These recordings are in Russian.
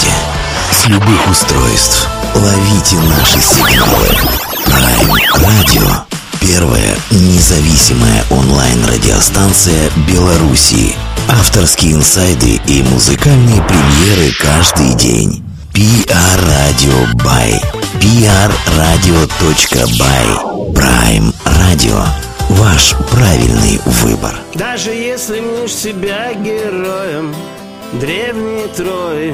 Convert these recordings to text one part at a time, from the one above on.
месте, с любых устройств. Ловите наши сигналы. Prime Radio. Первая независимая онлайн-радиостанция Беларуси. Авторские инсайды и музыкальные премьеры каждый день. PR Radio by prradio.by. Prime Radio. Ваш правильный выбор. Даже если мнешь себя героем древней Трои,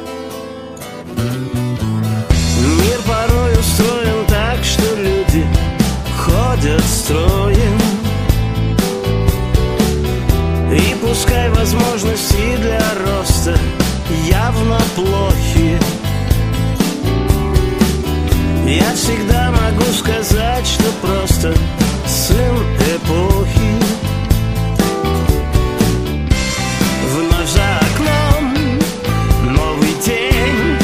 мир порой устроен так, что люди ходят строем. И пускай возможности для роста явно плохи, я всегда могу сказать, что просто сын эпохи. Вновь за окном новый день,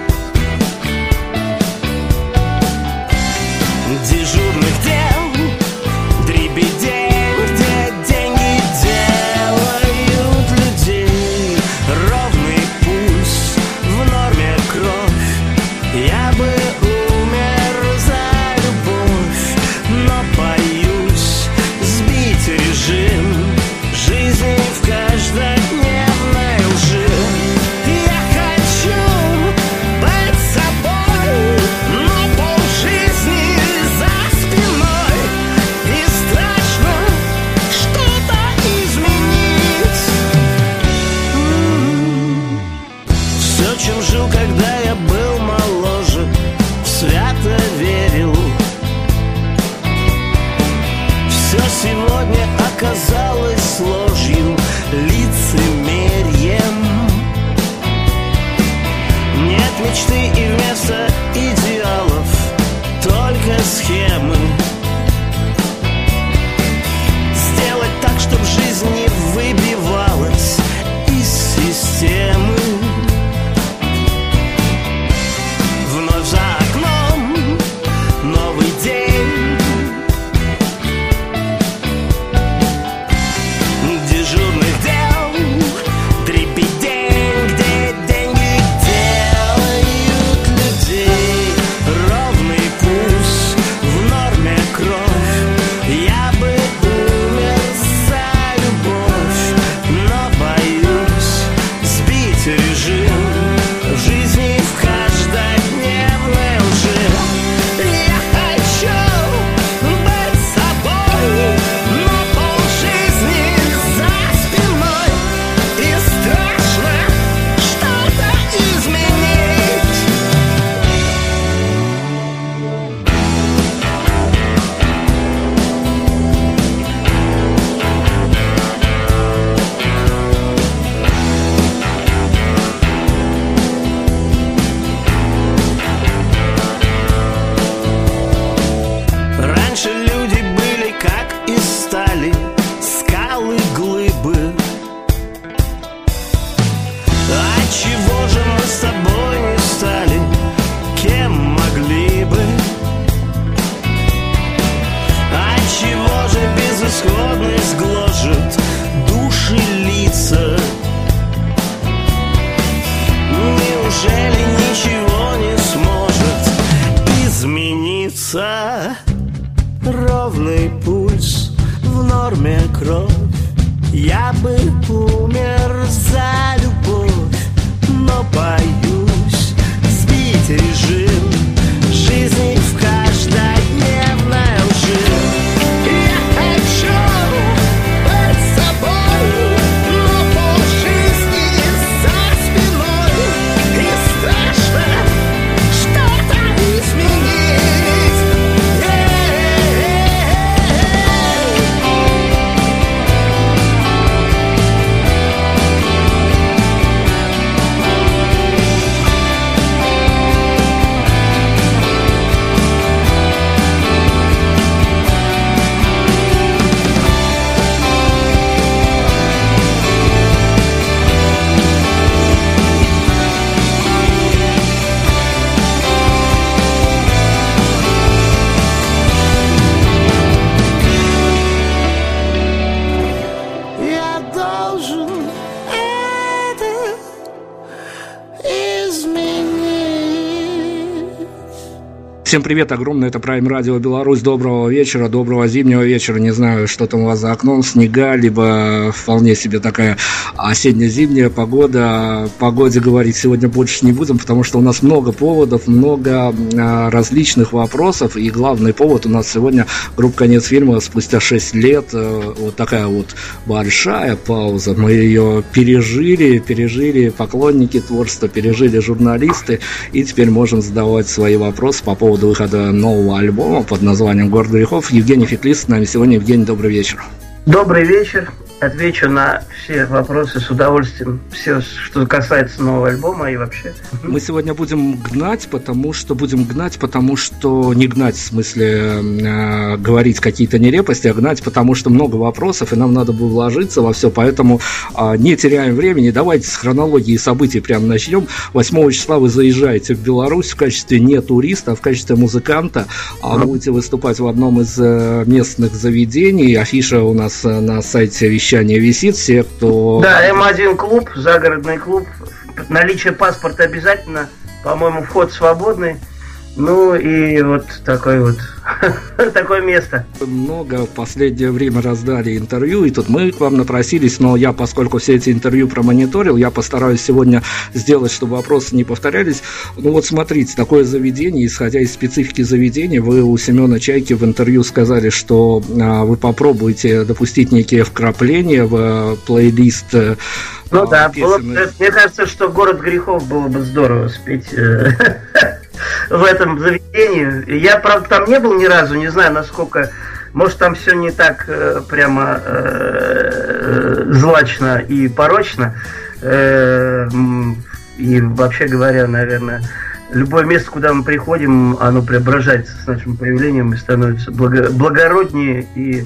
дежурных дел, дребедень, где деньги делают людей. Ровный пульс, в норме кровь, я бы умер за любовь, но боюсь сбить режим жизни в каждодневной лжи. Я хочу быть собой, но полжизни за спиной, и страшно что-то изменить. Все, чем жил, когда я был моложе, свято верил. Все сегодня оказалось ложью, лицемерьем. Нет мечты и вместо идеалов только схемы. Сделать так, чтоб жизнь не выбивалась из системы. Всем привет огромное, это Prime Radio Беларусь. Доброго вечера, доброго зимнего вечера. Не знаю, что там у вас за окном, снега, либо вполне себе такая осенне-зимняя погода. О погоде говорить сегодня больше не будем, потому что у нас много поводов, много различных вопросов. И главный повод у нас сегодня группа «Конец фильма» спустя 6 лет. Вот такая вот большая пауза. Мы ее пережили поклонники творчества, пережили журналисты. И теперь можем задавать свои вопросы по поводу выхода нового альбома под названием «Город грехов». Евгений Феклист с нами сегодня. Евгений, добрый вечер. Добрый вечер. Отвечу на все вопросы с удовольствием. Все, что касается нового альбома и вообще. Мы сегодня будем гнать, потому что не гнать, в смысле говорить какие-то нелепости, а гнать, потому что много вопросов, и нам надо бы вложиться во все, поэтому не теряем времени. Давайте с хронологии событий прямо начнем. 8 числа вы заезжаете в Беларусь в качестве не туриста, а в качестве музыканта. Будете выступать в одном из местных заведений. Афиша у нас на сайте вещания висит, все, кто... Да, М1 клуб, загородный клуб. Наличие паспорта обязательно. По-моему, вход свободный. Ну и вот такое место. Много в последнее время раздали интервью, и тут мы к вам напросились, но я, поскольку все эти интервью промониторил, я постараюсь сегодня сделать, чтобы вопросы не повторялись. Ну вот смотрите, такое заведение, исходя из специфики заведения, вы у Семена Чайки в интервью сказали, что вы попробуете допустить некие вкрапления в плейлист. Ну да, мне кажется, что «Город грехов» было бы здорово спеть в этом заведении. Я, правда, там не был ни разу, не знаю, насколько... Может, там все не так прямо злачно и порочно. И вообще говоря, наверное, любое место, куда мы приходим, оно преображается с нашим появлением и становится благороднее и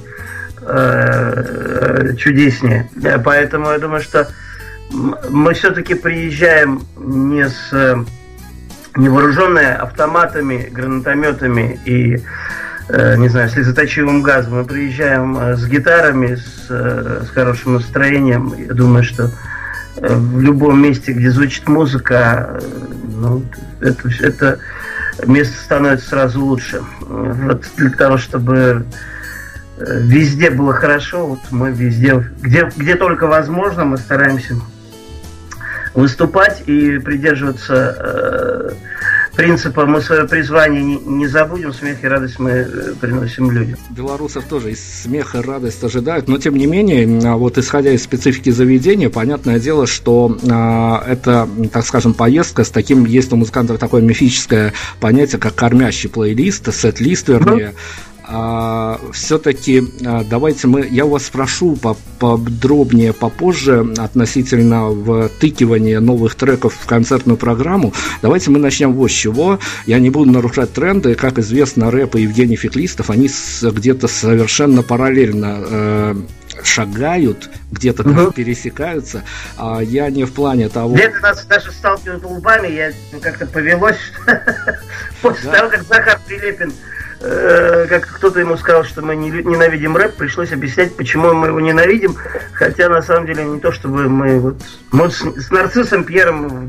чудеснее. Поэтому я думаю, что мы все-таки приезжаем не вооруженные автоматами, гранатометами и, не знаю, слезоточивым газом. Мы приезжаем с гитарами, с хорошим настроением. Я думаю, что в любом месте, где звучит музыка, это место становится сразу лучше. Вот для того, чтобы везде было хорошо, вот мы везде, где только возможно, мы стараемся выступать и придерживаться принципа «мы свое призвание не забудем, смех и радость мы приносим людям». Белорусов тоже и смех и радость ожидают, но тем не менее, вот исходя из специфики заведения, понятное дело, что это, так скажем, поездка с таким, есть у музыкантов такое мифическое понятие, как кормящий плейлист, сет-лист, вернее. Все-таки давайте я вас спрошу подробнее попозже относительно втыкивания новых треков в концертную программу. Давайте мы начнем вот с чего. Я не буду нарушать тренды. Как известно, рэп и Евгений Феклистов, они где-то совершенно параллельно шагают, где-то там пересекаются. Я не в плане того... Где-то нас даже сталкивают лбами, я как-то повелось, после того, как Захар Прилепин, как кто-то ему сказал, что мы ненавидим рэп, пришлось объяснять, почему мы его ненавидим, хотя на самом деле не то, чтобы мы с Нарциссом Пьером в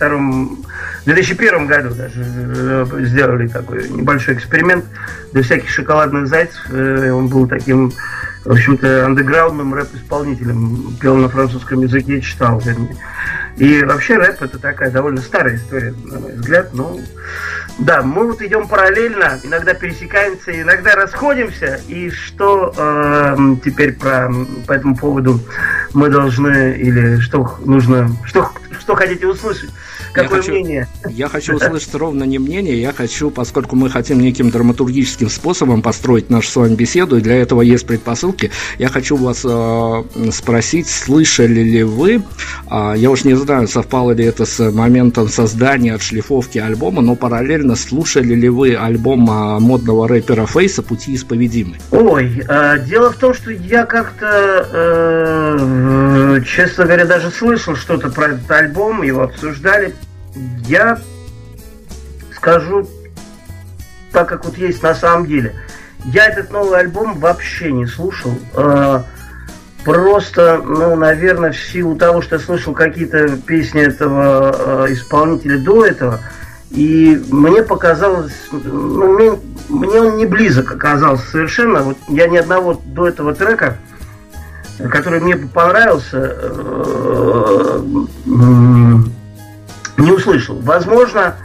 2001 году даже сделали такой небольшой эксперимент для всяких шоколадных зайцев. Он был таким, в общем-то, андеграундным рэп-исполнителем, пел на французском языке, читал, вернее. И вообще рэп — это такая довольно старая история, на мой взгляд. Но да, мы вот идем параллельно, иногда пересекаемся, иногда расходимся. И что теперь по этому поводу мы должны, или что нужно, что хотите услышать? Какое мнение? Я хочу услышать ровно не мнение, я хочу, поскольку мы хотим неким драматургическим способом построить нашу с вами беседу, и для этого есть предпосылки, я хочу вас спросить, слышали ли вы, я уж не знаю, совпало ли это с моментом создания, отшлифовки альбома, но параллельно слушали ли вы альбом модного рэпера Фейса «Пути исповедимы»? Ой, дело в том, что я как-то, честно говоря, даже слышал что-то про этот альбом, его обсуждали. Я скажу так, как вот есть на самом деле. Я этот новый альбом вообще не слушал. Просто, наверное, в силу того, что я слышал какие-то песни этого исполнителя до этого, И мне показалось, ну, мне он не близок оказался совершенно. Вот я ни одного до этого трека, который мне понравился, не услышал. Возможно,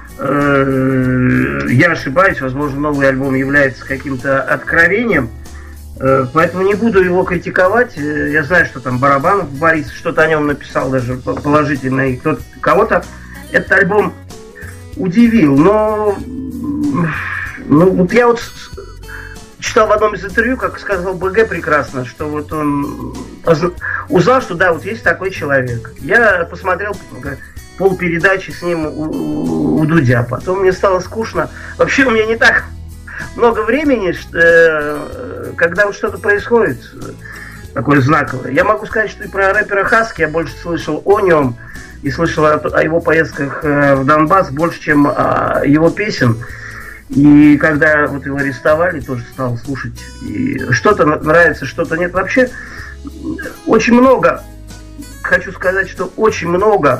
я ошибаюсь, возможно, новый альбом является каким-то откровением, поэтому не буду его критиковать. Я знаю, что там Барабанов Борис что-то о нем написал, даже положительное, и кого-то этот альбом удивил. Но вот я вот читал в одном из интервью, как сказал БГ прекрасно, что вот он узнал, что да, вот есть такой человек. Я посмотрел полпередачи с ним у Дудя. Потом мне стало скучно. Вообще у меня не так много времени, когда вот что-то происходит такое знаковое. Я могу сказать, что и про рэпера Хаски я больше слышал о нем и слышал о его поездках в Донбасс больше, чем о его песен. И когда вот его арестовали, тоже стал слушать. И что-то нравится, что-то нет. Вообще очень много, хочу сказать, что очень много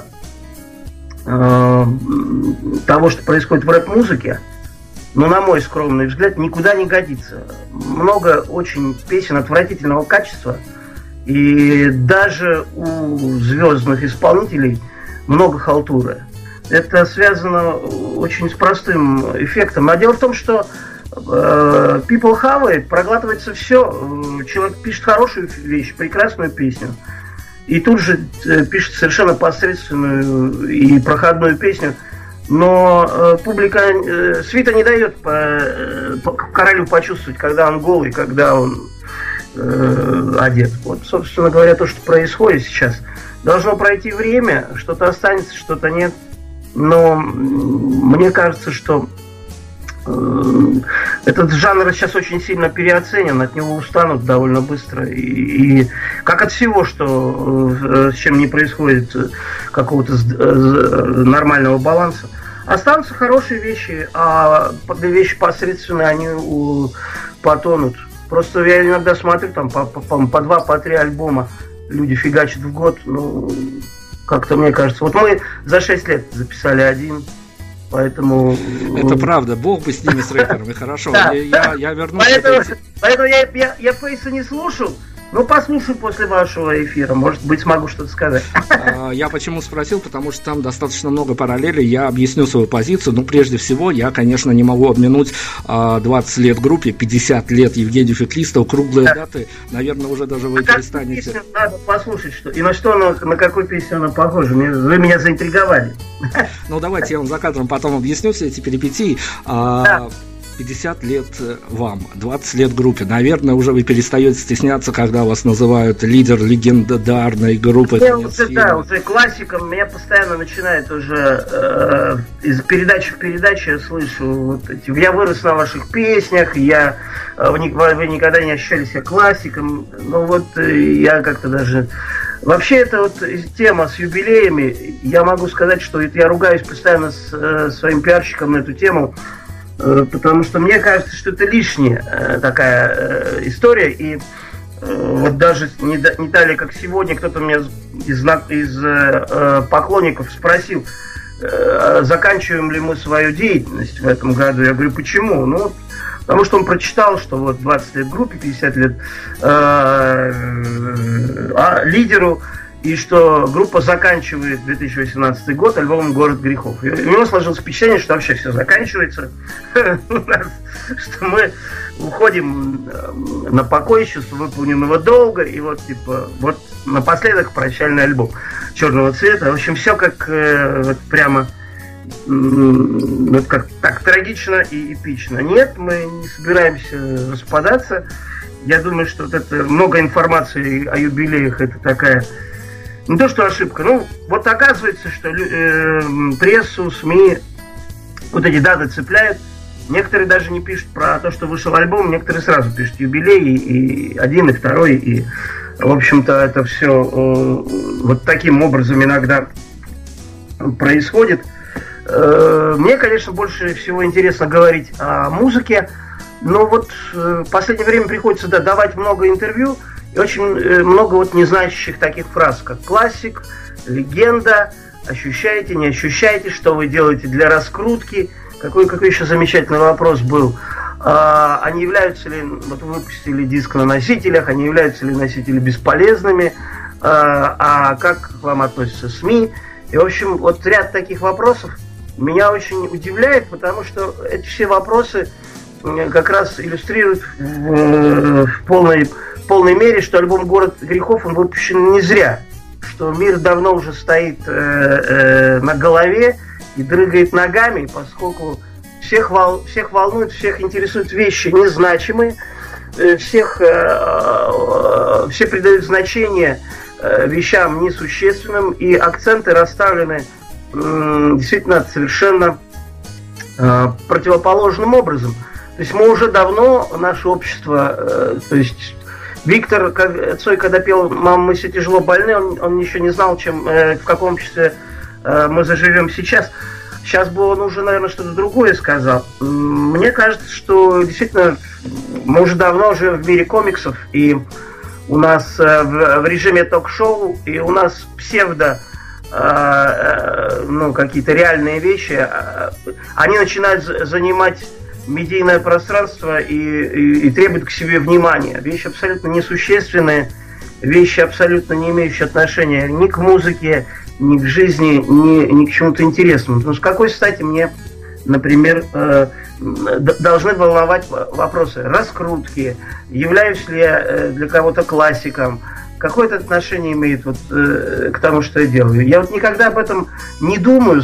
того, что происходит в рэп-музыке, но, на мой скромный взгляд, никуда не годится. Много очень песен отвратительного качества, и даже у звездных исполнителей много халтуры. Это связано очень с простым эффектом. А дело в том, что people have it, проглатывается все. Человек пишет хорошую вещь, прекрасную песню, и тут же пишет совершенно посредственную и проходную песню, но публика, свита не дает королю почувствовать, когда он голый, когда он одет. Вот, собственно говоря, то, что происходит сейчас. Должно пройти время, что-то останется, что-то нет. Но мне кажется, что этот жанр сейчас очень сильно переоценен, от него устанут довольно быстро. И как от всего, что с чем не происходит какого-то нормального баланса. Останутся хорошие вещи, а вещи посредственные, они потонут. Просто я иногда смотрю, там по 2, по 3 альбома люди фигачат в год. Ну, как-то мне кажется. Вот мы за 6 лет записали 1. Поэтому... Это правда, бог бы с ними, с рэперами, хорошо. Да, я вернусь. Поэтому я Фейса не слушал, но послушаю после вашего эфира, может быть, смогу что-то сказать. Я почему спросил, потому что там достаточно много параллелей, я объясню свою позицию. Ну, прежде всего, я, конечно, не могу обминуть 20 лет группе, 50 лет Евгению Феклистову, круглые даты, наверное, уже даже вы перестанете. Надо послушать, что и на какую песню она похожа. Вы меня заинтриговали. Ну, давайте я вам за кадром потом объясню все эти перипетии. 50 лет вам, 20 лет группе. Наверное, уже вы перестаете стесняться, когда вас называют лидер легендарной группы. Уже классиком. Меня постоянно начинает уже из передачи в передачу я слышу вот эти. Я вырос на ваших песнях, вы никогда не ощущали себя классиком. Ну вот я как-то даже... Вообще, это вот тема с юбилеями. Я могу сказать, что я ругаюсь постоянно с своим пиарщиком на эту тему, потому что мне кажется, что это лишняя такая история. И вот даже не далее, как сегодня, кто-то меня из поклонников спросил, заканчиваем ли мы свою деятельность в этом году. Я говорю, почему? Ну, потому что он прочитал, что вот 20 лет группе, 50 лет лидеру, и что группа заканчивает 2018 год альбомом «Город грехов». И у него сложилось впечатление, что вообще все заканчивается, что мы уходим на покой с чувством выполненного долга, и вот типа вот напоследок прощальный альбом черного цвета. В общем, все как вот прямо вот как так трагично и эпично. Нет, мы не собираемся распадаться. Я думаю, что вот это много информации о юбилеях, это такая не то что ошибка, ну вот оказывается, что прессу, СМИ вот эти даты цепляют. Некоторые даже не пишут про то, что вышел альбом, некоторые сразу пишут юбилей, и 1, и 2, и в общем-то это все вот таким образом иногда происходит. Мне, конечно, больше всего интересно говорить о музыке, но вот в последнее время приходится давать много интервью, и очень много вот незначащих таких фраз, как классик, легенда, ощущаете, не ощущаете, что вы делаете для раскрутки. Какой еще замечательный вопрос был. А не являются ли, вот вы выпустили диск на носителях, а не являются ли носители бесполезными, а как к вам относятся СМИ. И, в общем, вот ряд таких вопросов меня очень удивляет, потому что эти все вопросы как раз иллюстрируют в полной мере, что альбом «Город грехов» он выпущен не зря, что мир давно уже стоит на голове и дрыгает ногами, поскольку всех волнует, всех интересуют вещи незначимые, все придают значение вещам несущественным, и акценты расставлены действительно совершенно противоположным образом. То есть мы уже давно, наше общество, то есть Виктор Цой, когда пел «Мама, мы все тяжело больны», он еще не знал, в каком обществе мы заживем сейчас. Сейчас бы он уже, наверное, что-то другое сказал. Мне кажется, что действительно мы уже давно живем в мире комиксов, и у нас в режиме ток-шоу, и у нас какие-то реальные вещи, они начинают занимать медийное пространство и требуют к себе внимания. Вещи абсолютно несущественные, вещи абсолютно не имеющие отношения ни к музыке, ни к жизни, ни к чему-то интересному. Но с какой стати мне, например, должны волновать вопросы раскрутки, являюсь ли я для кого-то классиком, какое это отношение имеет к тому, что я делаю. Я никогда об этом не думаю,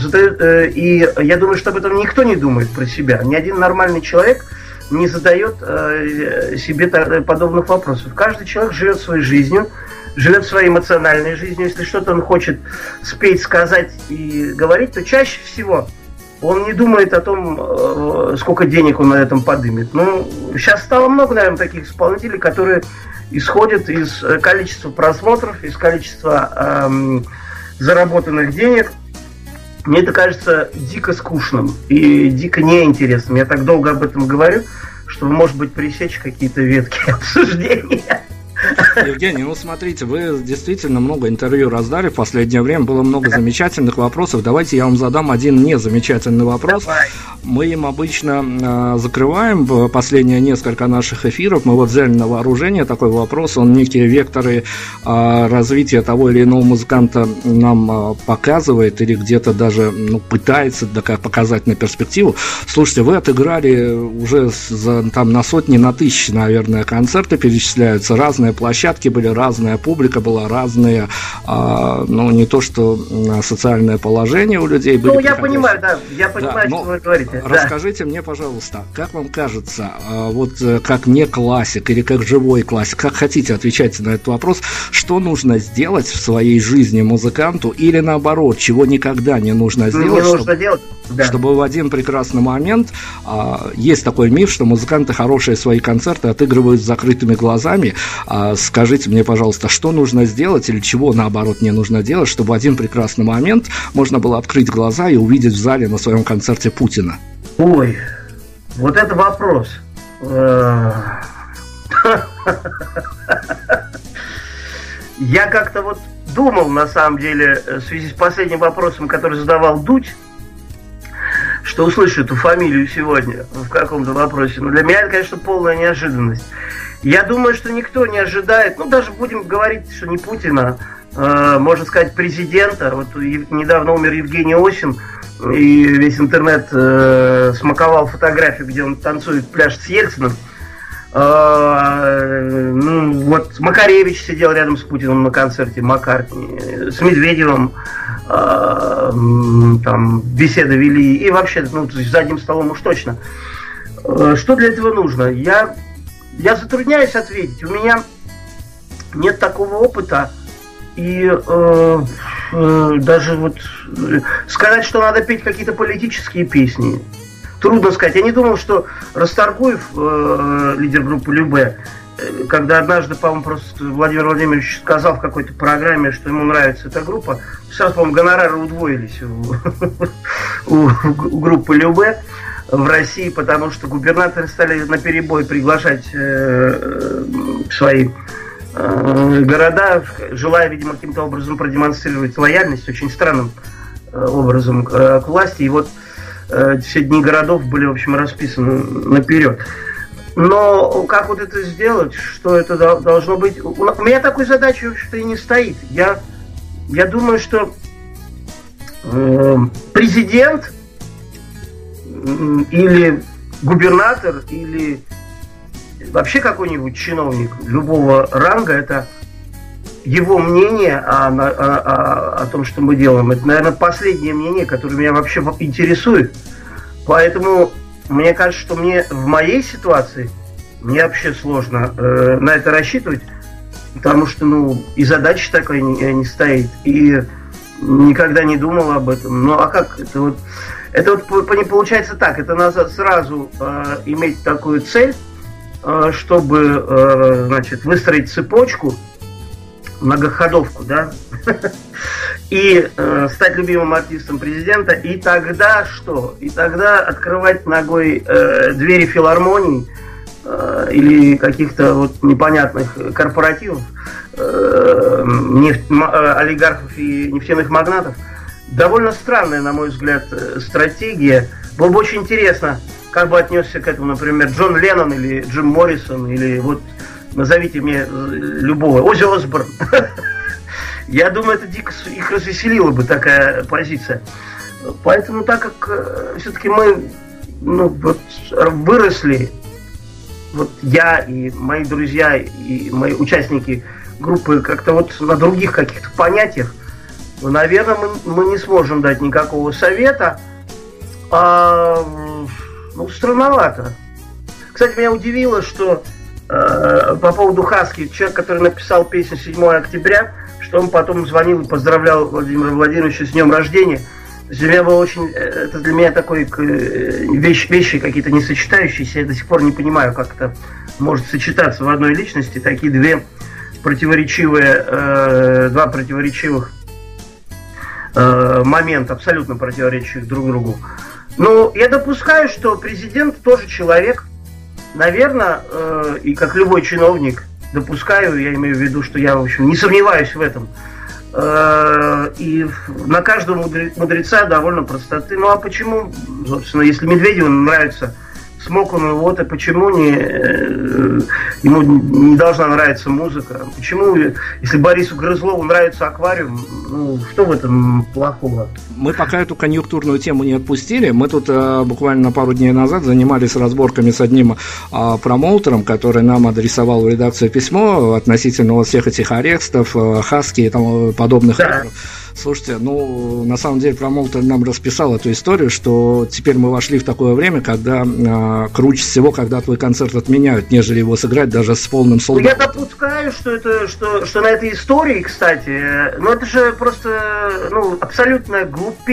и я думаю, что об этом никто не думает про себя. Ни один нормальный человек не задает себе подобных вопросов. Каждый человек живет своей жизнью, живет своей эмоциональной жизнью. Если что-то он хочет спеть, сказать и говорить, то чаще всего он не думает о том, сколько денег он на этом подымет. Сейчас стало много, наверное, таких исполнителей, которые исходят из количества просмотров, из количества заработанных денег. Мне это кажется дико скучным и дико неинтересным. Я так долго об этом говорю, что, может быть, пресечь какие-то ветки обсуждения. Евгений, смотрите, вы действительно много интервью раздали в последнее время, было много замечательных вопросов. Давайте я вам задам один незамечательный вопрос. Давай. Мы им обычно закрываем последние несколько наших эфиров. Мы взяли на вооружение такой вопрос, он некие векторы развития того или иного музыканта нам показывает или где-то даже пытается показать на перспективу. Слушайте, вы отыграли уже на сотни, на тысячи, наверное, концерты перечисляются, разные площадки были, разная публика была, разные, не то что социальное положение у людей были. Я понимаю, что вы говорите. Расскажите мне, пожалуйста, как вам кажется, как не классик или как живой классик, как хотите, отвечайте на этот вопрос, что нужно сделать в своей жизни музыканту или наоборот, чего никогда не нужно сделать, чтобы в один прекрасный момент, есть такой миф, что музыканты хорошие свои концерты отыгрывают с закрытыми глазами. Скажите мне, пожалуйста, что нужно сделать или чего, наоборот, не нужно делать, чтобы в один прекрасный момент можно было открыть глаза и увидеть в зале на своем концерте Путина? Ой, вот это вопрос. Я как-то думал, на самом деле, в связи с последним вопросом, который задавал Дудь, что услышу эту фамилию сегодня в каком-то вопросе. Но для меня это, конечно, полная неожиданность. Я думаю, что никто не ожидает, даже будем говорить, что не Путина, можно сказать, президента. Недавно умер Евгений Осин, и весь интернет смаковал фотографию, где он танцует пляж с Ельциным. Макаревич сидел рядом с Путиным на концерте, Маккартни, с Медведевым там беседы вели, и вообще, за одним столом уж точно. Что для этого нужно? Я затрудняюсь ответить. У меня нет такого опыта. И даже сказать, что надо петь какие-то политические песни, трудно сказать. Я не думал, что Расторгуев, лидер группы Любэ, когда однажды, по-моему, просто Владимир Владимирович сказал в какой-то программе, что ему нравится эта группа, сразу, по-моему, гонорары удвоились у группы Любэ в России, потому что губернаторы стали наперебой приглашать свои города, желая, видимо, каким-то образом продемонстрировать лояльность очень странным образом к власти. И вот все дни городов были, в общем, расписаны наперед. Но как вот это сделать, что это должно быть? У меня такой задачи, в общем-то, и не стоит. Я думаю, что президент или губернатор, или вообще какой-нибудь чиновник любого ранга, это его мнение о том, что мы делаем. Это, наверное, последнее мнение, которое меня вообще интересует. Поэтому мне кажется, что в моей ситуации мне вообще сложно на это рассчитывать, потому что, и задача такая не стоит, и никогда не думал об этом. Ну, а как? Это получается так, это надо сразу иметь такую цель, чтобы, выстроить цепочку, многоходовку, да, и стать любимым артистом президента, и тогда что? И тогда открывать ногой двери филармоний или каких-то непонятных корпоративов, олигархов и нефтяных магнатов. Довольно странная, на мой взгляд, стратегия. Было бы очень интересно, как бы отнесся к этому, например, Джон Леннон или Джим Моррисон, или назовите мне любого, Оззи Осборн. Я думаю, это дико их развеселила бы такая позиция. Поэтому, так как все-таки мы выросли, я и мои друзья, и мои участники группы как-то на других каких-то понятиях, наверное, мы не сможем дать никакого совета. Странновато. Кстати, меня удивило, что по поводу Хаски, человек, который написал песню 7 октября, что он потом звонил и поздравлял Владимира Владимировича с днем рождения. Для меня было это для меня такой вещи какие-то несочетающиеся. Я до сих пор не понимаю, как это может сочетаться в одной личности. Такие два противоречивых момента, абсолютно противоречащих друг другу. Но я допускаю, что президент тоже человек. Наверное, и как любой чиновник, допускаю, я имею в виду, что я, в общем, не сомневаюсь в этом. И на каждого мудреца довольно простоты. Ну а почему, собственно, если Медведеву нравится Смокуну, и почему ему не должна нравиться музыка? Почему, если Борису Грызлову нравится аквариум, что в этом плохого? Мы пока эту конъюнктурную тему не отпустили. Мы тут буквально пару дней назад занимались разборками с одним промоутером, который нам адресовал в редакцию письмо относительно всех этих арестов, Хаски и тому подобных. Да. Слушайте, на самом деле промоутер нам расписал эту историю, что теперь мы вошли в такое время, когда круче всего, когда твой концерт отменяют, нежели его сыграть даже с полным солдатом. Я допускаю, что на этой истории, кстати, это же просто абсолютно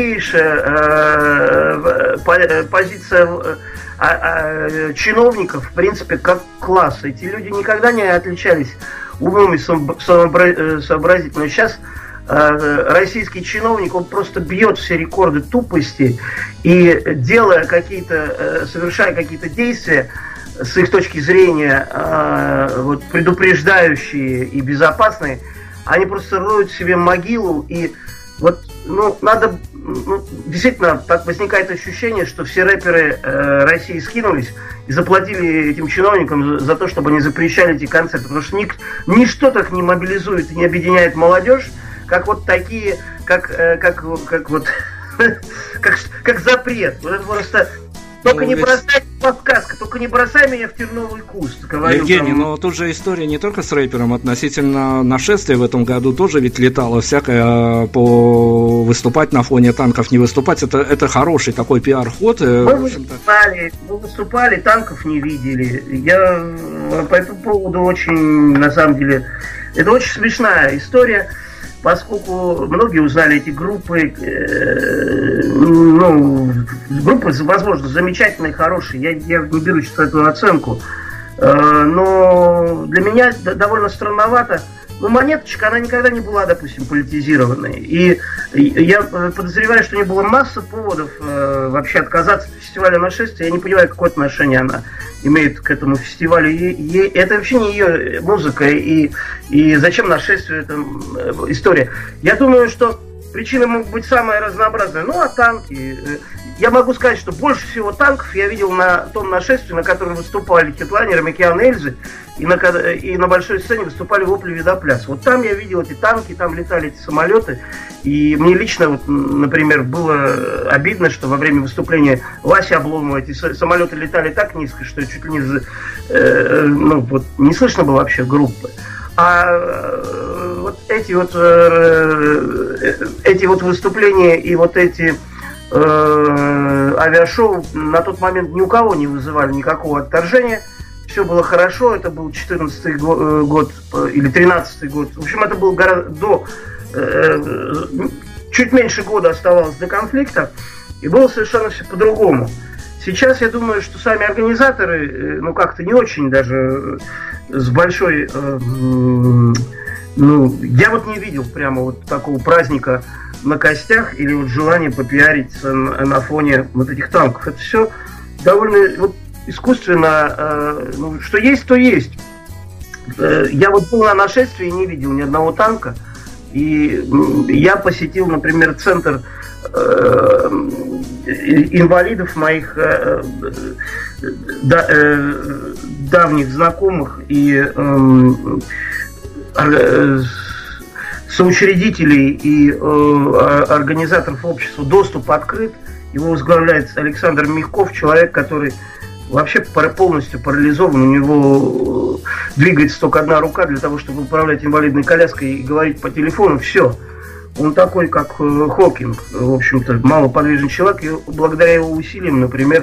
глупейшая позиция чиновников, в принципе, как класса. Эти люди никогда не отличались умом и сообразительностью. Сейчас российский чиновник, он просто бьет все рекорды тупости и совершая какие-то действия с их точки зрения предупреждающие и безопасные, они просто роют себе могилу. И надо, действительно, так возникает ощущение, что все рэперы России скинулись и заплатили этим чиновникам за то, чтобы они запрещали эти концерты, потому что ничто так не мобилизует и не объединяет молодежь, как такие, как запрет. Это просто только не бросай подсказка, только не бросай меня в терновый куст. Евгений, но тут же история не только с рэпером, относительно нашествия в этом году тоже ведь летало всякое по выступать на фоне танков, не выступать, это хороший такой пиар-ход. Мы выступали, танков не видели. Я по этому поводу очень, на самом деле, это очень смешная история. Поскольку многие узнали эти группы, группы, возможно, замечательные, хорошие, я не берусь за эту оценку, но для меня довольно странновато. Монеточка, она никогда не была, допустим, политизированной. И я подозреваю, что не было массы поводов вообще отказаться от фестиваля нашествия. Я не понимаю, какое отношение она имеет к этому фестивалю. Это вообще не ее музыка. И зачем нашествие, это история. Я думаю, что причины могут быть самые разнообразные. Ну, а танки... Я могу сказать, что больше всего танков я видел на том нашествии, на котором выступали хедлайнеры Микоян и Эльзы, и на большой сцене выступали Вопли Видопляс. Вот там я видел эти танки, там летали эти самолеты, и мне лично, вот, например, было обидно, что во время выступления Васи Обломова эти самолеты летали так низко, что чуть ли не слышно было вообще группы. А вот эти вот выступления и вот эти авиашоу на тот момент ни у кого не вызывали никакого отторжения. Все было хорошо, это был 14-й год или 13-й год. В общем, это было гораздо чуть меньше года оставалось до конфликта, и было совершенно все по-другому. Сейчас я думаю, что сами организаторы, как-то не очень даже с большой... я вот не видел прямо вот такого праздника на костях или вот желание попиариться на фоне вот этих танков. Это все довольно искусственно, что есть, то есть. Я вот был на нашествии и не видел ни одного танка. И я посетил, например, центр инвалидов моих давних знакомых и соучредителей и организаторов общества «Доступ открыт». Его возглавляет Александр Мягков, человек, который вообще полностью парализован. У него двигается только одна рука для того, чтобы управлять инвалидной коляской и говорить по телефону. Все. Он такой, как Хокинг, в общем-то, малоподвижный человек. И благодаря его усилиям, например,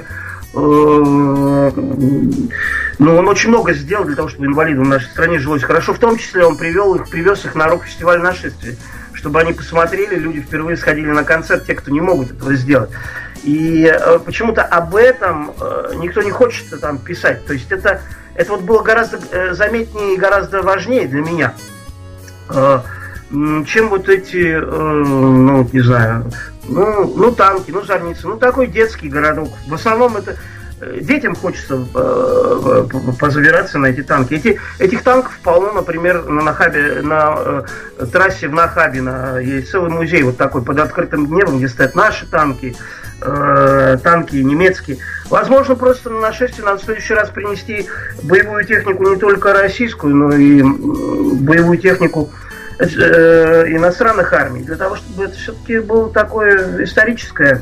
он очень много сделал для того, чтобы инвалидам в нашей стране жилось хорошо. В том числе он привез их на рок-фестиваль нашествия, чтобы они посмотрели, люди впервые сходили на концерт, те, кто не могут этого сделать. И почему-то об этом никто не хочет там писать. То есть это вот было гораздо заметнее и гораздо важнее для меня, чем вот эти, не знаю, танки, Зорница, такой детский городок. В основном это детям хочется позавираться на эти танки. Этих танков полно, например, на трассе в Нахабино есть целый музей вот такой под открытым небом, где стоят наши танки, танки немецкие. Возможно, просто на нашествие надо в следующий раз принести боевую технику не только российскую, но и боевую технику иностранных армий, для того, чтобы это все-таки было такое историческая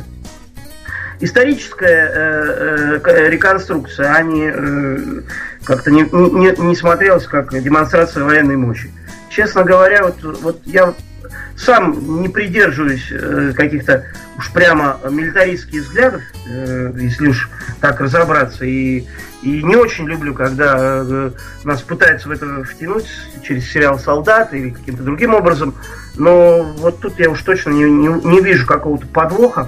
реконструкция, а не как-то не смотрелась как демонстрация военной мощи. Честно говоря, вот я сам не придерживаюсь каких-то уж прямо милитаристских взглядов, если уж так разобраться, и не очень люблю, когда нас пытаются в это втянуть через сериал «Солдат» или каким-то другим образом, но вот тут я уж точно не вижу какого-то подвоха.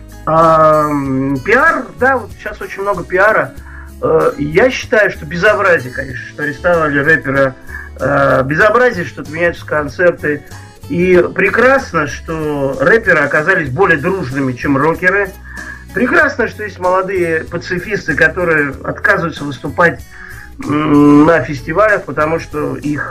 Пиар, да, вот сейчас очень много пиара. Я считаю, что безобразие, конечно, что арестовали рэпера, безобразие, что отменяются концерты. И прекрасно, что рэперы оказались более дружными, чем рокеры. Прекрасно, что есть молодые пацифисты, которые отказываются выступать на фестивалях, потому что их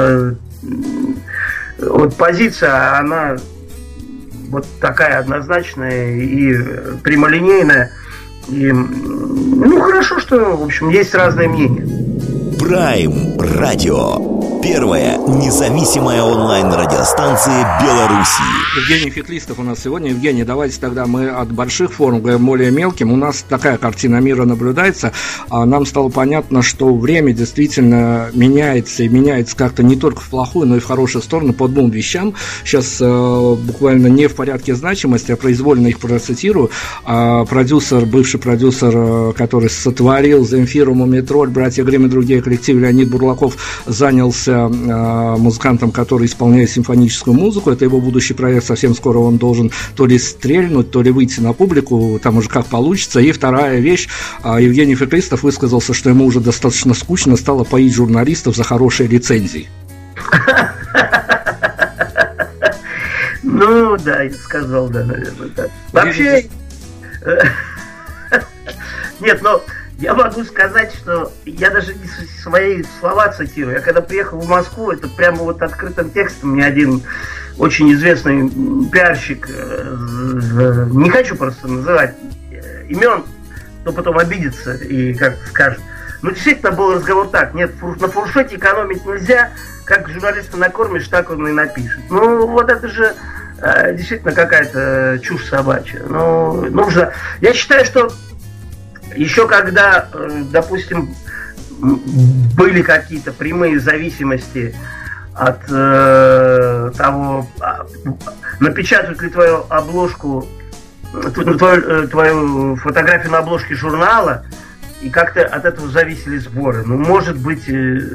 позиция, она вот такая однозначная и прямолинейная. И, хорошо, что, в общем, есть разные мнения. Prime Radio. Первая независимая онлайн-радиостанция Беларуси. Евгений Феклистов у нас сегодня. Евгений, давайте тогда мы от больших форм к более мелким. У нас такая картина мира наблюдается. Нам стало понятно, что время действительно меняется, и меняется как-то не только в плохую, но и в хорошую сторону по двум вещам. Сейчас буквально не в порядке значимости, а произвольно их процитирую. Бывший продюсер, который сотворил Земфиру, Мумитроль, Братья Гримм и другие коллективы, Леонид Бурлаков, занялся музыкантом, который исполняет симфоническую музыку. Это его будущий проект. Совсем скоро он должен то ли стрельнуть, то ли выйти на публику, там уже как получится. И вторая вещь. Евгений Феклистов высказался, что ему уже достаточно скучно стало поить журналистов за хорошие рецензии. Да, я сказал, да, наверное, так. Вообще... Нет, я могу сказать, что я даже не свои слова цитирую. Я когда приехал в Москву, это прямо вот открытым текстом мне один очень известный пиарщик, не хочу просто называть имен, но потом обидится и как-то скажет. Ну, действительно, был разговор так: нет, на фуршете экономить нельзя, как журналиста накормишь, так он и напишет. Ну, вот это же действительно какая-то чушь собачья. Ну, нужно... Я считаю, что еще когда, допустим, были какие-то прямые зависимости от того, напечатают ли твою обложку, твою фотографию на обложке журнала, и как-то от этого зависели сборы. Ну, может быть,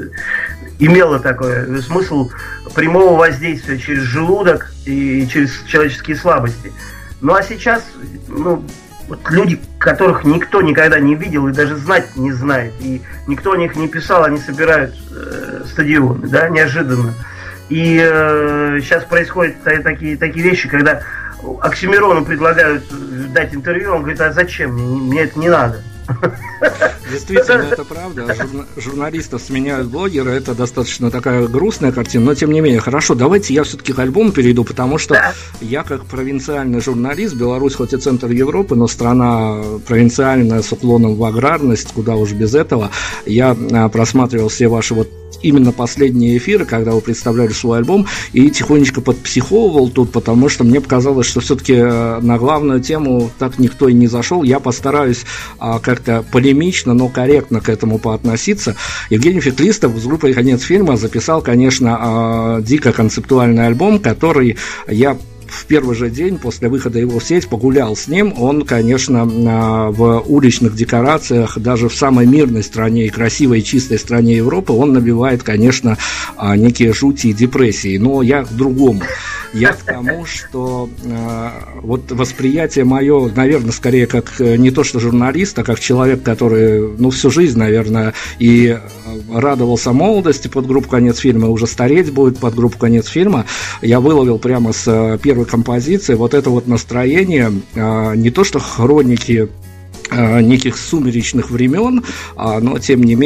имело такой смысл прямого воздействия через желудок и через человеческие слабости. Ну, а сейчас, ну, вот люди, которых никто никогда не видел и даже знать не знает, и никто о них не писал, они собирают стадионы, да, неожиданно. И сейчас происходят такие вещи, когда Оксимирону предлагают дать интервью, он говорит: а зачем? Мне это не надо. Действительно, это правда. Журналистов сменяют блогеры. Это достаточно такая грустная картина. Но тем не менее, хорошо, давайте я все-таки к альбому перейду, потому что я как провинциальный журналист, Беларусь хоть и центр Европы, но страна провинциальная с уклоном в аграрность, куда уж без этого. Я просматривал все ваши вот именно последние эфиры, когда вы представляли свой альбом, и тихонечко подпсиховывал тут, потому что мне показалось, что все-таки на главную тему так никто и не зашел. Я постараюсь как-то полемично, но корректно к этому поотноситься. Евгений Феклистов с группой «Конец фильма» записал, конечно, дико концептуальный альбом, который я в первый же день после выхода его в сеть погулял с ним. Он, конечно, в уличных декорациях, даже в самой мирной стране и красивой и чистой стране Европы, он набивает, конечно, некие жути и депрессии. Но я к другому. Я к тому, что вот восприятие мое, наверное, скорее как не то что журналист, а как человек, который, ну, всю жизнь, наверное, и радовался молодости под группу «Конец фильма», уже стареть будет под группу «Конец фильма», я выловил прямо с первой композиции вот это вот настроение, не то что хроники неких сумеречных времен, но тем не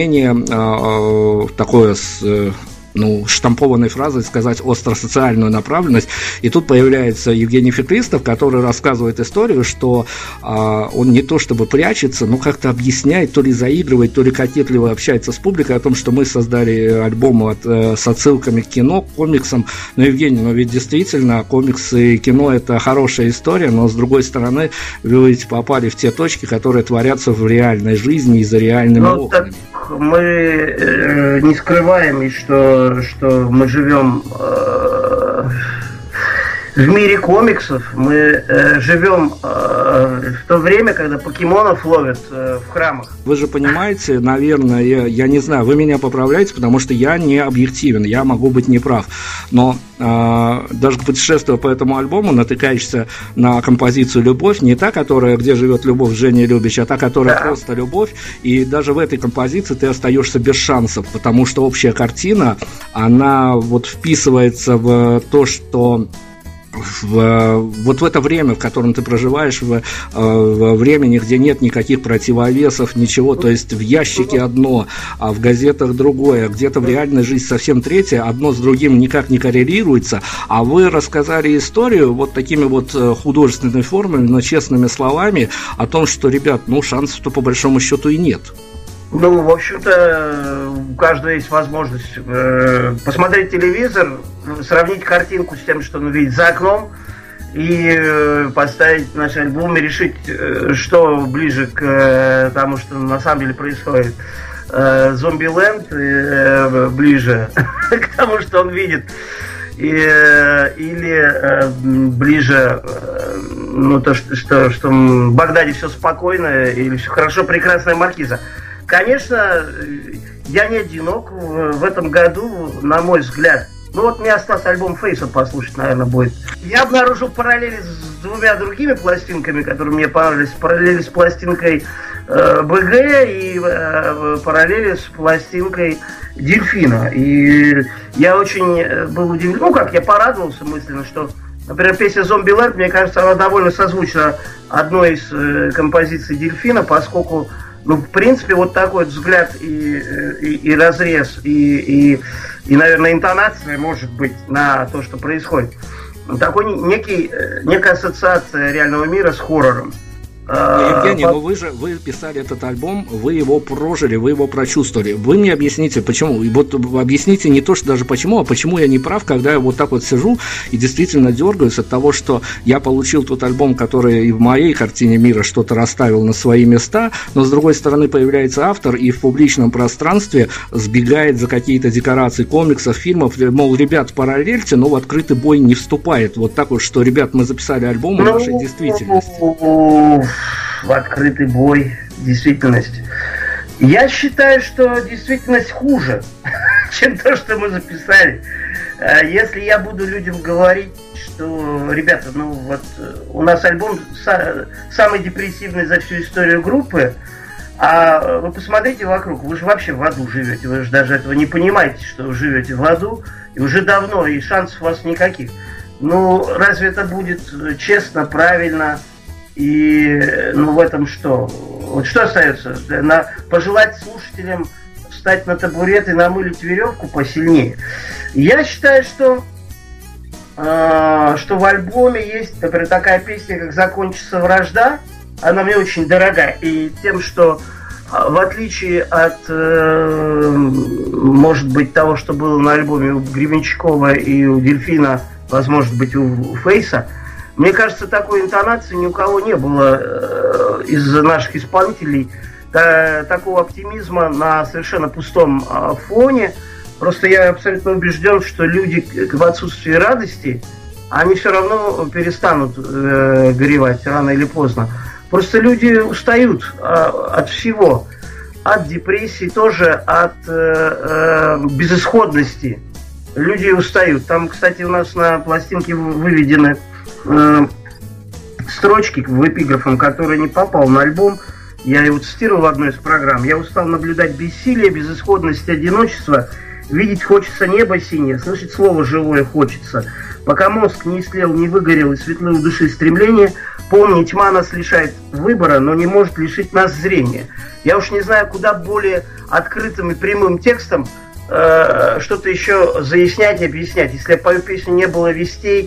менее такое штампованной фразой сказать остросоциальную направленность. И тут появляется Евгений Феклистов, который рассказывает историю, что он не то чтобы прячется, но как-то объясняет, то ли заигрывает, то ли кокетливо общается с публикой о том, что мы создали альбом с отсылками к кино, к комиксам. Но, Евгений, ведь действительно комиксы и кино — это хорошая история, но с другой стороны вы ведь попали в те точки, которые творятся в реальной жизни и за реальными окнами. Мы не скрываем, что мы живем в мире комиксов, мы живем в то время, когда покемонов ловят в храмах. Вы же понимаете, наверное, я не знаю, вы меня поправляете, потому что я не объективен, я могу быть неправ, но даже путешествуя по этому альбому, натыкаешься на композицию «Любовь», не та, которая «Где живет любовь» Жени Любич, а та, которая просто «Любовь», и даже в этой композиции ты остаешься без шансов, потому что общая картина, она вот вписывается в то, что вот в это время, в котором ты проживаешь, в времени, где нет никаких противовесов, ничего, то есть в ящике одно, а в газетах другое, где-то в реальной жизни совсем третье, одно с другим никак не коррелируется, а вы рассказали историю вот такими вот художественными формами, но честными словами о том, что, ребят, шансов-то по большому счету и нет. В общем-то, у каждого есть возможность посмотреть телевизор, сравнить картинку с тем, что он видит за окном, и поставить наш альбом и решить, что ближе к тому, что на самом деле происходит. Зомбиленд ближе к тому, что он видит, или ближе то, что в Багдаде все спокойно, или все хорошо, прекрасная маркиза. Конечно, я не одинок в этом году, на мой взгляд. Мне остался альбом Фейса послушать, наверное, будет. Я обнаружил параллели с двумя другими пластинками, которые мне понравились. Параллели с пластинкой БГ и параллели с пластинкой Дельфина. И я очень был удивлен, я порадовался мысленно, что, например, песня «Зомбиленд», мне кажется, она довольно созвучна одной из композиций Дельфина, поскольку в принципе, вот такой взгляд и разрез, и, наверное, интонация может быть на то, что происходит. такой некая ассоциация реального мира с хоррором. Евгений, но вы писали этот альбом, вы его прожили, вы его прочувствовали. Вы мне объясните, почему. И вот объясните не то, что даже почему, а почему я не прав, когда я вот так вот сижу и действительно дергаюсь от того, что я получил тот альбом, который и в моей картине мира что-то расставил на свои места, но с другой стороны появляется автор и в публичном пространстве сбегает за какие-то декорации комиксов, фильмов, мол, ребят, параллельте, но в открытый бой не вступает. Вот так вот, что, ребят, мы записали альбом в нашей действительности. В открытый бой, действительность. Я считаю, что действительность хуже, чем то, что мы записали. Если я буду людям говорить, что, ребята, ну вот у нас альбом самый депрессивный за всю историю группы, а вы посмотрите вокруг, вы же вообще в аду живете, вы же даже этого не понимаете, что вы живете в аду, и уже давно, и шансов у вас никаких. Ну, разве это будет честно, правильно? И ну в этом что? Вот что остается? Пожелать слушателям встать на табурет и намылить веревку посильнее. Я считаю, что в альбоме есть, например, такая песня, как «Закончится вражда». Она мне очень дорога. И тем, что в отличие от, может быть, того, что было на альбоме у Гребенщикова и у Дельфина, возможно быть, у Фейса, мне кажется, такой интонации ни у кого не было из наших исполнителей, такого оптимизма на совершенно пустом фоне. Просто я абсолютно убежден, что люди в отсутствии радости, они все равно перестанут горевать рано или поздно. Просто люди устают от всего, от депрессии тоже, от безысходности. Люди устают. Там, кстати, у нас на пластинке выведены строчки в эпиграфом, который не попал на альбом. Я его цитировал в одной из программ. «Я устал наблюдать бессилие, безысходность, одиночество. Видеть хочется небо синее, слышать слово живое хочется. Пока мозг не истлел, не выгорел и светлые у души стремления, помни, тьма нас лишает выбора, но не может лишить нас зрения». Я уж не знаю, куда более открытым и прямым текстом что-то еще заяснять и объяснять. Если я пою песню «Не было вестей»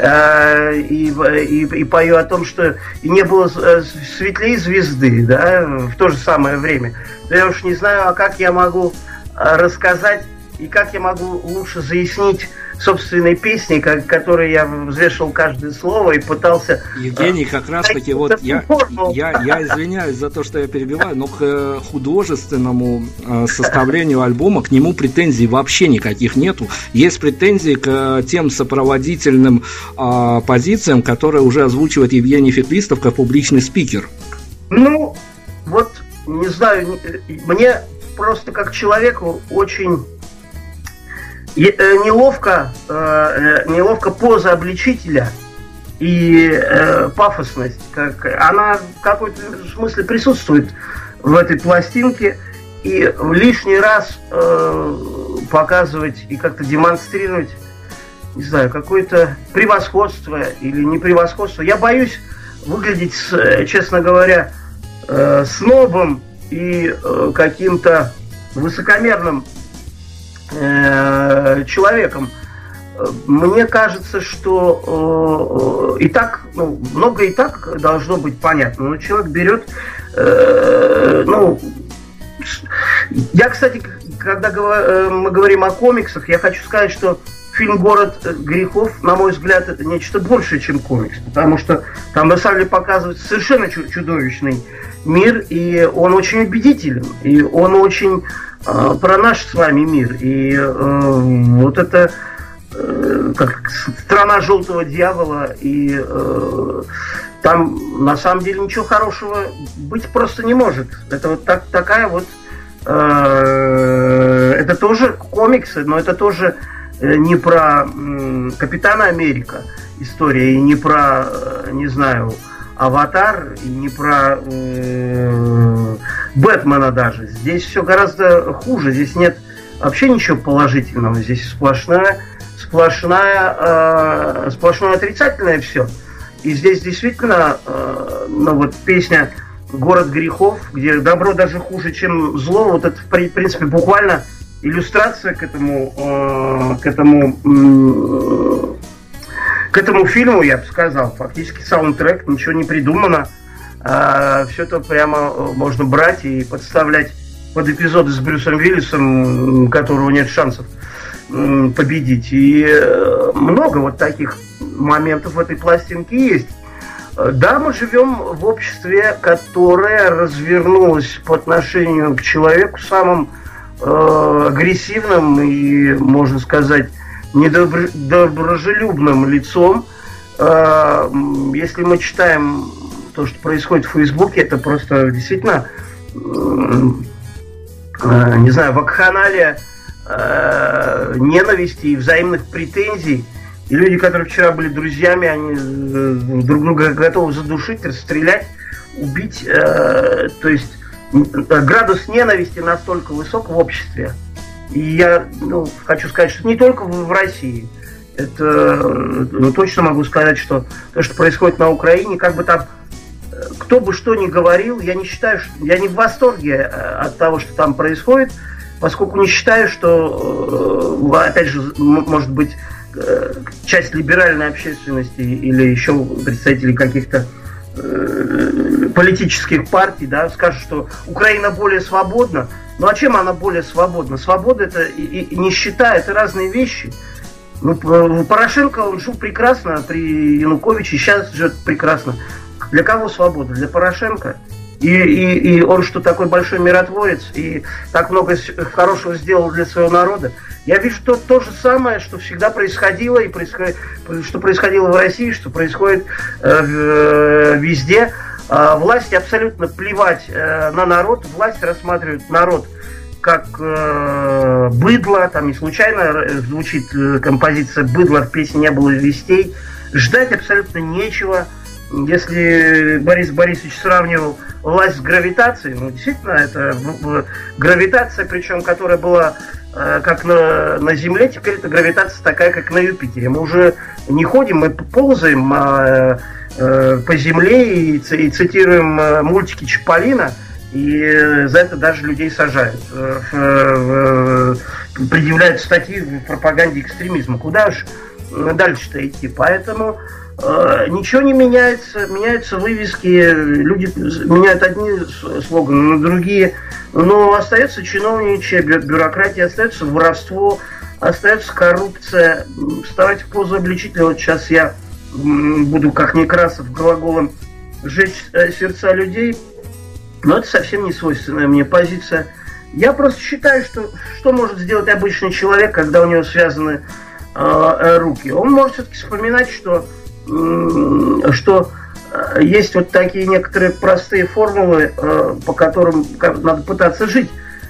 и пою о том, что и не было светлей звезды, да, в то же самое время, то я уж не знаю, а как я могу рассказать и как я могу лучше заяснить собственной песни, которой я взвешивал каждое слово и пытался... Евгений, как раз таки, вот я извиняюсь за то, что я перебиваю, но к художественному составлению альбома, к нему претензий вообще никаких нету. Есть претензии к тем сопроводительным позициям, которые уже озвучивает Евгений Феклистов как публичный спикер. Ну, вот, не знаю, мне просто как человеку очень... Неловко поза обличителя и пафосность, она в какой-то смысле присутствует в этой пластинке, и лишний раз показывать и как-то демонстрировать, не знаю, какое-то превосходство или не превосходство. Я боюсь выглядеть, честно говоря, снобом и каким-то высокомерным человеком. Мне кажется, что и так, много и так должно быть понятно. Но человек берет, я, кстати, когда мы говорим о комиксах, я хочу сказать, что фильм «Город грехов», на мой взгляд, это нечто большее, чем комикс, потому что там на самом деле показывается совершенно чудовищный мир, и он очень убедителен, и он очень про наш с вами мир. И вот это как страна желтого дьявола, и там на самом деле ничего хорошего быть просто не может. Это вот такая вот это тоже комиксы, но это тоже не про Капитана Америка история, и не про, не знаю, Аватар, и не про Бэтмена даже. Здесь все гораздо хуже. Здесь нет вообще ничего положительного. Здесь сплошное отрицательное все. И здесь действительно, вот песня «Город грехов», где добро даже хуже, чем зло, вот это, в принципе, буквально иллюстрация к к этому фильму, я бы сказал, фактически саундтрек, ничего не придумано. Все это прямо можно брать и подставлять под эпизоды с Брюсом Уиллисом, у которого нет шансов победить. И много вот таких моментов в этой пластинке есть. Да, мы живем в обществе, которое развернулось по отношению к человеку самым агрессивным и, можно сказать, недоброжелюбным лицом. Если мы читаем то, что происходит в Фейсбуке, это просто действительно, не знаю, вакханалия ненависти и взаимных претензий. И люди, которые вчера были друзьями, они друг друга готовы задушить, расстрелять, убить. То есть градус ненависти настолько высок в обществе. И я хочу сказать, что не только в России. Это точно могу сказать, что то, что происходит на Украине, как бы там кто бы что ни говорил, я не считаю, я не в восторге от того, что там происходит, поскольку не считаю, что, опять же, может быть, часть либеральной общественности или еще представители каких-то политических партий, да, скажут, что Украина более свободна. Ну а чем она более свободна? Свобода это и нищета, это разные вещи. Порошенко, он жил прекрасно при Януковиче, сейчас живет прекрасно. Для кого свобода? Для Порошенко. И он что, такой большой миротворец и так много хорошего сделал для своего народа. Я вижу то же самое, что всегда происходило, и что происходило в России, что происходит везде. Власти абсолютно плевать на народ. Власть рассматривает народ как быдло. Там не случайно звучит композиция «Быдло» в песне «Не было вестей». Ждать абсолютно нечего. Если Борис Борисович сравнивал власть с гравитацией, действительно, это гравитация, причем которая была как на Земле, теперь это гравитация такая, как на Юпитере. Мы уже не ходим, мы ползаем по Земле и цитируем мультики Чаполина, и за это даже людей сажают, предъявляют статьи в пропаганде экстремизма. Куда уж дальше-то идти? Поэтому ничего не меняется, меняются вывески, люди меняют одни слоганы на другие, но остается чиновничья бюрократия, остается воровство, остается коррупция. Вставайте в позу обличителя. Вот сейчас я буду, как Некрасов, глаголом сжечь сердца людей, но это совсем не свойственная мне позиция. Я просто считаю, что может сделать обычный человек, когда у него связаны руки. Он может все-таки вспоминать, что есть вот такие некоторые простые формулы, по которым надо пытаться жить.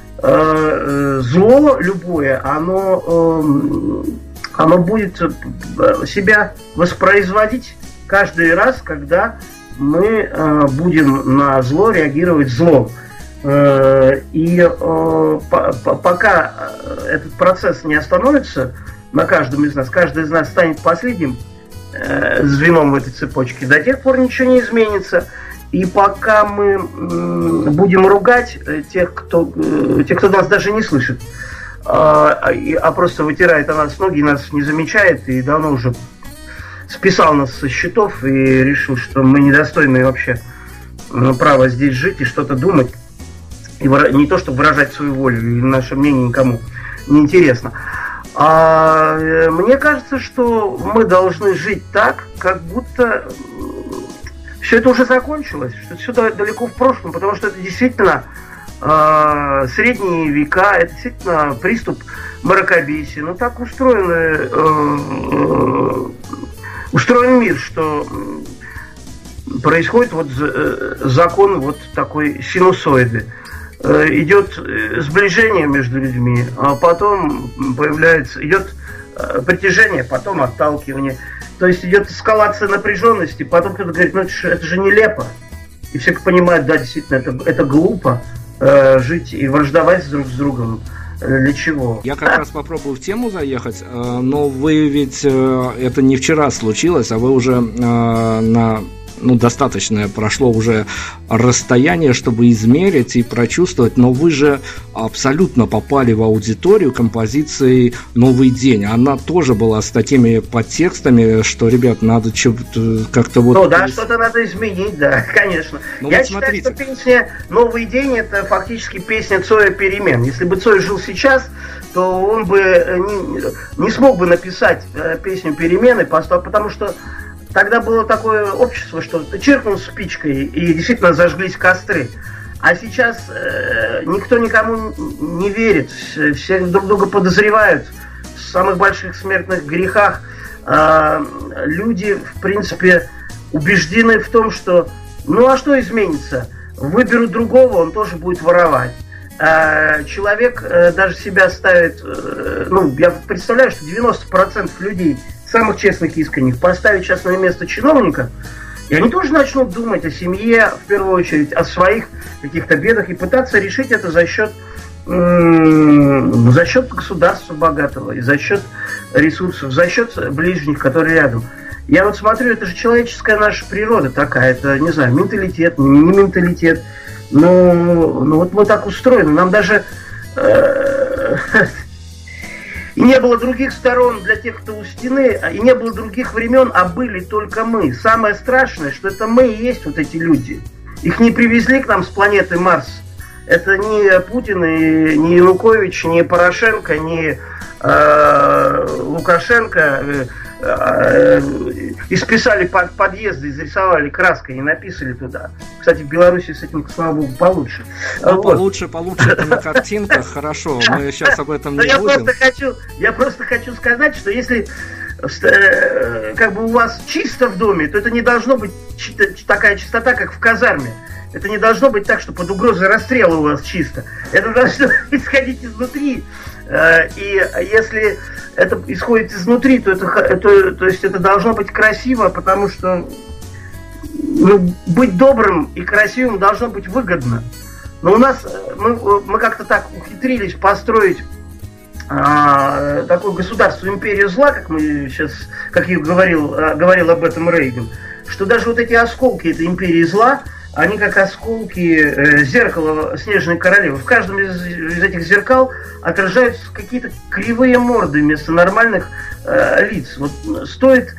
Зло любое, оно будет себя воспроизводить каждый раз, когда мы будем на зло реагировать злом. И пока этот процесс не остановится на каждом из нас, каждый из нас станет последним звеном в этой цепочке, до тех пор ничего не изменится. И пока мы будем ругать тех, кто нас даже не слышит, а просто вытирает о нас ноги, нас не замечает и давно уже списал нас со счетов и решил, что мы недостойны вообще права здесь жить и что-то думать, и не то чтобы выражать свою волю, и наше мнение никому не интересно. Мне кажется, что мы должны жить так, как будто все это уже закончилось, что все далеко в прошлом, потому что это действительно средние века, это действительно приступ мракобесия. Но так устроен мир, что происходит вот закон вот такой синусоиды. Идет сближение между людьми, а потом идет притяжение, потом отталкивание. То есть идет эскалация напряженности, потом кто-то говорит, это же нелепо. И все понимают, да, действительно, это глупо жить и враждовать друг с другом. Для чего? Я как раз попробую в тему заехать, но вы ведь, это не вчера случилось, а вы уже на достаточное прошло уже расстояние, чтобы измерить и прочувствовать, но вы же абсолютно попали в аудиторию композиции «Новый день». Она тоже была с такими подтекстами, что, ребят, надо как-то вот... Ну да, что-то надо изменить, да, конечно. Ну, я вот считаю, смотрите. что песня «Новый день» — это фактически песня Цоя «Перемен». Если бы Цой жил сейчас, то он бы не смог бы написать песню «Перемены», потому что тогда было такое общество, что ты чиркнул спичкой и действительно зажглись костры. А сейчас никто никому не верит, все друг друга подозревают в самых больших смертных грехах. Люди, в принципе, убеждены в том, что ну а что изменится? Выберут другого, он тоже будет воровать. Человек даже себя ставит, я представляю, что 90% людей, самых честных, искренних, поставить сейчас на место чиновника, и они тоже начнут думать о семье, в первую очередь, о своих каких-то бедах, и пытаться решить это за счет государства богатого, и за счет ресурсов, за счет ближних, которые рядом. Я вот смотрю, это же человеческая наша природа такая, это, не знаю, менталитет, не менталитет, но вот мы так устроены, нам даже... И не было других сторон для тех, кто у стены, и не было других времен, а были только мы. Самое страшное, что это мы и есть вот эти люди. Их не привезли к нам с планеты Марс. Это не Путин, не Янукович, не Порошенко, не Лукашенко исписали подъезды, изрисовали краской и написали туда. Кстати, в Беларуси с этим, слава богу, получше. Ну, вот. Получше это на картинках, хорошо, мы сейчас об этом не будем. Я просто хочу сказать, что если как бы у вас чисто в доме, то это не должно быть такая чистота, как в казарме. Это не должно быть так, что под угрозой расстрела у вас чисто. Это должно исходить изнутри. И если это исходит изнутри, то есть это должно быть красиво, потому что быть добрым и красивым должно быть выгодно. Но у нас мы как-то так ухитрились построить такое государство, империю зла, как я говорил об этом Рейган, что даже вот эти осколки этой империи зла, они как осколки зеркала Снежной Королевы. В каждом из этих зеркал отражаются какие-то кривые морды вместо нормальных лиц. Вот стоит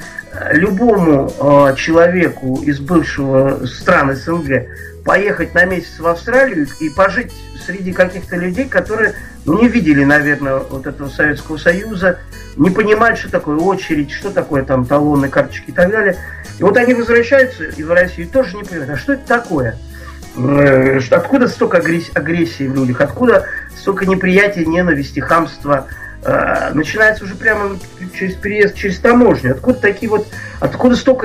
любому человеку из бывшего стран СНГ поехать на месяц в Австралию и пожить среди каких-то людей, которые не видели, наверное, вот этого Советского Союза, не понимают, что такое очередь, что такое там талоны, карточки и так далее. И вот они возвращаются и в Россию тоже не понимают, а что это такое? Откуда столько агрессии в людях? Откуда столько неприятия, ненависти, хамства? Начинается уже прямо через переезд, через таможню. Откуда столько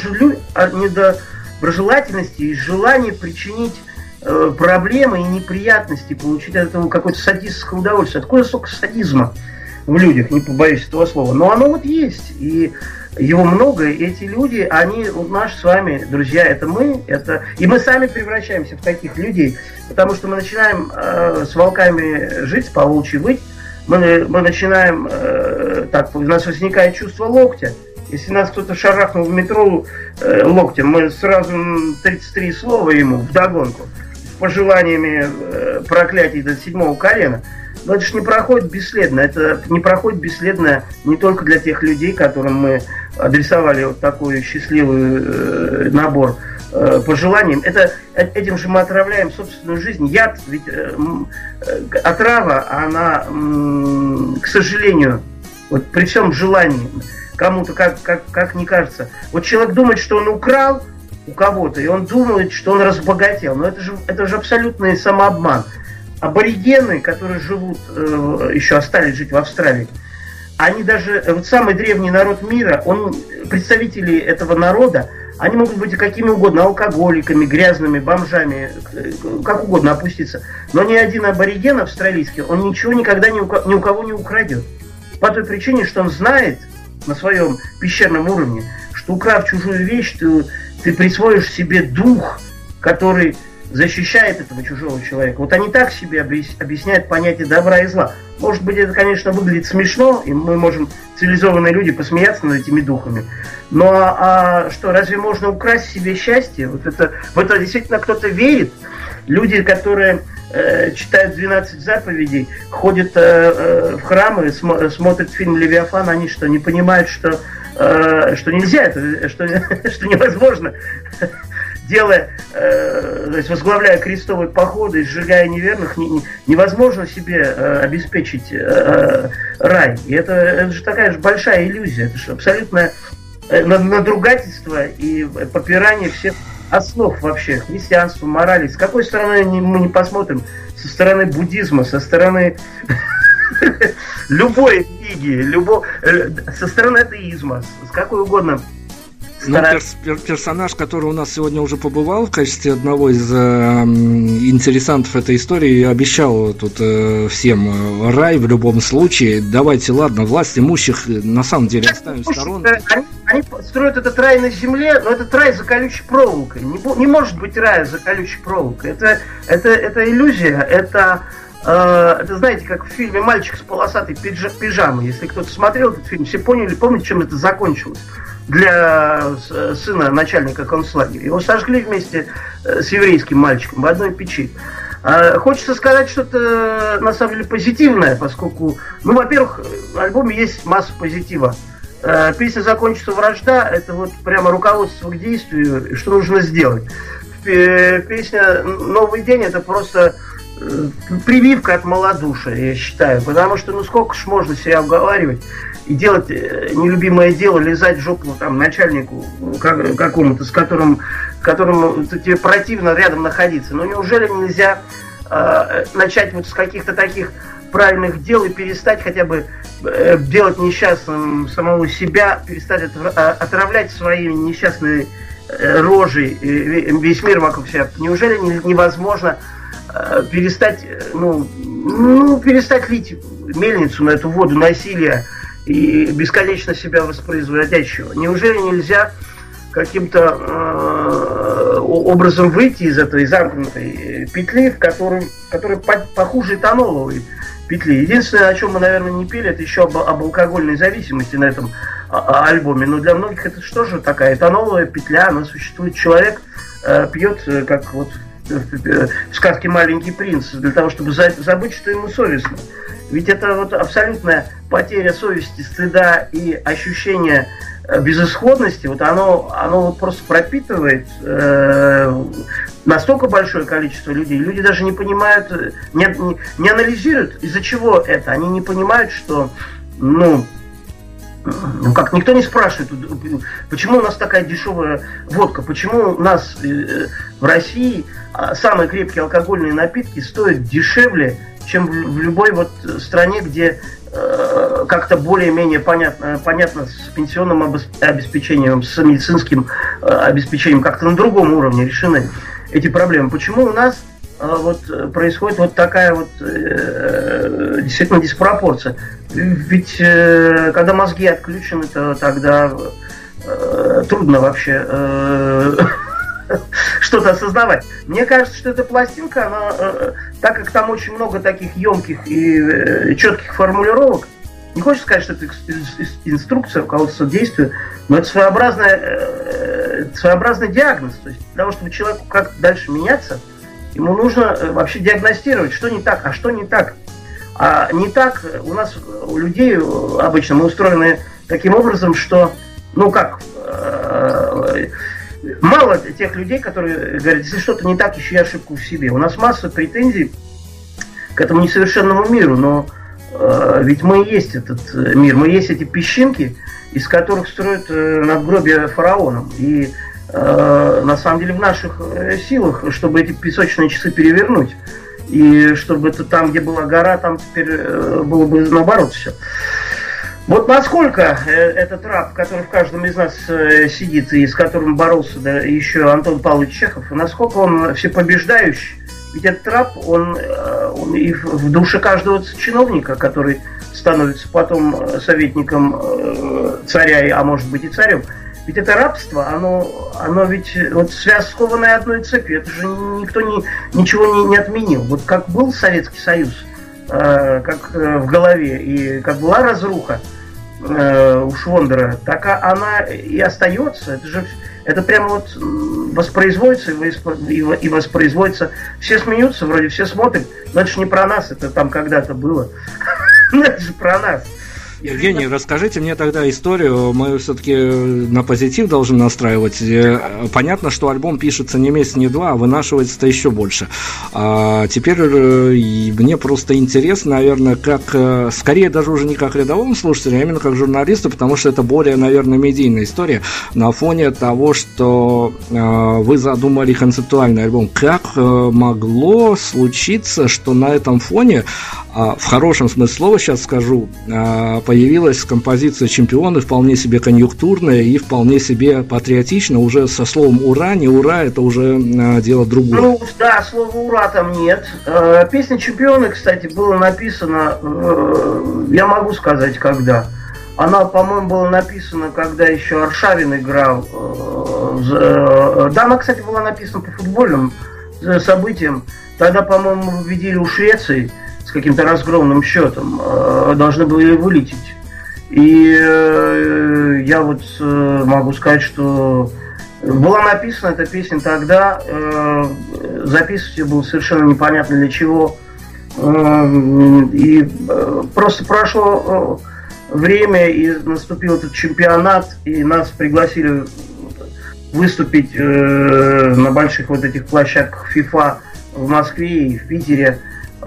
недоброжелательности и желания причинить проблемы и неприятности, получить от этого какое-то садистское удовольствие? Откуда столько садизма в людях, не побоюсь этого слова? Но оно вот есть, и его много, и эти люди, они вот наши с вами друзья, это мы, и мы сами превращаемся в таких людей, потому что мы начинаем с волками жить, по волчьи выть, мы начинаем, у нас возникает чувство локтя. Если нас кто-то шарахнул в метро локтем, мы сразу 33 слова ему вдогонку с пожеланиями проклятий до 7-го колена. Но это же не проходит бесследно. Это не проходит бесследно не только для тех людей, которым мы адресовали вот такой счастливый набор пожеланий. Этим же мы отравляем собственную жизнь. Яд, ведь отрава, она, к сожалению, вот при всем желании, кому-то как не кажется. Вот человек думает, что он украл у кого-то, и он думает, что он разбогател. Но это же абсолютный самообман. Аборигены, которые еще остались жить в Австралии, они даже, вот самый древний народ мира, представители этого народа, они могут быть какими угодно, алкоголиками, грязными, бомжами, как угодно опуститься. Но ни один абориген австралийский, он ничего никогда ни у кого не украдет. По той причине, что он знает на своем пещерном уровне, что украв чужую вещь, ты присвоишь себе дух, который защищает этого чужого человека. Вот они так себе объясняют понятие добра и зла. Может быть, это, конечно, выглядит смешно, и мы можем, цивилизованные люди, посмеяться над этими духами. Но что, разве можно украсть себе счастье? В это действительно кто-то верит. Люди, которые читают 12 заповедей, ходят в храмы, смотрят фильм «Левиафан», они что, не понимают, что нельзя, что невозможно, делая, то есть возглавляя крестовые походы, сжигая неверных, невозможно себе обеспечить рай. И это же такая же большая иллюзия, это же абсолютное надругательство и попирание всех основ вообще христианства, морали. С какой стороны мы не посмотрим? Со стороны буддизма, со стороны любой религии, со стороны атеизма, с какой угодно. Персонаж, который у нас сегодня уже побывал в качестве одного из интересантов этой истории, обещал тут всем рай в любом случае. Давайте, ладно, власть имущих на самом деле оставим в сторонке. Они строят этот рай на земле, но этот рай за колючей проволокой. Не может быть рая за колючей проволокой. Это иллюзия, это, знаете, как в фильме «Мальчик с полосатой пижамой». Если кто-то смотрел этот фильм, все помните, чем это закончилось. Для сына начальника концлагеря. Его сожгли вместе с еврейским мальчиком в одной печи. Хочется сказать что-то на самом деле позитивное, поскольку, во-первых, в альбоме есть масса позитива. Песня «Закончится вражда» — это вот прямо руководство к действию, что нужно сделать. Песня «Новый день» — это просто прививка от малодушия, я считаю, потому что сколько ж можно себя уговаривать и делать нелюбимое дело, лизать жопу там начальнику какому-то, с которым тебе противно рядом находиться. Но неужели нельзя начать вот с каких-то таких правильных дел и перестать хотя бы делать несчастным самого себя, перестать отравлять своей несчастной рожей весь мир вокруг себя? Неужели невозможно перестать лить мельницу на эту воду насилия и бесконечно себя воспроизводящего? Неужели нельзя каким-то образом выйти из этой замкнутой петли, которая похуже этаноловой петли? Единственное, о чем мы, наверное, не пели, это еще об алкогольной зависимости на этом альбоме. Но для многих это что же такая этаноловая петля? Она существует. Человек пьет, как вот в сказке «Маленький принц», для того, чтобы забыть, что ему совестно. Ведь это вот абсолютная потеря совести, стыда и ощущения безысходности, вот оно вот просто пропитывает настолько большое количество людей. Люди даже не понимают, не анализируют, из-за чего это. Они не понимают, что, как никто не спрашивает, почему у нас такая дешевая водка, почему у нас в России самые крепкие алкогольные напитки стоят дешевле, чем в любой вот стране, где как-то более-менее понятно с пенсионным обеспечением, с медицинским обеспечением, как-то на другом уровне решены эти проблемы. Почему у нас вот происходит вот такая вот действительно диспропорция? Ведь когда мозги отключены, то тогда трудно вообще что-то осознавать. Мне кажется, что эта пластинка, она, так как там очень много таких емких и четких формулировок, не хочется сказать, что это инструкция, руководство к действию, но это своеобразный диагноз. То есть для того, чтобы человеку как дальше меняться, ему нужно вообще диагностировать, что не так, а что не так. А не так у нас, у людей обычно мы устроены таким образом, что, мало тех людей, которые говорят, если что-то не так, ищи ошибку в себе. У нас масса претензий к этому несовершенному миру, но ведь мы и есть этот мир, мы есть эти песчинки, из которых строят надгробия фараонам. И на самом деле в наших силах, чтобы эти песочные часы перевернуть. И чтобы это там, где была гора, там теперь было бы наоборот все. Вот насколько этот раб, который в каждом из нас сидит и с которым боролся еще Антон Павлович Чехов, насколько он всепобеждающий. Ведь этот раб, он и в душе каждого чиновника, который становится потом советником царя, а может быть и царем, Ведь это рабство, оно ведь вот скованное одной цепью, это же никто ничего не отменил. Вот как был Советский Союз, как в голове, и как была разруха у Швондера, так она и остается. Это прямо вот воспроизводится и воспроизводится. Все смеются, вроде все смотрят, но это же не про нас, это там когда-то было. Это же про нас. Евгений, расскажите мне тогда историю, мы все-таки на позитив должны настраивать. Понятно, что альбом пишется не месяц, не два, а вынашивается-то еще больше. Теперь мне просто интересно, наверное, как, скорее даже уже не как рядовому слушателю, а именно как журналисту, потому что это более, наверное, медийная история на фоне того, что вы задумали концептуальный альбом. Как могло случиться, что на этом фоне, в хорошем смысле слова сейчас скажу, появилась композиция «Чемпионы», вполне себе конъюнктурная и вполне себе патриотичная, уже со словом «ура», не «ура», это уже дело другое. Ну, да, слова «ура» там нет. Песня «Чемпионы», кстати, была написана, я могу сказать, когда. Она, по-моему, была написана, когда еще Аршавин играл. Да, она, кстати, была написана по футбольным событиям. Тогда, по-моему, мы победили у Швеции с каким-то разгромным счетом, должны были вылететь. И я вот могу сказать, что была написана эта песня тогда, записывать ее было совершенно непонятно для чего. И просто прошло время, и наступил этот чемпионат, и нас пригласили выступить на больших вот этих площадках FIFA в Москве и в Питере.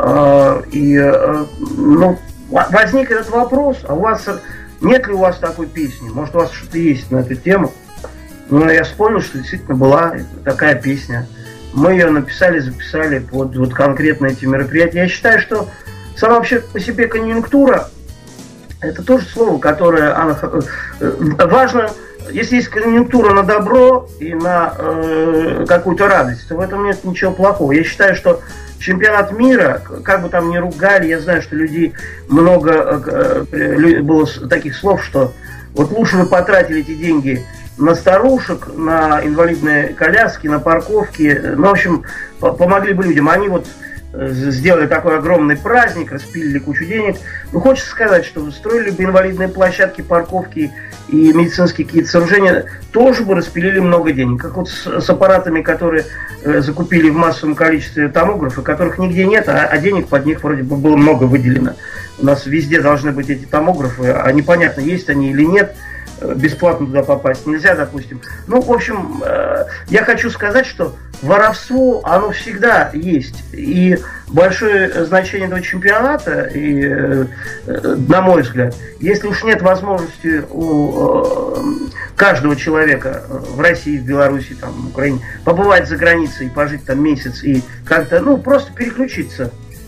Ну, возник этот вопрос, а у вас нет ли у вас такой песни? Может, у вас что-то есть на эту тему? Ну, я вспомнил, что действительно была такая песня. Мы ее написали, записали под вот конкретно эти мероприятия. Я считаю, что сама вообще по себе конъюнктура — это тоже слово, которое важно. Если есть конъюнктура на добро и на какую-то радость, то в этом нет ничего плохого. Я считаю, что чемпионат мира, как бы там ни ругали, я знаю, что людей много было таких слов, что вот лучше вы потратили эти деньги на старушек, на инвалидные коляски, на парковки, ну, в общем, помогли бы людям. Они вот сделали такой огромный праздник, распилили кучу денег. Ну, хочется сказать, что строили бы инвалидные площадки, парковки и медицинские какие-то сооружения, тоже бы распилили много денег. Как вот с аппаратами, которые закупили в массовом количестве томографы, которых нигде нет, а денег под них вроде бы было много выделено. У нас везде должны быть эти томографы, а непонятно, есть они или нет. Бесплатно туда попасть нельзя, допустим. Ну, в общем, я хочу сказать, что воровство, оно всегда есть. И большое значение этого чемпионата, и, на мой взгляд, если уж нет возможности у каждого человека в России, в Беларуси, там, в Украине побывать за границей, пожить там месяц и как-то, ну, просто переключиться,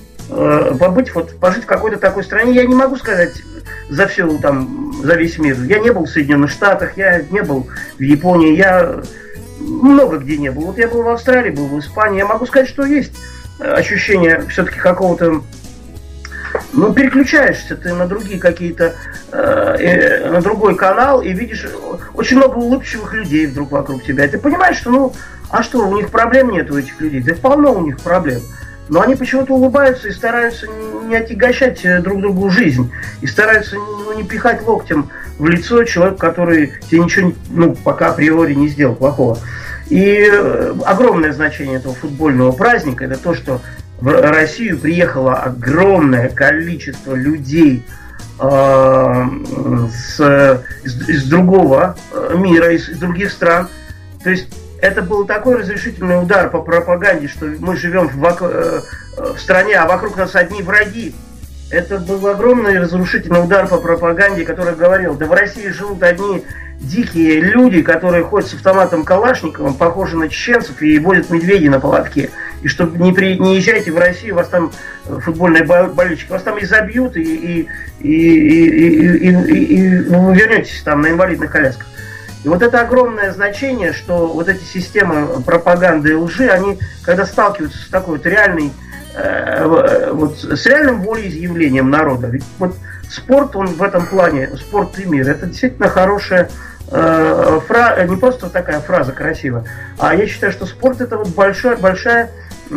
пожить в какой-то такой стране, я не могу сказать за весь мир. Я не был в Соединенных Штатах, я не был в Японии, я много где не был. Вот я был в Австралии, был в Испании. Я могу сказать, что есть ощущение все-таки какого-то... Ну, переключаешься ты на другие какие-то, на другой канал и видишь очень много улыбчивых людей вдруг вокруг тебя. И ты понимаешь, что, ну, а что, у них проблем нет у этих людей? Да полно у них проблем. Но они почему-то улыбаются и стараются не отягощать друг другу жизнь. И стараются не пихать локтем в лицо человека, который тебе ничего, ну, пока априори не сделал плохого. И огромное значение этого футбольного праздника — это то, что в Россию приехало огромное количество людей из другого мира, из других стран. То есть это был такой разрешительный удар по пропаганде, что мы живем в стране, а вокруг нас одни враги. Это был огромный разрушительный удар по пропаганде, который говорил: да в России живут одни дикие люди, которые ходят с автоматом Калашниковым, похожи на чеченцев, и водят медведей на поводке. И чтобы не езжайте в Россию, вас там футбольные болельщики, вас там и забьют, и вы вернетесь там на инвалидных колясках. И вот это огромное значение, что вот эти системы пропаганды и лжи, они, когда сталкиваются с такой вот реальной, с реальным волеизъявлением народа. Ведь вот спорт, он в этом плане, спорт и мир, это действительно хорошее не просто такая фраза красивая, а я считаю, что спорт это вот большое,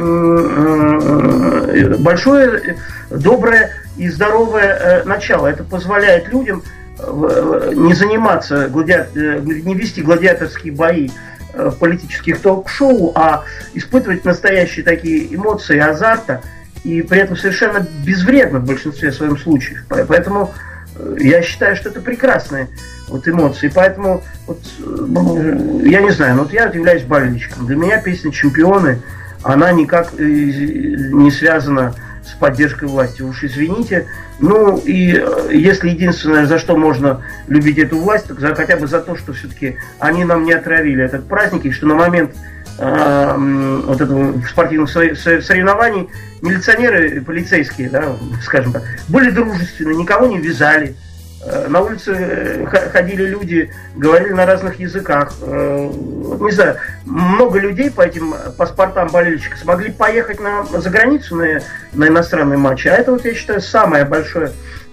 доброе и здоровое начало. Это позволяет людям не заниматься, не вести гладиаторские бои в политических ток-шоу, а испытывать настоящие такие эмоции азарта, и при этом совершенно безвредно в большинстве своих случаев. Поэтому я считаю, что это прекрасные вот эмоции. Поэтому вот, я не знаю, но вот я являюсь болельщиком. Для меня песня «Чемпионы», она никак не связана с поддержкой власти. Уж извините. Ну и если единственное, за что можно любить эту власть, так хотя бы за то, что все-таки они нам не отравили этот праздник, и что на момент вот этого спортивных соревнований милиционеры и полицейские, да, скажем так, были дружественны, никого не вязали. На улице ходили люди, говорили на разных языках. Не знаю, много людей по этим паспортам болельщиков смогли поехать за границу на иностранные матчи. А это, вот, я считаю, самое большое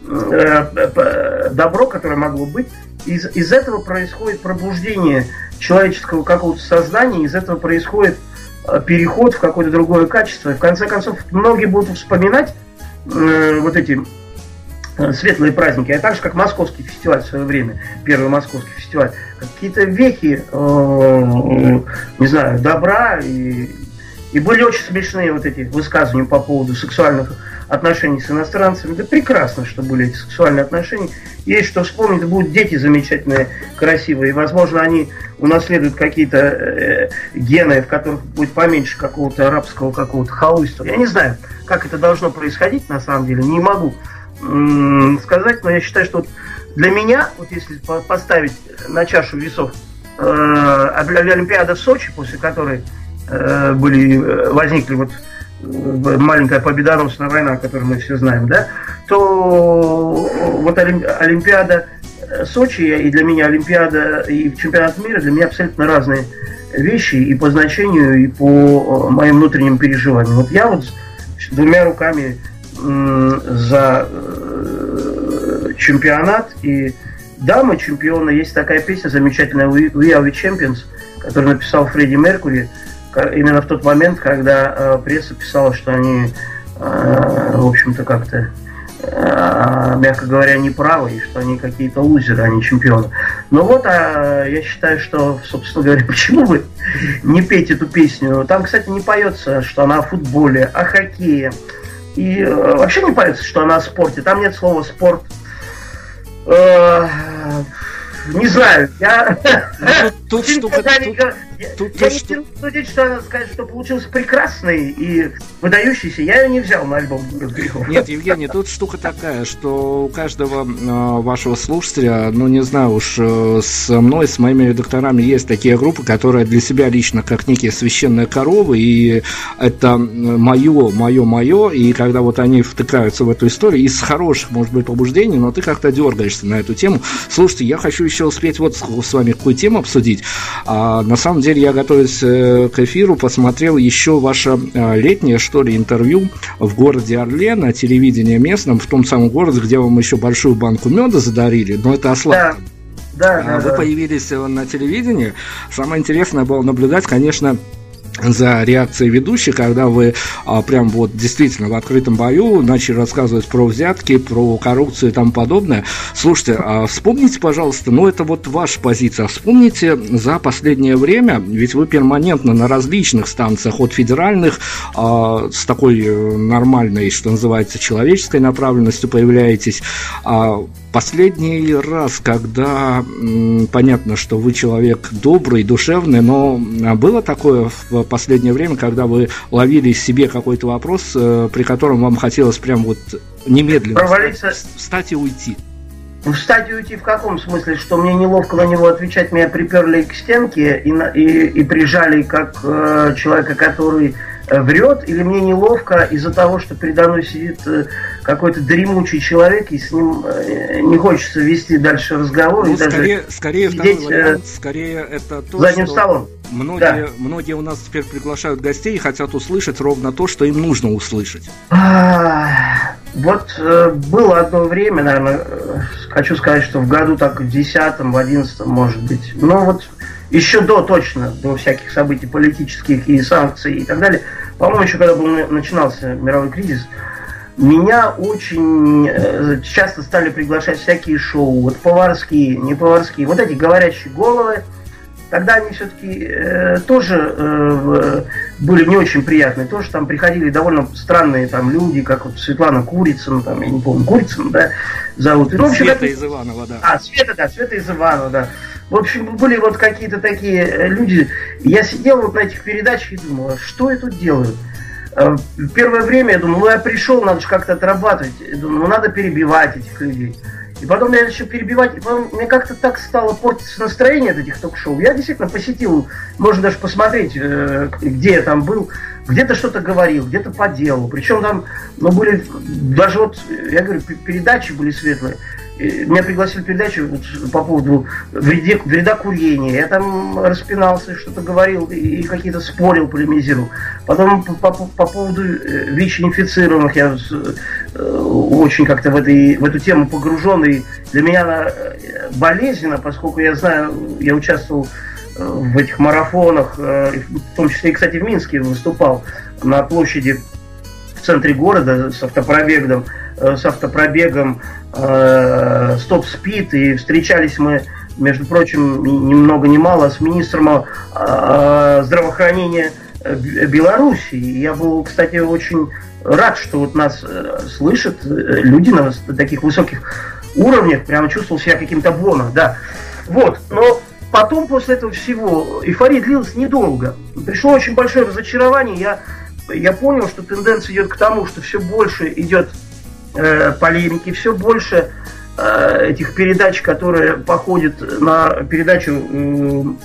добро, которое могло быть. Из этого происходит пробуждение человеческого какого-то сознания, из этого происходит переход в какое-то другое качество. И в конце концов, многие будут вспоминать вот эти светлые праздники, а так же, как Московский фестиваль в свое время, первый Московский фестиваль, какие-то вехи, не знаю, добра, и были очень смешные вот эти высказывания по поводу сексуальных отношений с иностранцами. Да прекрасно, что были эти сексуальные отношения. Есть что вспомнить, будут дети замечательные, красивые, и, возможно, они унаследуют какие-то гены, в которых будет поменьше какого-то арабского какого-то халуйства. Я не знаю, как это должно происходить, на самом деле, не могу сказать, но я считаю, что вот для меня, вот если поставить на чашу весов Олимпиада в Сочи, после которой возникли вот маленькая победоносная война, о которой мы все знаем, да, то вот Олимпиада Сочи и для меня Олимпиада и чемпионат мира для меня абсолютно разные вещи и по значению, и по моим внутренним переживаниям. Вот я вот с двумя руками за чемпионат. И да, мы чемпионы. Есть такая песня замечательная «We are the champions», которую написал Фредди Меркьюри именно в тот момент, когда пресса писала, что они, в общем-то, как-то, мягко говоря, неправы, и что они какие-то лузеры, а не чемпионы. Но вот, я считаю, что, собственно говоря, почему бы не петь эту песню? Там, кстати, не поется, что она о футболе, о хоккее. И вообще не поется, что она о спорте. Там нет слова «спорт». Не знаю, я не могу судить, что она скажет, что получился прекрасный и выдающийся. Я ее не взял на альбом «Город грехов». Нет, Евгений, тут штука такая, что у каждого вашего слушателя, ну не знаю уж, с мной, с моими редакторами есть такие группы, которые для себя лично как некие священные коровы, и это мое, и когда вот они втыкаются в эту историю, из хороших, может быть, побуждений, но ты как-то дергаешься на эту тему. Слушайте, я хочу еще успеть вот с вами какую тему обсудить. На самом деле, я, готовясь к эфиру, посмотрел еще ваше летнее, что ли, интервью в городе Орле на телевидении местном, в том самом городе, где вам еще большую банку меда задарили, но это о сладком. Да. Вы появились на телевидении. Самое интересное было наблюдать, конечно, за реакцией ведущих, когда вы прям вот действительно в открытом бою начали рассказывать про взятки, про коррупцию и тому подобное. Слушайте, вспомните, пожалуйста, это вот ваша позиция, вспомните за последнее время, ведь вы перманентно на различных станциях, от федеральных, с такой нормальной, что называется, человеческой направленностью появляетесь. Последний раз, когда понятно, что вы человек добрый, душевный, но было такое в последнее время, когда вы ловили себе какой-то вопрос, при котором вам хотелось прям вот немедленно встать и уйти? Встать и уйти в каком смысле? Что мне неловко на него отвечать, меня приперли к стенке и прижали как человека, который врет, или мне неловко из-за того, что передо мной сидит какой-то дремучий человек, и с ним не хочется вести дальше разговор. Ну, скорее второй вариант, скорее это то, задним столом. Многие у нас теперь приглашают гостей и хотят услышать ровно то, что им нужно услышать. Вот было одно время, наверное, хочу сказать, что в году так в 10-м, в 11-м, может быть. Ну вот еще до всяких событий политических и санкций и так далее. По-моему, еще когда начинался мировой кризис, меня очень часто стали приглашать всякие шоу, вот поварские, не поварские, вот эти говорящие головы. Тогда они все-таки тоже были не очень приятные. Тоже там приходили довольно странные там люди, как вот Светлана Курицына, там, я не помню, Курицына, да, зовут. Ну, Света из Иванова, да. Света из Иванова, да. В общем, были вот какие-то такие люди. Я сидел вот на этих передачах и думал, что я тут делаю? В первое время я думал, я пришел, надо же как-то отрабатывать. Я думал, надо перебивать этих людей. И потом я начал перебивать, и потом мне как-то так стало портиться настроение от этих ток-шоу. Я действительно посетил, можно даже посмотреть, где я там был, где-то что-то говорил, где-то по делу. Причем там, были, даже вот, я говорю, передачи были светлые. Меня пригласили в передачу по поводу вреда курения. Я там распинался, что-то говорил и какие-то спорил, полемизировал. Потом по поводу ВИЧ-инфицированных я очень как-то в эту тему погружен. И для меня она болезненна, поскольку я знаю, я участвовал в этих марафонах, в том числе и, кстати, в Минске выступал на площади в центре города с автопробегом Стоп Спид, и встречались мы, между прочим, ни много ни мало с министром здравоохранения Беларуси. Я был, кстати, очень рад, что вот нас слышат люди на таких высоких уровнях, прямо чувствовал себя каким-то Боно, да. Вот, но потом, после этого всего, эйфория длилась недолго. Пришло очень большое разочарование, я понял, что тенденция идет к тому, что все больше идет полемики, все больше этих передач, которые походят на передачу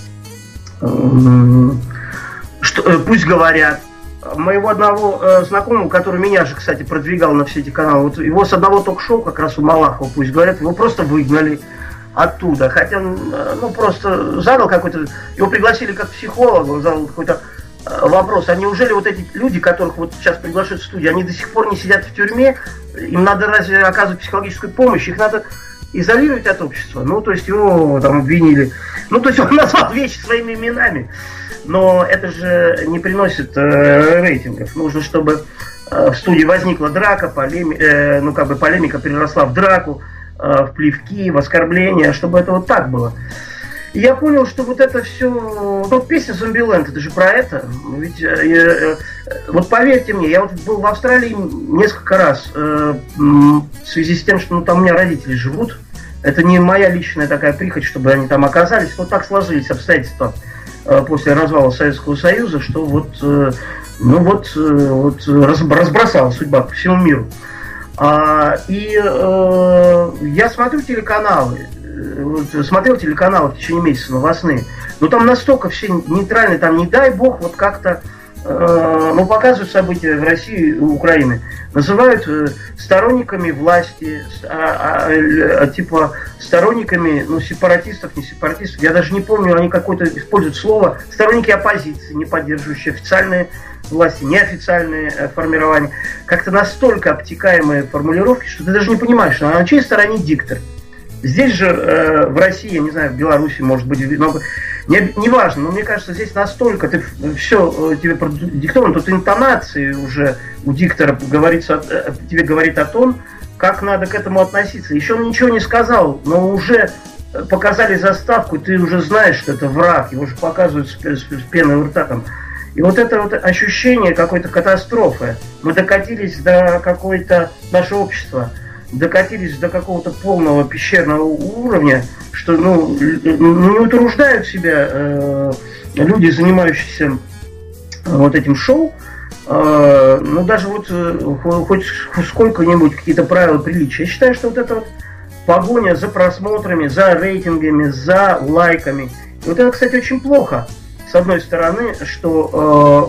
«Пусть говорят». Моего одного знакомого, который меня же, кстати, продвигал на все эти каналы, вот его с одного ток-шоу, как раз у Малахова, «Пусть говорят», его просто выгнали оттуда. Хотя он просто задал какой-то... Его пригласили как психолога, он задал какой-то вопрос, а неужели вот эти люди, которых вот сейчас приглашают в студию, они до сих пор не сидят в тюрьме, им надо разве оказывать психологическую помощь, их надо изолировать от общества? Ну, то есть его там обвинили. Ну, то есть он назвал вещи своими именами. Но это же не приносит рейтингов. Нужно, чтобы в студии возникла драка, полемика переросла в драку, в плевки, в оскорбления, чтобы это вот так было. И я понял, что вот это все... Ну, песня «Зомбиленд», это же про это. Ведь, вот поверьте мне, я вот был в Австралии несколько раз в связи с тем, что там у меня родители живут. Это не моя личная такая прихоть, чтобы они там оказались. Но так сложились обстоятельства после развала Советского Союза, что разбросала судьба по всему миру. Я смотрю телеканалы, смотрел телеканалы в течение месяца новостные, но там настолько все нейтральные, там не дай бог вот как-то показывают события в России и Украины, называют сторонниками власти, типа сторонниками, сепаратистов, не сепаратистов. Я даже не помню, они какое-то используют слово, сторонники оппозиции, не поддерживающие официальные власти, неофициальные формирования. Как-то настолько обтекаемые формулировки, что ты даже не понимаешь, на чьей стороне диктор. Здесь же в России, я не знаю, в Беларуси, может быть, неважно, но мне кажется, здесь настолько все тебе продиктовано, тут интонации уже у диктора тебе говорит о том, как надо к этому относиться. Еще он ничего не сказал, но уже показали заставку, ты уже знаешь, что это враг, его же показывают с пеной у рта там. И вот это вот ощущение какой-то катастрофы. Мы докатились до какой-то, наше общество докатились до какого-то полного пещерного уровня, что не утруждают себя люди, занимающиеся вот этим шоу, даже хоть сколько-нибудь какие-то правила приличия. Я считаю, что вот эта вот погоня за просмотрами, за рейтингами, за лайками, и вот это, кстати, очень плохо. С одной стороны, что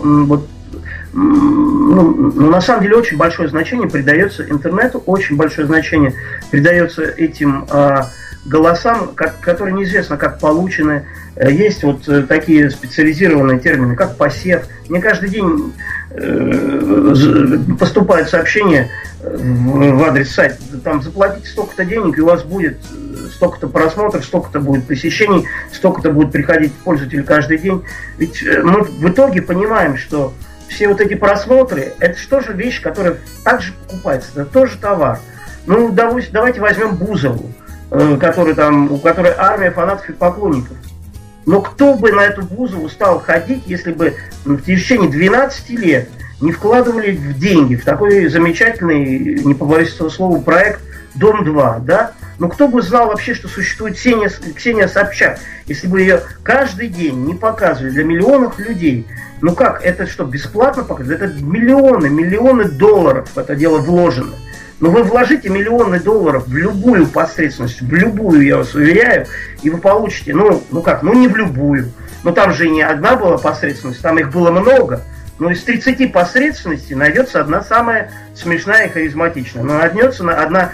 на самом деле очень большое значение придается интернету, очень большое значение придается этим голосам, которые неизвестно как получены. Есть вот такие специализированные термины, как посев. Мне каждый день поступает сообщение в адрес сайта, там заплатите столько-то денег, и у вас будет столько-то просмотров, столько-то будет посещений, столько-то будет приходить пользователи каждый день. Ведь мы в итоге понимаем, что все вот эти просмотры, это же тоже вещь, которая также покупается, это тоже товар. Ну, давайте возьмем Бузову, у которой армия фанатов и поклонников. Но кто бы на эту Бузову стал ходить, если бы в течение 12 лет не вкладывали в деньги в такой замечательный, не побоюсь этого слова, проект «Дом-2», да? Но кто бы знал вообще, что существует Ксения Собчак, если бы ее каждый день не показывали для миллионов людей? Ну как, это что, бесплатно показывать? Это миллионы долларов в это дело вложено. Но вы вложите миллионы долларов в любую посредственность, в любую, я вас уверяю, и вы получите, не в любую. Но там же и не одна была посредственность, там их было много. Но из 30 посредственностей найдется одна самая смешная и харизматичная. Но найдется одна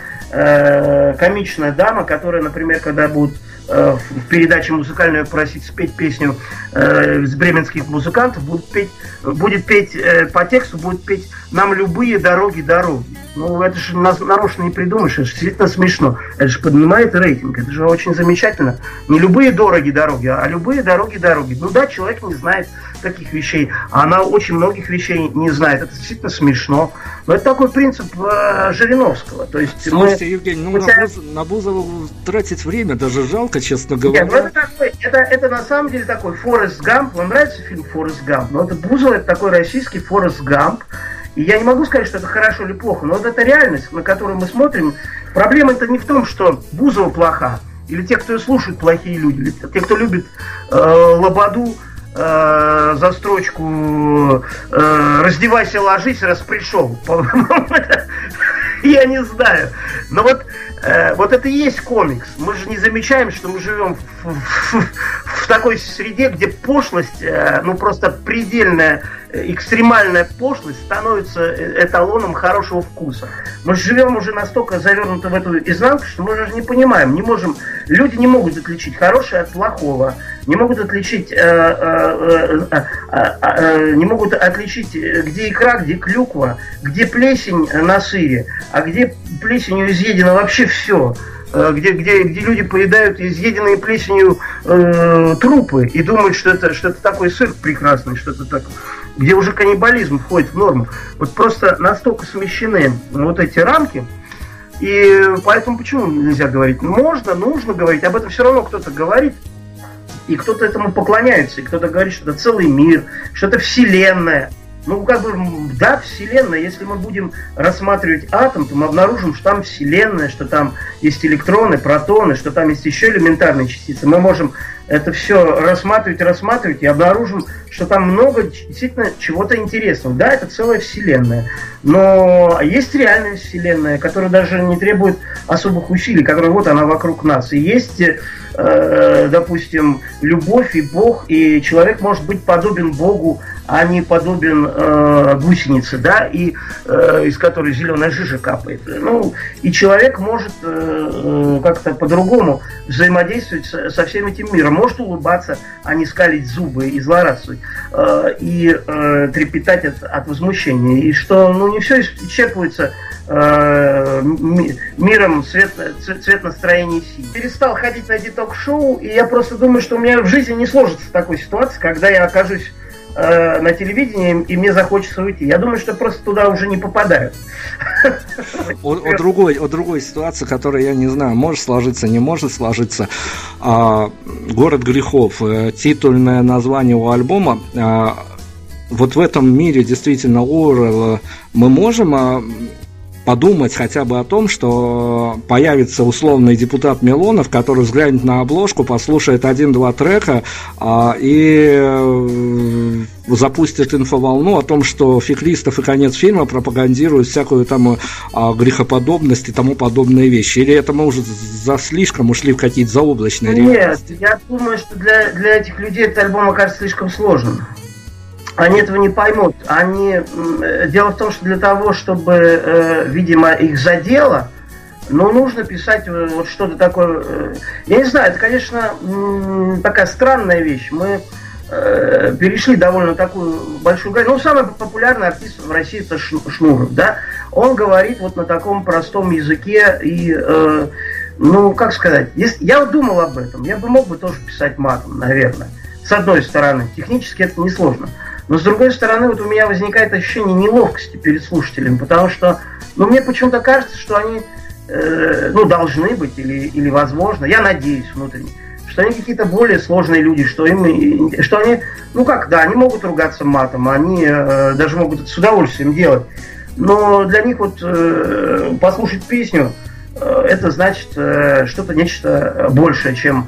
комичная дама, которая, например, когда будет в передаче музыкальную просить спеть песню с бременских музыкантов, будет петь по тексту, будет петь «Нам любые дороги». Ну, это же нарочно не придумаешь, это же действительно смешно. Это же поднимает рейтинг, это же очень замечательно. Не любые дороги, а любые дороги. Ну да, человек не знает таких вещей, а она очень многих вещей не знает. Это действительно смешно. Но это такой принцип Жириновского. То есть слушайте, Евгений, на Бузову тратить время даже жалко, честно говоря. Нет, это на самом деле такой Форест Гамп. Вам нравится фильм Форест Гамп? Но это Бузова, это такой российский Форест Гамп. И я не могу сказать, что это хорошо или плохо, но вот эта реальность, на которую мы смотрим, проблема-то не в том, что Бузова плоха, или те, кто ее слушают, плохие люди, или те, кто любит Лободу за строчку «Раздевайся, ложись, раз пришел». Я не знаю. Но вот это и есть комикс. Мы же не замечаем, что мы живем в такой среде, где пошлость, просто предельная, экстремальная пошлость становится эталоном хорошего вкуса. Мы живем уже настолько завернуты в эту изнанку, что мы уже не понимаем, люди не могут отличить хорошее от плохого, не могут отличить, где икра, где клюква, где плесень на сыре, а где плесенью изъедено вообще все. Где люди поедают изъеденные плесенью трупы и думают, что это такой сыр прекрасный, что-то такое, где уже каннибализм входит в норму. Вот просто настолько смещены вот эти рамки, и поэтому почему нельзя говорить? Можно, нужно говорить, об этом все равно кто-то говорит, и кто-то этому поклоняется, и кто-то говорит, что это целый мир, что это вселенная. Да, Вселенная, если мы будем рассматривать атом, то мы обнаружим, что там Вселенная, что там есть электроны, протоны, что там есть еще элементарные частицы. Мы можем это все рассматривать и обнаружим, что там много действительно чего-то интересного. Да, это целая Вселенная. Но есть реальная Вселенная, которая даже не требует особых усилий, которая вот она вокруг нас. И есть, допустим, любовь и Бог, и человек может быть подобен Богу, а не подобен гусенице, да, и из которой зеленая жижа капает. И человек может как-то по-другому взаимодействовать со всем этим миром. Может улыбаться, а не скалить зубы и злорадствовать, и трепетать от возмущения. И что, не все исчерпывается миром цвет настроения сил. Перестал ходить на эти ток-шоу, и я просто думаю, что у меня в жизни не сложится такой ситуации, когда я окажусь на телевидении, и мне захочется уйти. Я думаю, что просто туда уже не попадают. О другой ситуации, которая, я не знаю, может сложиться, не может сложиться. «Город грехов», титульное название у альбома. Вот в этом мире действительно Оруэлла мы можем подумать хотя бы о том, что появится условный депутат Милонов, который взглянет на обложку, послушает 1-2 трека и запустит инфоволну о том, что Феклистов и конец фильма пропагандируют всякую там грехоподобность и тому подобные вещи. Или это мы уже слишком ушли в какие-то заоблачные реальности? Нет, я думаю, что для этих людей этот альбом окажется слишком сложным. Они этого не поймут. Дело в том, что для того, чтобы, видимо, их задело, Но нужно писать вот что-то такое. Я не знаю, это, конечно, такая странная вещь. Мы перешли довольно такую большую грань. Ну, самый популярный артист в России это Шнуров, да? Он говорит вот на таком простом языке и, ну, как сказать, я вот думал об этом, я бы мог бы тоже писать матом, наверное. С одной стороны, технически это несложно. Но с другой стороны, вот у меня возникает ощущение неловкости перед слушателем, потому что, ну, мне почему-то кажется, что они, ну, должны быть или возможно, я надеюсь внутренне, что они какие-то более сложные люди, что они, ну как, да, они могут ругаться матом, они даже могут это с удовольствием делать, но для них вот послушать песню, это значит что-то, нечто большее, чем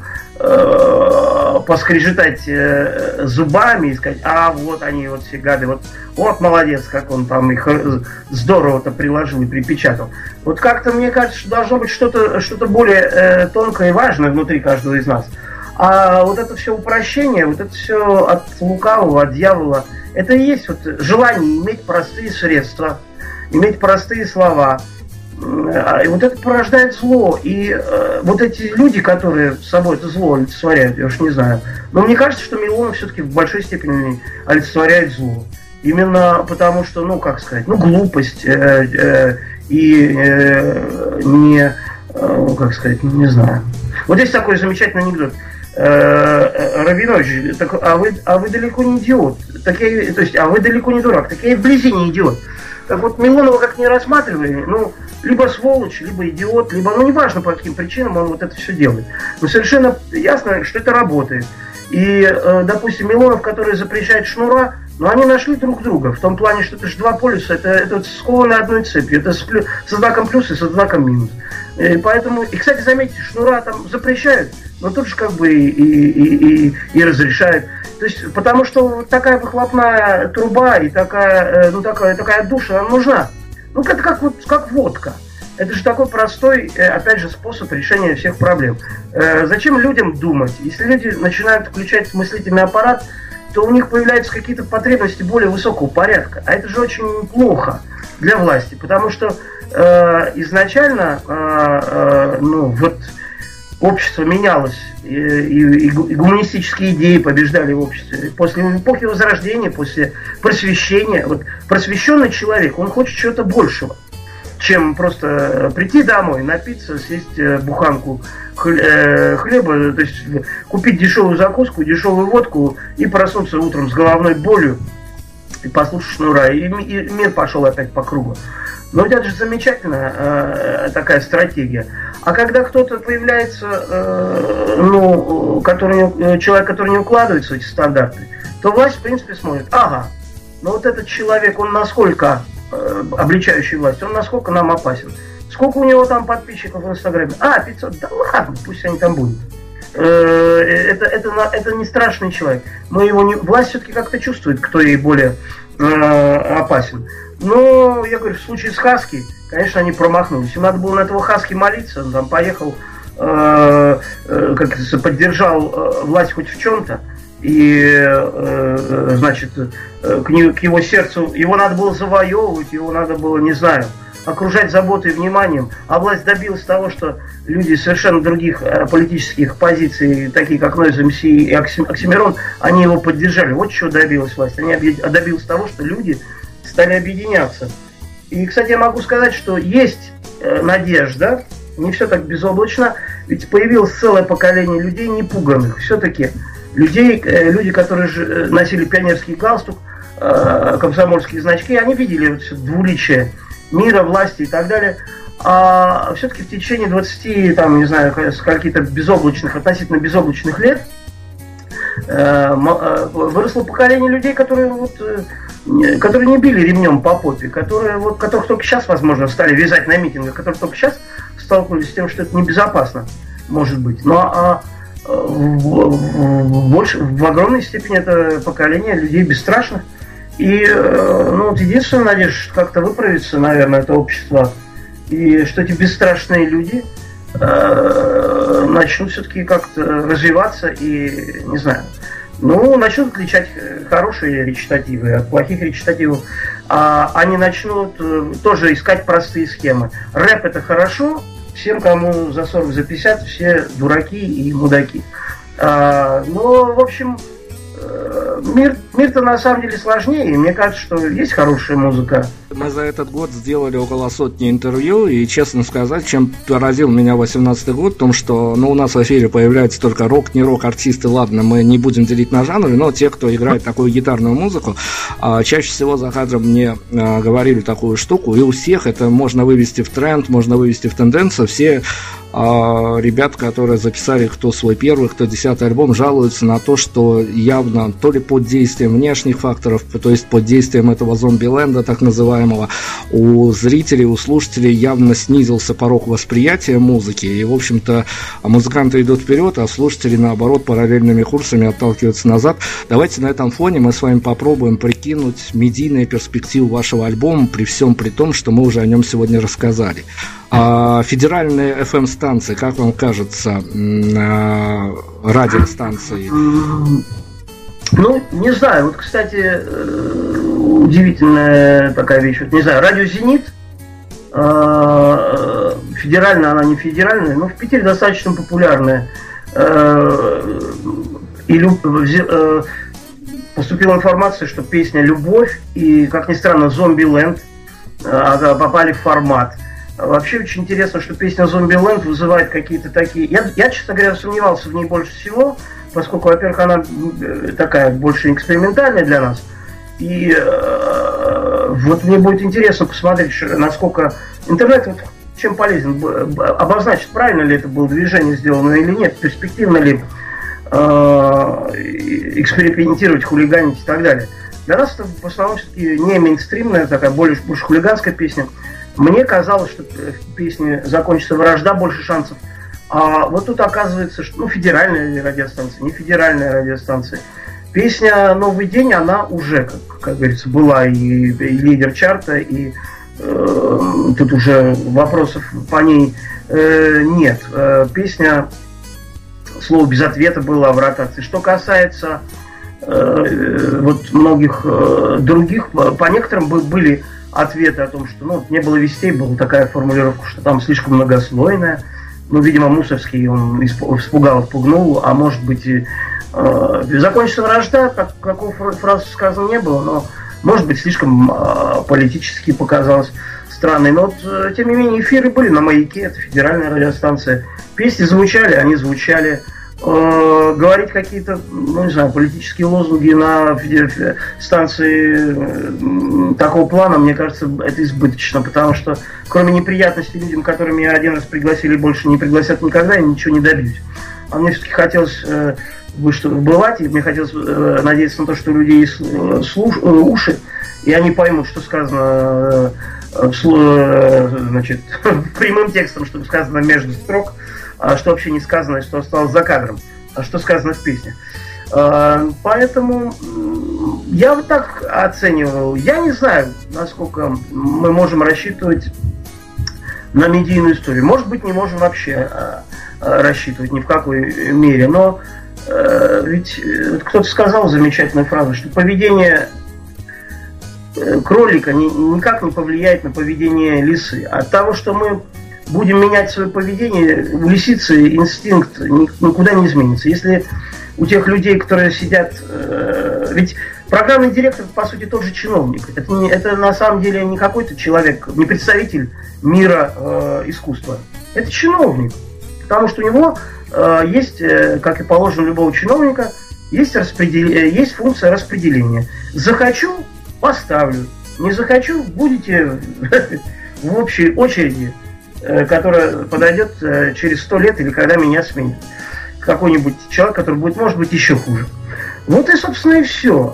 поскрежетать зубами и сказать, а вот они вот все гады, вот молодец, как он там их здорово-то приложил и припечатал. Вот как-то мне кажется, что должно быть что-то более тонкое и важное внутри каждого из нас. А вот это все упрощение, вот это все от лукавого, от дьявола, это и есть вот желание иметь простые средства, иметь простые слова. И вот это порождает зло. И вот эти люди, которые с собой это зло олицетворяют, я уж не знаю. Но мне кажется, что Милонов все-таки в большой степени олицетворяет зло. Именно потому что, ну, как сказать, ну, глупость и не, как сказать, не знаю. Вот есть такой замечательный анекдот. Рабинович, так, а вы далеко не идиот. Так я, то есть, а вы далеко не дурак. Так я и вблизи не идиот. Так вот, Милонова как не рассматривали, ну, либо сволочь, либо идиот, либо, ну, неважно по каким причинам он вот это все делает. Но совершенно ясно, что это работает. И, допустим, Милонов, который запрещает Шнура, ну, они нашли друг друга, в том плане, что это же два полюса, это скованы одной цепью, это со знаком плюс и со знаком минус. И поэтому, и, кстати, заметьте, Шнура там запрещают, но тут же как бы и разрешают. То есть, потому что вот такая выхлопная труба и такая душа, она нужна. Ну, это как водка. Это же такой простой, опять же, способ решения всех проблем. Зачем людям думать? Если люди начинают включать мыслительный аппарат, то у них появляются какие-то потребности более высокого порядка. А это же очень плохо для власти, потому что изначально, ну, вот общество менялось, и гуманистические идеи побеждали в обществе. После эпохи Возрождения, после просвещения, вот просвещенный человек, он хочет чего-то большего, чем просто прийти домой, напиться, съесть буханку хлеба, то есть купить дешевую закуску, дешевую водку и проснуться утром с головной болью и послушать Шнура, и мир пошел опять по кругу. Но вот это же замечательная такая стратегия. А когда кто-то появляется, ну, человек, который не укладывается в эти стандарты, то власть, в принципе, смотрит, ага, но вот этот человек, он насколько обличающий власть, он насколько нам опасен. Сколько у него там подписчиков в Инстаграме? 500, да ладно, пусть они там будут. Это не страшный человек. Власть все-таки как-то чувствует, кто ей более опасен. Но, я говорю, в случае с Хаски, конечно, они промахнулись. Им надо было на этого Хаски молиться. Он там поехал, поддержал власть хоть в чем-то. И, значит, к его сердцу, его надо было завоевывать, его надо было, не знаю, окружать заботой и вниманием. А власть добилась того, что люди совершенно других политических позиций, такие как Нойз МС и Оксимирон, они его поддержали. Вот чего добилась власть. Они добилась того, что люди стали объединяться. И, кстати, я могу сказать, что есть надежда, не все так безоблачно, ведь появилось целое поколение людей непуганных. Все-таки люди, которые носили пионерский галстук, комсомольские значки, они видели вот все двуличие мира, власти и так далее. А все-таки в течение 20, там, не знаю, каких-то безоблачных, относительно безоблачных лет выросло поколение людей, которые не били ремнем по попе, которых только сейчас, возможно, стали вязать на митингах, которые только сейчас столкнулись с тем, что это небезопасно, может быть. Но в огромной степени это поколение людей бесстрашных. И вот единственная надежда, что как-то выправится, наверное, это общество, и что эти бесстрашные люди начнут все-таки как-то развиваться и, не знаю, начнут отличать хорошие речитативы от плохих речитативов. Они начнут тоже искать простые схемы. Рэп — это хорошо, всем, кому за 40, за 50, все дураки и мудаки. Но, в общем, мир-то на самом деле сложнее, и мне кажется, что есть хорошая музыка. Мы за этот год сделали около 100 интервью, и, честно сказать, чем поразил меня 18-й год, в том, что у нас в эфире появляются только рок, не рок-артисты, ладно, мы не будем делить на жанры, но те, кто играет такую гитарную музыку, чаще всего за кадром мне говорили такую штуку, и у всех это можно вывести в тренд, можно вывести в тенденцию, все ребят, которые записали кто свой первый, кто 10-й альбом, жалуются на то, что явно то ли под действием внешних факторов, то есть под действием этого зомби-ленда так называемого, у зрителей, у слушателей явно снизился порог восприятия музыки, и, в общем-то, музыканты идут вперед, а слушатели, наоборот, параллельными курсами отталкиваются назад. Давайте на этом фоне мы с вами попробуем прикинуть медийные перспективы вашего альбома, при всем при том, что мы уже о нем сегодня рассказали. Федеральные FM-станции, как вам кажется, радиостанции? Не знаю. Вот, кстати, удивительная такая вещь. Вот, не знаю, радио «Зенит», федеральная, она не федеральная, но в Питере достаточно популярная. Поступила информация, что песня «Любовь» и, как ни странно, «Зомби-ленд» попали в формат. Вообще очень интересно, что песня «Зомби-ленд» вызывает какие-то такие... Я, честно говоря, сомневался в ней больше всего, поскольку, во-первых, она такая больше экспериментальная для нас. И вот мне будет интересно посмотреть, насколько интернет вот чем полезен. Обозначить, правильно ли это было движение сделано или нет, перспективно ли экспериментировать, хулиганить и так далее. Для нас это в основном все-таки не мейнстримная, такая больше хулиганская песня. Мне казалось, что в песне «Закончится вражда» больше шансов. А вот тут оказывается, что федеральная радиостанция, не федеральная радиостанция. Песня «Новый день», она уже, как говорится, была и лидер чарта, и тут уже вопросов по ней нет. Песня «Слово без ответа» была в ротации. Что касается вот многих других, по некоторым были ответы о том, что не было вестей, была такая формулировка, что там слишком многослойная. Видимо, Мусорский он впугнул, а может быть и «Закончится вражда», какого фразы сказано не было, но может быть слишком политически показалось странной. Но вот, тем не менее, эфиры были на «Маяке», это федеральная радиостанция. Песни звучали, они звучали. Говорить какие-то, не знаю, политические лозунги на станции такого плана, мне кажется, это избыточно, потому что кроме неприятностей людям, которые меня один раз пригласили, больше не пригласят никогда, я ничего не добьюсь. А мне все-таки хотелось бывать, и мне хотелось надеяться на то, что у людей есть уши, и они поймут, что сказано значит, прямым текстом, что сказано между строк, а что вообще не сказано, что осталось за кадром, а что сказано в песне. Поэтому я вот так оценивал. Я не знаю, насколько мы можем рассчитывать на медийную историю. Может быть, не можем вообще рассчитывать ни в какой мере. Но ведь кто-то сказал замечательную фразу, что поведение кролика никак не повлияет на поведение лисы. От того, что мы будем менять свое поведение, у лисицы инстинкт никуда не изменится. Если у тех людей, которые сидят... Ведь программный директор, по сути, тот же чиновник. Это на самом деле не какой-то человек, не представитель мира искусства. Это чиновник. Потому что у него есть, как и положено любого чиновника, есть функция распределения. Захочу – поставлю. Не захочу – будете в общей очереди, которая подойдет через 100 лет или когда меня сменит. Какой-нибудь человек, который будет, может быть, еще хуже. Вот и, собственно, и все.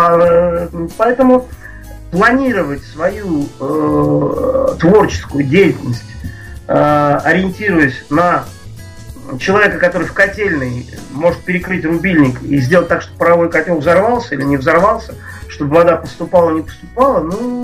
Поэтому планировать свою творческую деятельность, ориентируясь на человека, который в котельной может перекрыть рубильник и сделать так, чтобы паровой котел взорвался или не взорвался, чтобы вода поступала, не поступала,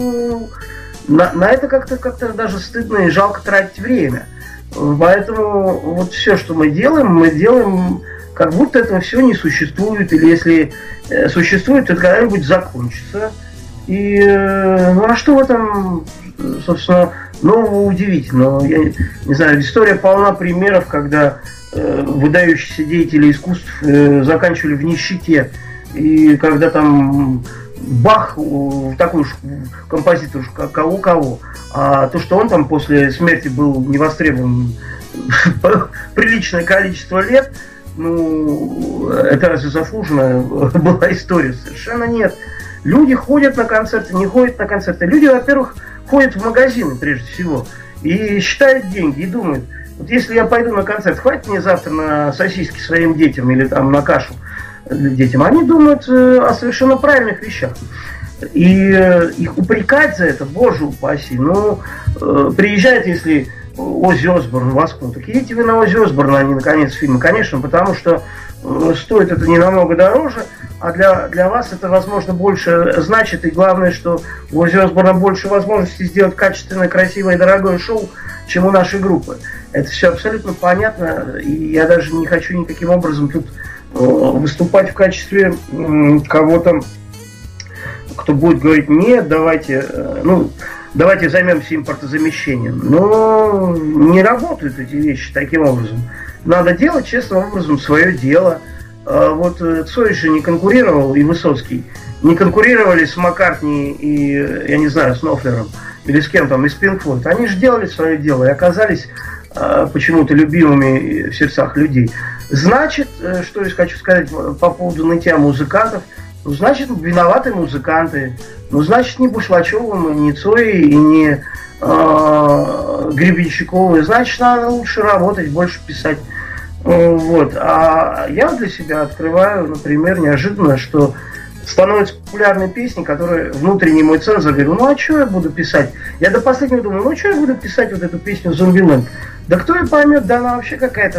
на это как-то даже стыдно и жалко тратить время. Поэтому вот все, что мы делаем, как будто этого все не существует. Или если существует, то это когда-нибудь закончится. И а что в этом, собственно, Ну, удивительно. Я не знаю, история полна примеров, когда выдающиеся деятели искусств заканчивали в нищете. И когда там Бах, такой уж композитор, кого-кого, а то, что он там после смерти был не востребован приличное количество лет, ну, это разве заслуженная была история? Совершенно нет. Люди ходят на концерты, не ходят на концерты. Люди, во-первых, ходят в магазины, прежде всего, и считают деньги, и думают, вот если я пойду на концерт, хватит мне завтра на сосиски своим детям или там на кашу детям. Они думают о совершенно правильных вещах. И их упрекать за это, боже упаси, ну, приезжает, если Оззи Осборн в Москву, так идите вы на Оззи Осборна, а не на конец фильма, конечно, потому что стоит это не намного дороже, а для вас это, возможно, больше значит, и главное, что у Оззи Осборна больше возможностей сделать качественное, красивое и дорогое шоу, чем у нашей группы. Это все абсолютно понятно, и я даже не хочу никаким образом тут выступать в качестве кого-то, кто будет говорить, нет, давайте займемся импортозамещением. Но не работают эти вещи таким образом. Надо делать честным образом свое дело. Вот Цой же не конкурировал, и Высоцкий не конкурировали с Маккартни и, я не знаю, с Нофлером или с кем там, из Pink Floyd. Они же делали свое дело и оказались почему-то любимыми в сердцах людей. Значит, что я хочу сказать по поводу нытья музыкантов, ну, значит, виноваты музыканты. Ну, значит, не Бушлачевым, не Цой, и не Гребенщиковой. Значит, надо лучше работать, больше писать. Вот. А я для себя открываю, например, неожиданно, что становятся популярные песни, которые внутренний мой цензор говорит, ну а что я буду писать? Я до последнего думаю, ну что я буду писать вот эту песню «Зомбиленд»? Да кто ее поймет, да она вообще какая-то,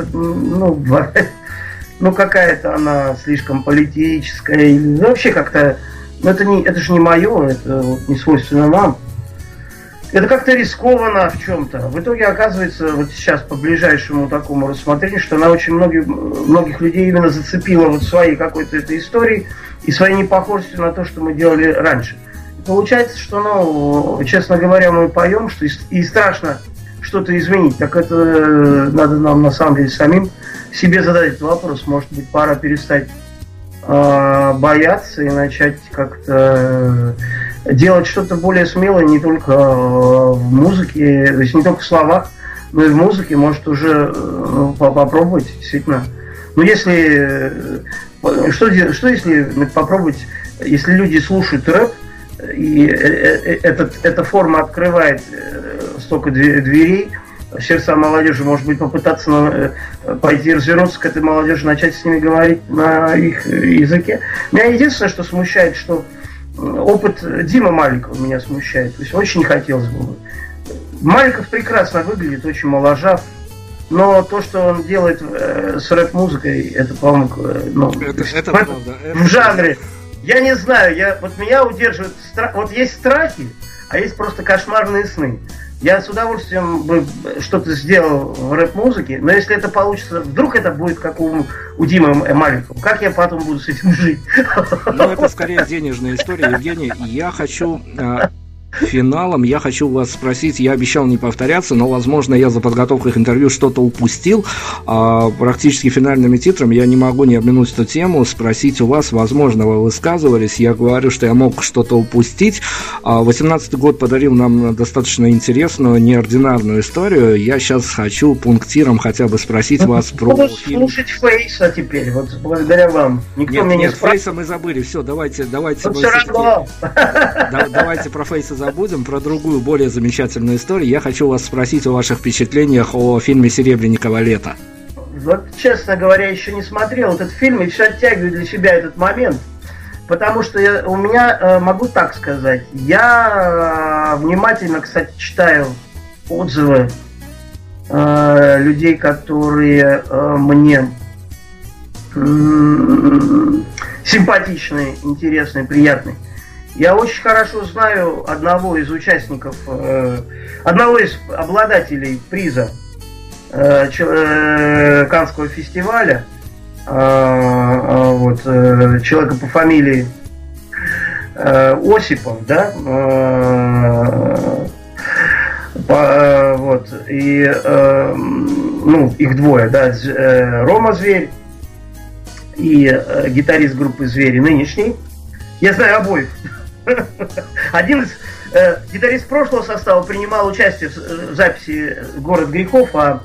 ну какая-то она слишком политическая, или вообще как-то, ну это же не мое, это вот не свойственно нам. Это как-то рискованно в чем-то. В итоге оказывается, вот сейчас по ближайшему такому рассмотрению, что она очень многих людей именно зацепила вот своей какой-то этой историей и своей непохожестью на то, что мы делали раньше. Получается, что, ну, честно говоря, мы поем, что и страшно что-то изменить. Так это надо нам на самом деле самим себе задать этот вопрос. Может быть, пора перестать бояться и начать как-то делать что-то более смелое не только в музыке, то есть не только в словах, но и в музыке. Может уже попробовать, действительно. Но если что если попробовать, если люди слушают рэп, и эта форма открывает столько дверей, сердца молодежи, может быть, попытаться пойти развернуться к этой молодежи, начать с ними говорить на их языке. Меня единственное, что смущает, что опыт Димы Маликова меня смущает. То есть очень не хотелось бы. Маликов прекрасно выглядит, очень моложав. Но то, что он делает с рэп-музыкой, это, по-моему, это правда, в жанре. Я не знаю, вот меня удерживает вот есть страхи, а есть просто кошмарные сны. Я с удовольствием бы что-то сделал в рэп-музыке, но если это получится, вдруг это будет как у Димы Маликова, как я потом буду с этим жить? Ну, это скорее денежная история, Евгений. Я хочу финалом, я хочу вас спросить, я обещал не повторяться, но, возможно, я за подготовкой к интервью что-то упустил. Практически финальными титрами я не могу не обминуть эту тему, спросить у вас, возможно, вы высказывались, я говорю, что я мог что-то упустить. 18-й год подарил нам достаточно интересную, неординарную историю. Я сейчас хочу пунктиром хотя бы спросить вас про... Буду слушать Фейса теперь, вот благодаря вам. Никто меня не спрашивает. Фейса мы забыли, все, давайте. Все равно. Давайте про Фейса забудем, про другую, более замечательную историю. Я хочу вас спросить о ваших впечатлениях о фильме «Серебряниково лето». Вот, честно говоря, еще не смотрел этот фильм и все оттягиваю для себя этот момент. Потому что у меня, могу так сказать, я внимательно, кстати, читаю отзывы людей, которые мне симпатичны, интересны, приятны. Я очень хорошо знаю одного из участников, одного из обладателей приза Каннского фестиваля, вот, человека по фамилии Осипов, да, Вот. И их двое, да, Рома Зверь и гитарист группы Звери нынешний. Я знаю обоих. Один из гитарист прошлого состава принимал участие в записи «Город грехов», а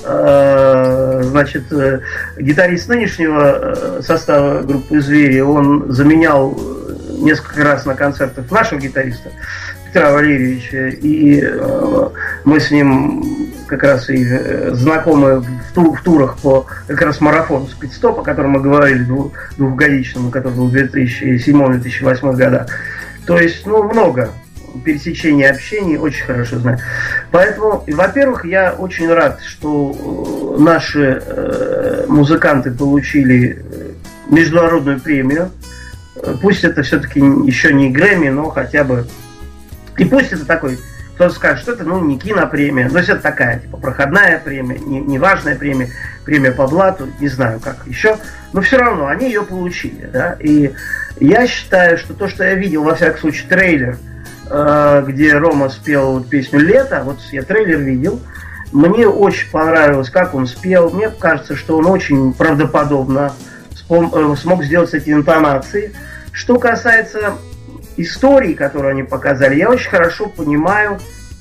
гитарист нынешнего состава группы Звери, он заменял несколько раз на концертах нашего гитариста Петра Валерьевича, и мы с ним как раз и знакомы в турах по как раз марафону «Спидстоп», о котором мы говорили, двухгодичному, который был в 2007-2008 годах. То есть, много пересечений, общений, очень хорошо знаю. Поэтому, во-первых, я очень рад, что наши музыканты получили международную премию. Пусть это все-таки еще не Грэмми, но хотя бы... И пусть это такой, кто-то скажет, что это не кинопремия, но это такая, типа, проходная премия, не важная премия, премия по блату, не знаю, как еще. Но все равно они ее получили, да. И я считаю, что то, что я видел, во всяком случае, трейлер, где Рома спел песню «Лето», вот я трейлер видел, мне очень понравилось, как он спел. Мне кажется, что он очень правдоподобно смог сделать эти интонации. Что касается истории, которую они показали, я очень хорошо понимаю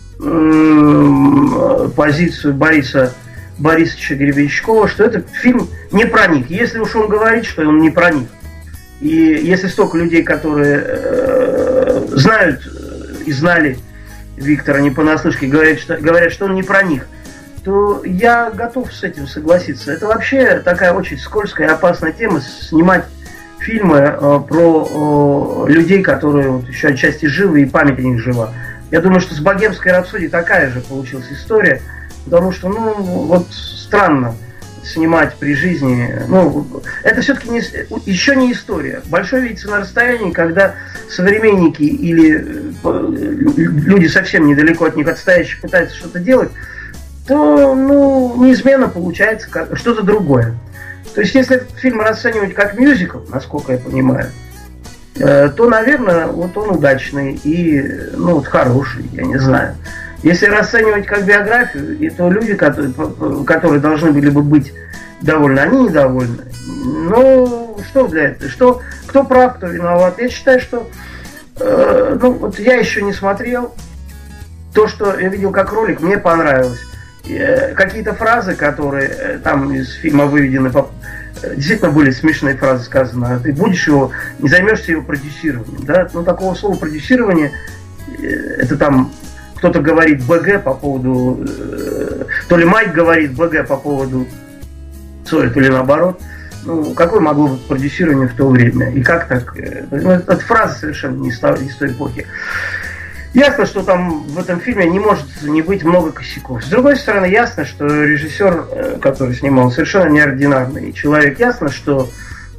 позицию Бориса Борисовича Гребенщикова, что этот фильм не про них. Если уж он говорит, что он не про них, и если столько людей, которые знают и знали Виктора не понаслышке, говорят, что он не про них, то я готов с этим согласиться. Это вообще такая очень скользкая и опасная тема, снимать фильмы про людей, которые еще отчасти живы и память о них жива. Я думаю, что с «Богемской рапсодией» такая же получилась история, потому что, странно снимать при жизни. Это все-таки еще не история. Большой видится на расстоянии, когда современники или люди совсем недалеко от них отстоящие пытаются что-то делать, то, неизменно получается что-то другое. То есть, если этот фильм расценивать как мюзикл, насколько я понимаю, то, наверное, он удачный и, хороший, я не знаю. Если расценивать как биографию, то люди, которые должны были бы быть довольны, они недовольны. Что для этого? Кто прав, кто виноват? Я считаю, что я еще не смотрел. То, что я видел как ролик, мне понравилось. Какие-то фразы, которые там из фильма выведены, действительно были смешные фразы сказаны. А ты не займешься его продюсированием, да? Такого слова продюсирование, это там кто-то говорит БГ по поводу, то ли Майк говорит БГ по поводу Цоя, то ли наоборот. Какое могло быть продюсирование в то время? И как так? Эта фраза совершенно не с той эпохи. Ясно, что там в этом фильме не может не быть много косяков. С другой стороны, ясно, что режиссер, который снимал, совершенно неординарный человек. Ясно, что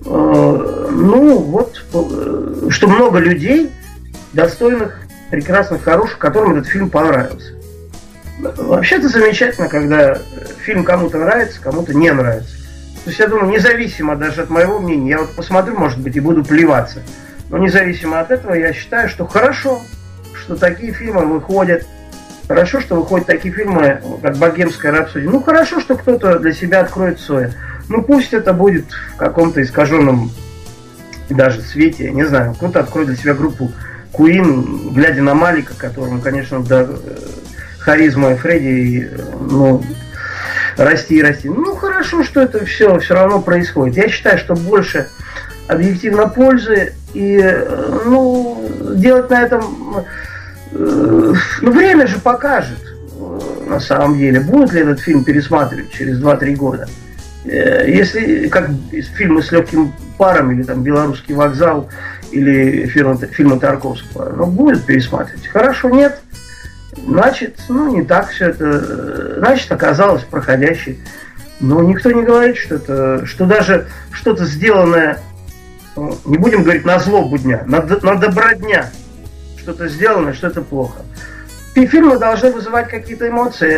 что много людей, достойных, прекрасных, хороших, которым этот фильм понравился. Вообще это замечательно, когда фильм кому-то нравится, кому-то не нравится. То есть я думаю, независимо даже от моего мнения, я посмотрю, может быть, и буду плеваться. Но независимо от этого, я считаю, что хорошо, что такие фильмы выходят. Хорошо, что выходят такие фильмы, как «Богемская рапсодия». Хорошо, что кто-то для себя откроет Цоя. Пусть это будет в каком-то искаженном даже свете, я не знаю. Кто-то откроет для себя группу Queen, глядя на Малика, которому, конечно, харизма Фредди, расти и расти. Хорошо, что это все равно происходит. Я считаю, что больше объективно пользы и, делать на этом... время же покажет, на самом деле, будет ли этот фильм пересматривать через 2-3 года. Если, как фильмы с легким паром, или там «Белорусский вокзал», или фильмы Тарковского, будет пересматривать. Хорошо, нет. Значит, не так все это. Значит, оказалось проходящей. Но никто не говорит, что даже что-то сделанное, не будем говорить на злобу дня, на добродня, что-то сделано, что это плохо. И фильмы должны вызывать какие-то эмоции,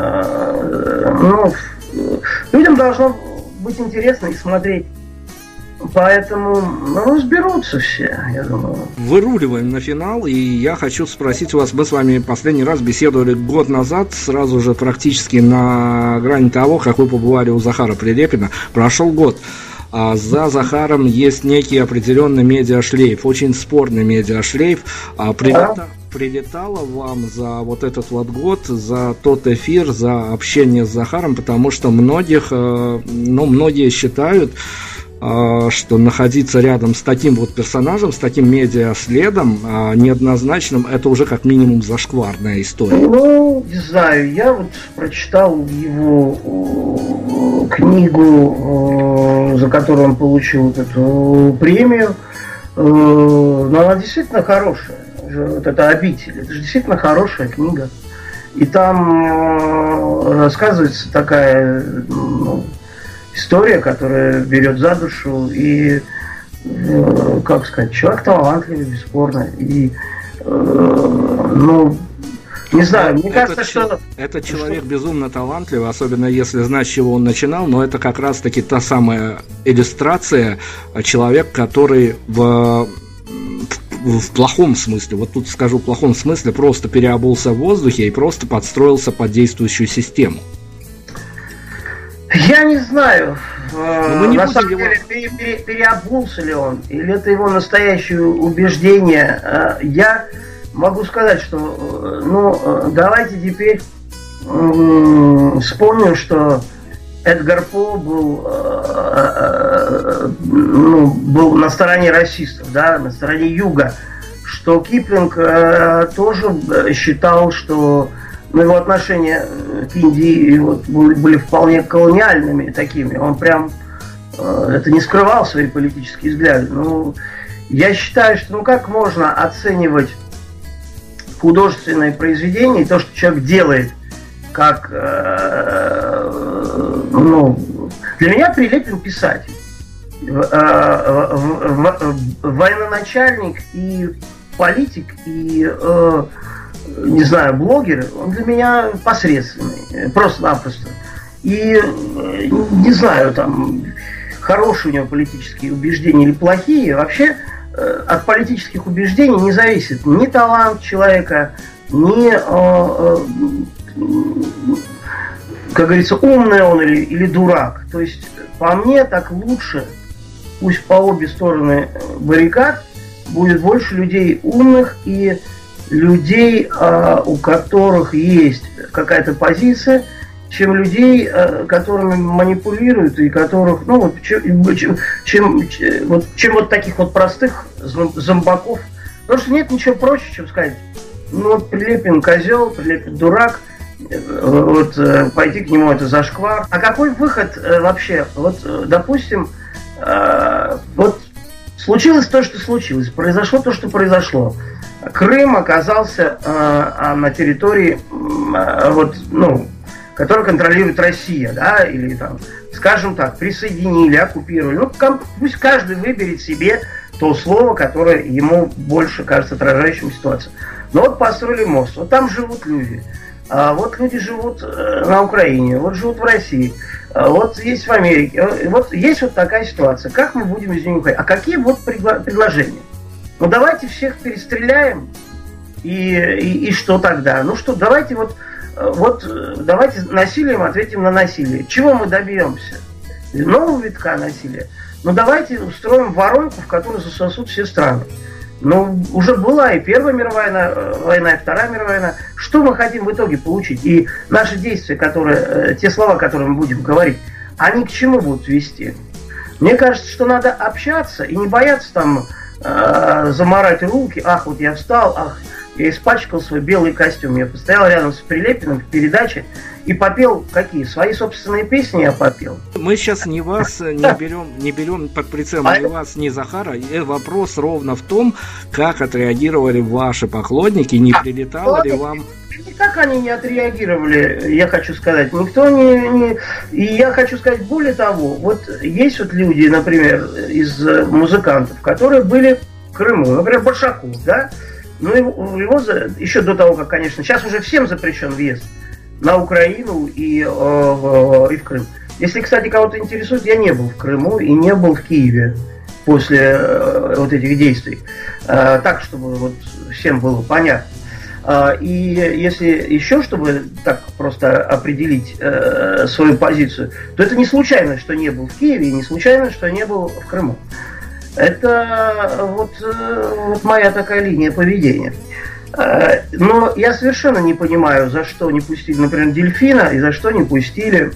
людям должно быть интересно их смотреть. Поэтому разберутся все, я думаю. Выруливаем на финал, и я хочу спросить у вас, мы с вами последний раз беседовали год назад, сразу же практически на грани того, как вы побывали у Захара Прилепина. Прошел год. А за Захаром есть некий определенный медиашлейф, очень спорный медиашлейф. Прилетало вам за вот этот вот год, за тот эфир, за общение с Захаром, потому что многие считают, что находиться рядом с таким вот персонажем, с таким медиаследом неоднозначным, это уже как минимум зашкварная история. Не знаю, я вот прочитал его книгу, за которую он получил вот эту премию, но она действительно хорошая. Вот это «Обитель», это же действительно хорошая книга. И там рассказывается такая история, которая берет за душу, и, как сказать, человек талантливый, бесспорно. И, не знаю, мне кажется, что... Этот человек безумно талантливый, особенно если знать, с чего он начинал, но это как раз-таки та самая иллюстрация, человек, который в плохом смысле, вот тут скажу в плохом смысле, просто переобулся в воздухе и просто подстроился под действующую систему. Я не знаю, на самом деле, переобулся ли он, или это его настоящее убеждение. Я могу сказать, что, давайте теперь вспомним, что Эдгар По был на стороне расистов, да, на стороне Юга, что Киплинг тоже считал, что его отношения к Индии были вполне колониальными такими. Он прям это не скрывал, свои политические взгляды. Я считаю, что как можно оценивать художественное произведение и то, что человек делает, как для меня Прилепин писатель, военачальник и политик, и не знаю, блогер, он для меня посредственный, просто-напросто. И не знаю, там, хорошие у него политические убеждения или плохие, вообще от политических убеждений не зависит ни талант человека, ни, как говорится, умный он или дурак. То есть, по мне, так лучше, пусть по обе стороны баррикад будет больше людей умных и людей, у которых есть какая-то позиция, чем людей, которыми манипулируют и которых, чем вот таких вот простых зомбаков. Потому что нет ничего проще, чем сказать, Прилепин козел, Прилепин дурак, пойти к нему это зашквар. А какой выход вообще? Допустим, случилось то, что случилось, произошло то, что произошло. Крым оказался на территории, которую контролирует Россия, да, или там, скажем так, присоединили, оккупировали. Пусть каждый выберет себе то слово, которое ему больше кажется отражающим ситуацию. Но построили мост, там живут люди. Люди живут на Украине, живут в России, есть в Америке. Есть такая ситуация. Как мы будем из нее уходить? А какие предложения? Давайте всех перестреляем, и что тогда? Давайте давайте насилием ответим на насилие. Чего мы добьемся? Нового витка насилия. Давайте устроим воронку, в которую засосут все страны. Уже была и Первая мировая война, и Вторая мировая война. Что мы хотим в итоге получить? И наши действия, те слова, которые мы будем говорить, они к чему будут вести? Мне кажется, что надо общаться и не бояться там заморать руки. Я встал, я испачкал свой белый костюм. Я постоял рядом с Прилепиным в передаче и попел свои собственные песни я попел. Мы сейчас не вас не берем под прицелом ни вас, ни Захара. И вопрос ровно в том, как отреагировали ваши поклонники, не прилетало ли вам... Никак они не отреагировали, я хочу сказать. Никто не... И я хочу сказать, более того, есть люди, например, из музыкантов, которые были в Крыму, например, Большаков, да? Его еще до того, как, конечно, сейчас уже всем запрещен въезд на Украину и в Крым. Если, кстати, кого-то интересует, я не был в Крыму и не был в Киеве после вот этих действий. Так, чтобы вот всем было понятно. И если еще, чтобы так просто определить свою позицию, то это не случайно, что не был в Киеве, и не случайно, что не был в Крыму. Это вот моя такая линия поведения. Но я совершенно не понимаю, за что не пустили, например, Дельфина, и за что не пустили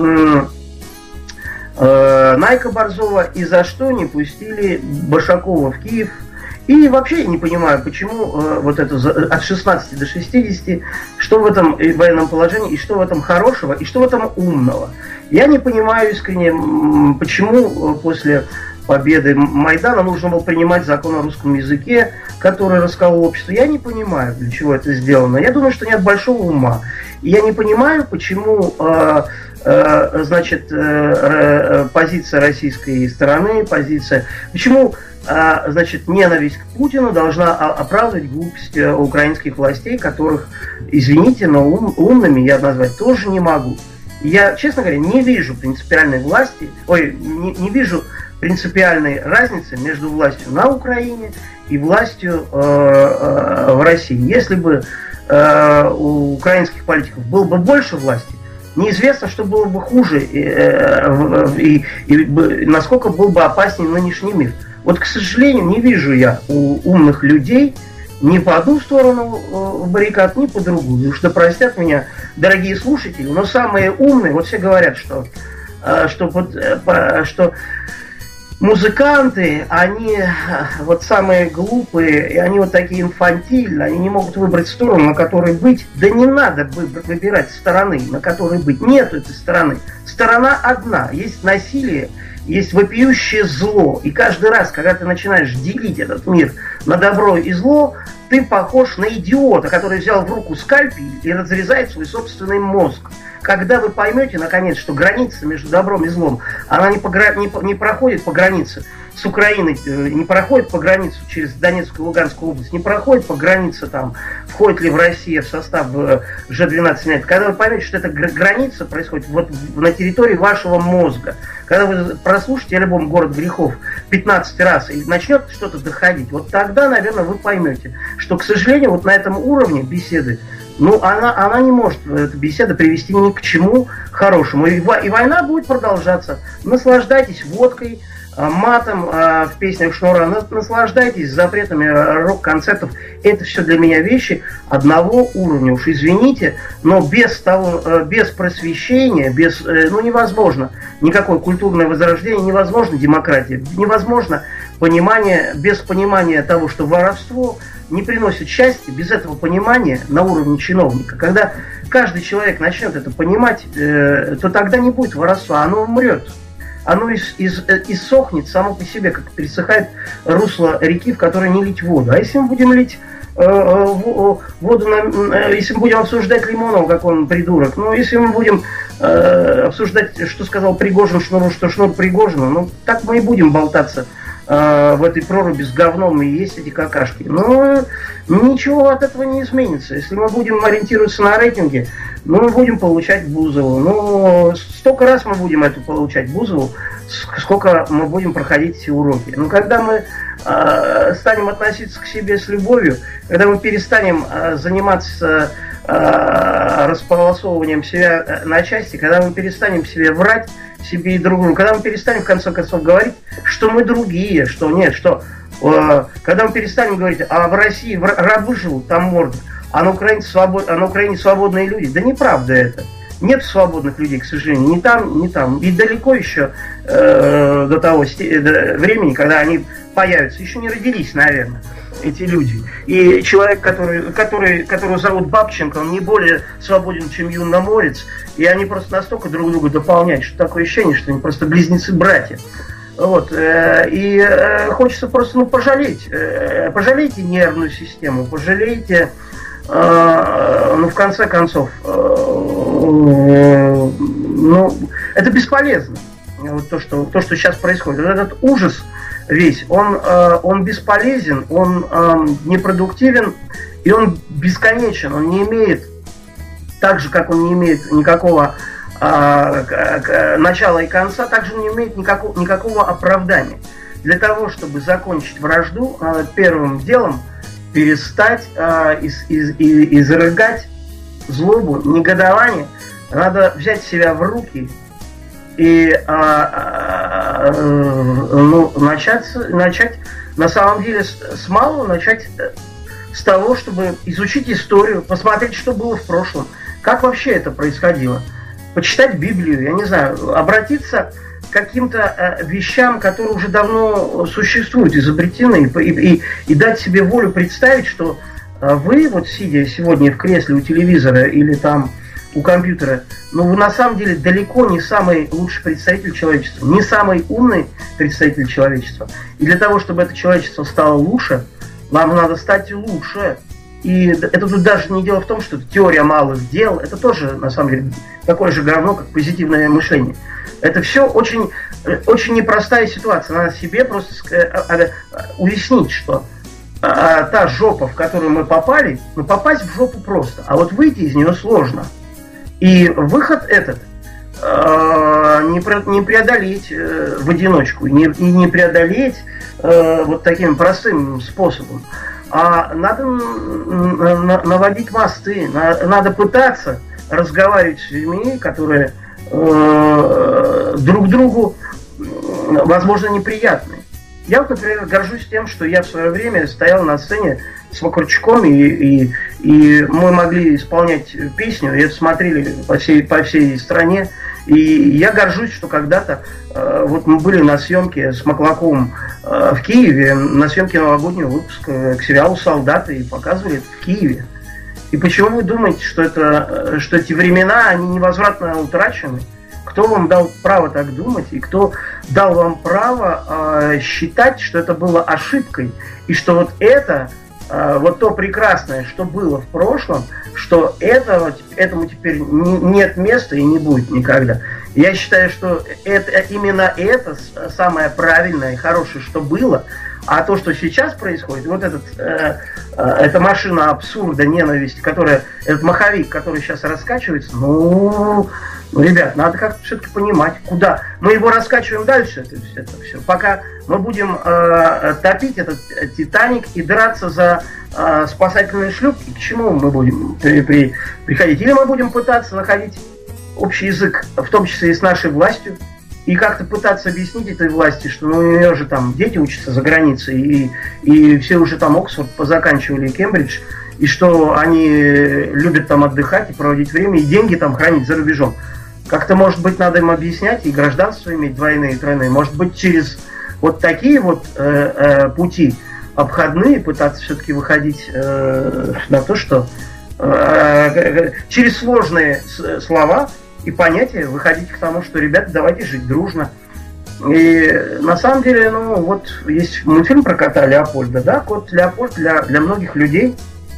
Найка Борзова, и за что не пустили Башакова в Киев. И вообще не понимаю, почему вот это от 16 до 60, что в этом военном положении, и что в этом хорошего, и что в этом умного. Я не понимаю искренне, почему после победы Майдана нужно было принимать закон о русском языке, который расколол общество. Я не понимаю, для чего это сделано. Я думаю, что нет большого ума. И я не понимаю, почему значит, позиция российской стороны, почему значит, ненависть к Путину должна оправдывать глупость украинских властей, которых, извините, но умными я назвать тоже не могу. Я, честно говоря, не вижу принципиальной не вижу принципиальной разницы между властью на Украине и властью в России. Если бы у украинских политиков было бы больше власти, неизвестно, что было бы хуже и насколько был бы опаснее нынешний мир. Вот, к сожалению, не вижу я у умных людей ни по одну сторону баррикад, ни по другую. Уж да простят меня, дорогие слушатели, но самые умные, вот все говорят, что музыканты, они вот самые глупые, и они вот такие инфантильные, они не могут выбрать сторону, на которой быть. Да не надо выбирать стороны, на которой быть. Нет этой стороны. Сторона одна. Есть насилие, есть вопиющее зло. И каждый раз, когда ты начинаешь делить этот мир на добро и зло, ты похож на идиота, который взял в руку скальпель и разрезает свой собственный мозг. Когда вы поймете, наконец, что граница между добром и злом, она не проходит по границе с Украиной, не проходит по границе через Донецкую и Луганскую область, не проходит по границе, там, входит ли в Россию в состав Ж-12. Когда вы поймете, что эта граница происходит вот на территории вашего мозга, когда вы прослушаете «Альбом «Город грехов» 15 раз и начнет что-то доходить, вот тогда, наверное, вы поймете, что, к сожалению, вот на этом уровне беседы, она не может, эта беседа, привести ни к чему хорошему. И война будет продолжаться. Наслаждайтесь водкой, матом в песнях Шнура, наслаждайтесь запретами рок-концертов. Это все для меня вещи одного уровня. Уж извините, но без просвещения, невозможно никакое культурное возрождение, невозможно демократия, невозможно понимание, без понимания того, что воровство не приносит счастья, без этого понимания на уровне чиновника. Когда каждый человек начнет это понимать, то тогда не будет воровства, оно умрет. Оно иссохнет само по себе, как пересыхает русло реки, в которой не лить воду. А если мы будем лить воду, если мы будем обсуждать Лимонова, как он придурок, если мы будем обсуждать, что сказал Пригожин Шнуру, что Шнур Пригожину, так мы и будем болтаться в этой проруби с говном и есть эти какашки. Но ничего от этого не изменится. Если мы будем ориентироваться на рейтинги, мы будем получать Бузову. Столько раз мы будем это получать Бузову, сколько мы будем проходить эти уроки. Когда мы станем относиться к себе с любовью, когда мы перестанем заниматься располосовыванием себя на части, когда мы перестанем себе врать, себе и другому, когда мы перестанем в конце концов говорить, что мы другие, когда мы перестанем говорить, а в России рабы живут, там морды, а на Украине свободные люди. Да неправда это. Нет свободных людей, к сожалению, ни там, ни там. И далеко еще до того времени, когда они появятся. Еще не родились, наверное, эти люди. И человек, которого зовут Бабченко, он не более свободен, чем Юнноморец. И они просто настолько друг друга дополняют, что такое ощущение, что они просто близнецы-братья. И хочется просто пожалеть. Пожалейте нервную систему, пожалейте, в конце концов, это бесполезно. То, что сейчас происходит. Этот ужас весь, он бесполезен, он непродуктивен, и он бесконечен. Он не имеет, так же, как он не имеет никакого начала и конца, также не имеет никакого оправдания. Для того, чтобы закончить вражду, надо первым делом перестать изрыгать злобу, негодование. Надо взять себя в руки и начать на самом деле с малого, начать с того, чтобы изучить историю, посмотреть, что было в прошлом, как вообще это происходило, почитать Библию, я не знаю, обратиться к каким-то вещам, которые уже давно существуют, изобретены, и дать себе волю представить, что вы, вот сидя сегодня в кресле у телевизора или там у компьютера, но вы на самом деле далеко не самый лучший представитель человечества, не самый умный представитель человечества. И для того, чтобы это человечество стало лучше, нам надо стать лучше. И это тут даже не дело в том, что это теория малых дел, это тоже, на самом деле, такое же говно, как позитивное мышление. Это все очень, очень непростая ситуация. Надо себе просто уяснить, что та жопа, в которую мы попали, попасть в жопу просто, а вот выйти из нее сложно. И выход этот не преодолеть в одиночку, не преодолеть вот таким простым способом. А надо наводить мосты, надо пытаться разговаривать с людьми, которые друг другу, возможно, неприятны. Я вот, например, горжусь тем, что я в свое время стоял на сцене с Вакарчуком, и мы могли исполнять песню, и это смотрели по всей стране. И я горжусь, что когда-то вот мы были на съемке с Маклаковым в Киеве, на съемке новогоднего выпуска к сериалу «Солдаты», и показывали это в Киеве. И почему вы думаете, что эти времена, они невозвратно утрачены? Кто вам дал право так думать, и кто дал вам право считать, что это было ошибкой, и что вот это, вот то прекрасное, что было в прошлом, что этому теперь нет места и не будет никогда. Я считаю, что именно это самое правильное и хорошее, что было, а то, что сейчас происходит, вот эта машина абсурда, ненависти, этот маховик, который сейчас раскачивается, ребят, надо как-то все-таки понимать, куда. Мы его раскачиваем дальше, это все. Пока мы будем топить этот Титаник и драться за спасательные шлюпки, к чему мы будем приходить? Или мы будем пытаться находить общий язык, в том числе и с нашей властью, и как-то пытаться объяснить этой власти, что у нее же там дети учатся за границей, и все уже там Оксфорд позаканчивали, и Кембридж, и что они любят там отдыхать и проводить время, и деньги там хранить за рубежом. Как-то, может быть, надо им объяснять, и гражданство иметь двойные и тройные. Может быть, через вот такие вот пути обходные пытаться все-таки выходить на то, что через сложные слова и понятия выходить к тому, что, ребята, давайте жить дружно. И на самом деле, вот есть мультфильм про кота Леопольда, да, кот Леопольд для многих людей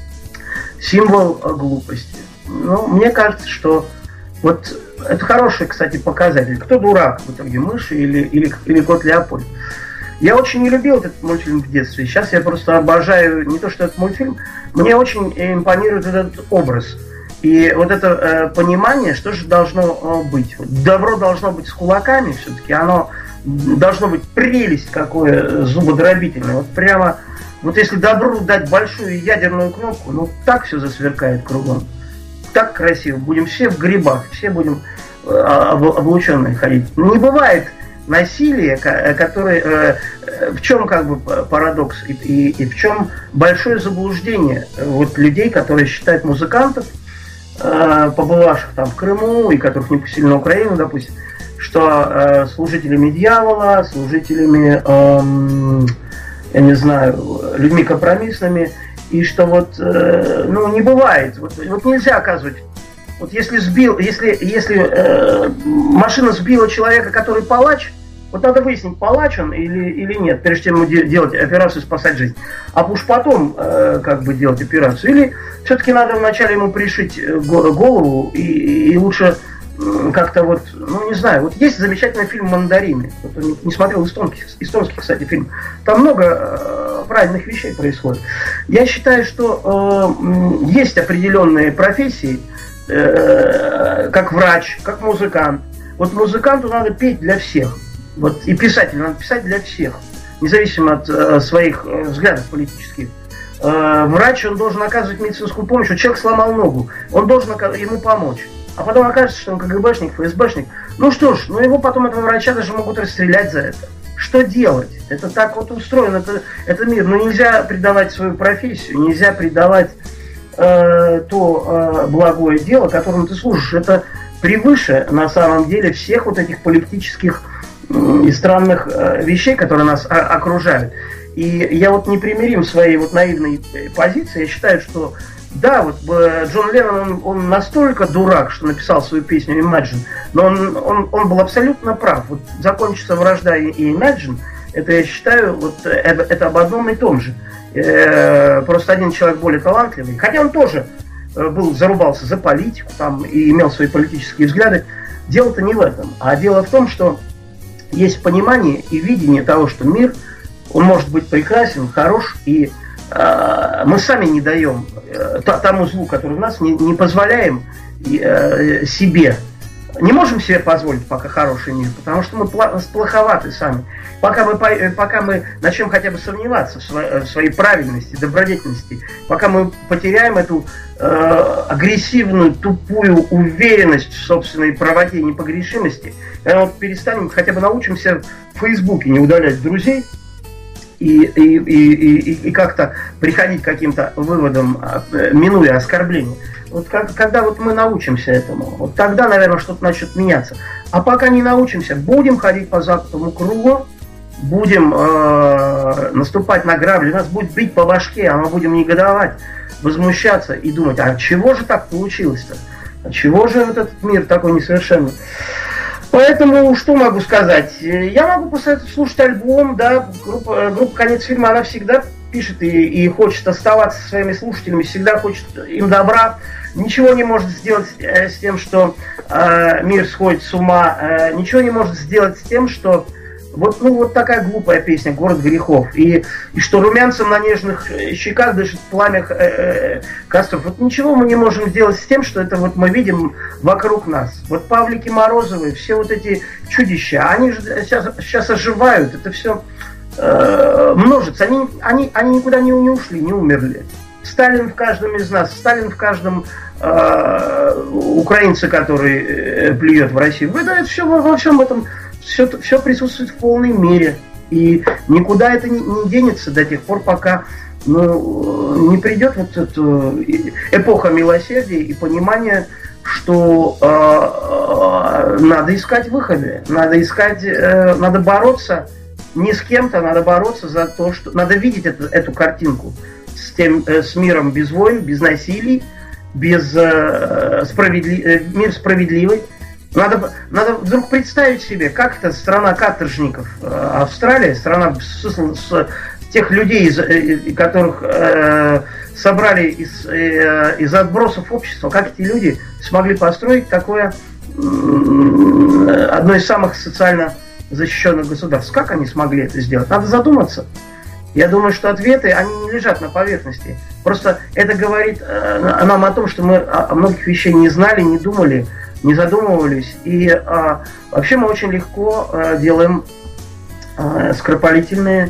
символ глупости. Мне кажется, что вот это хороший, кстати, показатель. Кто дурак в итоге, мышь или кот Леопольд? Я очень не любил этот мультфильм в детстве. Сейчас я просто обожаю не то, что этот мультфильм, мне очень импонирует этот образ. И вот это понимание, что же должно быть. Добро должно быть с кулаками все-таки, оно должно быть прелесть какое зубодробительное. Вот прямо, вот если добру дать большую ядерную кнопку, так все засверкает кругом. Так красиво. Будем все в грибах, все будем облученные ходить. Не бывает насилия, которое... в чем как бы парадокс и в чем большое заблуждение вот людей, которые считают музыкантов, побывавших там в Крыму и которых не пустили на Украину, допустим, что служителями дьявола, служителями, я не знаю, людьми компромиссными, и что не бывает, вот нельзя оказывать. Вот если машина сбила человека, который палач, вот надо выяснить, палач он или нет, прежде чем ему делать операцию, спасать жизнь. А уж потом делать операцию. Или все-таки надо вначале ему пришить голову и лучше как-то не знаю. Вот есть замечательный фильм «Мандарины». Вот не смотрел эстонский, кстати, фильм. Там много правильных вещей происходит. Я считаю, что есть определенные профессии, как врач, как музыкант. Вот музыканту надо петь для всех. Вот, и писателю надо писать для всех, независимо от своих взглядов политических. Врач, он должен оказывать медицинскую помощь. Вот человек сломал ногу, он должен ему помочь. А потом окажется, что он КГБшник, ФСБшник. Ну что ж, его потом, этого врача, даже могут расстрелять за это. Что делать? Это так вот устроен, это мир. Но нельзя предавать свою профессию, нельзя предавать то благое дело, которым ты служишь. Это превыше, на самом деле, всех вот этих политических и странных вещей, которые нас окружают. И я вот непримирим в своей вот наивной позиции. Я считаю, что да, вот Джон Леннон, он настолько дурак, что написал свою песню Imagine, но он был абсолютно прав. Вот закончится вражда и Imagine, это, я считаю, вот это об одном и том же. Просто один человек более талантливый, хотя он тоже зарубался за политику там, и имел свои политические взгляды. Дело-то не в этом, а дело в том, что есть понимание и видение того, что мир, он может быть прекрасен, хорош, и мы сами не даем тому злу, который в нас, не позволяем себе. Не можем себе позволить пока хороший мир, потому что мы плоховаты сами. Пока мы начнем хотя бы сомневаться в своей правильности, добродетельности, пока мы потеряем эту агрессивную, тупую уверенность в собственной правоте и непогрешимости, вот перестанем, хотя бы научимся в Фейсбуке не удалять друзей, и как-то приходить к каким-то выводам, минуя оскорбления. Вот когда вот мы научимся этому, вот тогда, наверное, что-то начнет меняться. А пока не научимся, будем ходить по замкнутому кругу, будем наступать на грабли, нас будет бить по башке, а мы будем негодовать, возмущаться и думать, а чего же так получилось-то? А чего же вот этот мир такой несовершенный? Поэтому что могу сказать? Я могу посоветовать слушать альбом, да, группа «Конец фильма», она всегда пишет и хочет оставаться со своими слушателями, всегда хочет им добра, ничего не может сделать с тем, что мир сходит с ума, ничего не может сделать с тем, что вот такая глупая песня «Город грехов», и что румянцем на нежных щеках дышит пламя костров. Вот ничего мы не можем сделать с тем, что это вот мы видим вокруг нас. Вот Павлики Морозовы, все вот эти чудища, они же сейчас оживают, это все множится, они никуда не ушли, не умерли. Сталин в каждом из нас, Сталин в каждом украинце, который плюет в Россию. Это все во всем этом. Все присутствует в полной мере. И никуда это не денется до тех пор, пока не придет вот эта эпоха милосердия и понимания, что надо искать выходы, надо бороться не с кем-то, надо бороться за то, что надо видеть эту картинку с миром без войн, без насилий, мир справедливый. Надо вдруг представить себе, как это страна каторжников, Австралия, страна с тех людей, которых собрали из отбросов общества, как эти люди смогли построить такое одно из самых социально защищенных государств. Как они смогли это сделать? Надо задуматься. Я думаю, что ответы, они не лежат на поверхности. Просто это говорит нам о том, что мы о многих вещах не знали, не думали, не задумывались. И вообще мы очень легко делаем скоропалительные,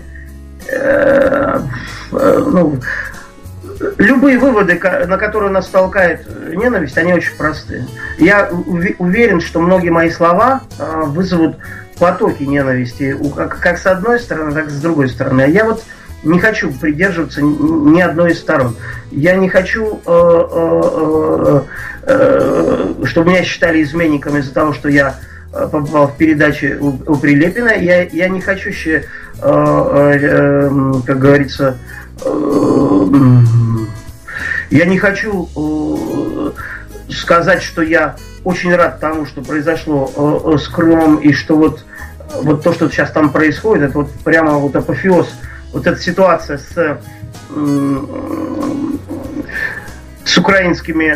любые выводы, на которые нас толкает ненависть, они очень простые. Я уверен, что многие мои слова вызовут потоки ненависти, как с одной стороны, так и с другой стороны. А я вот не хочу придерживаться ни одной из сторон. Я не хочу, чтобы меня считали изменником из-за того, что я побывал в передаче у Прилепина. Я не хочу, как говорится, я не хочу сказать, что я очень рад тому, что произошло с Крымом, и что вот то, что сейчас там происходит, это вот прямо вот апофеоз. Вот эта ситуация с украинскими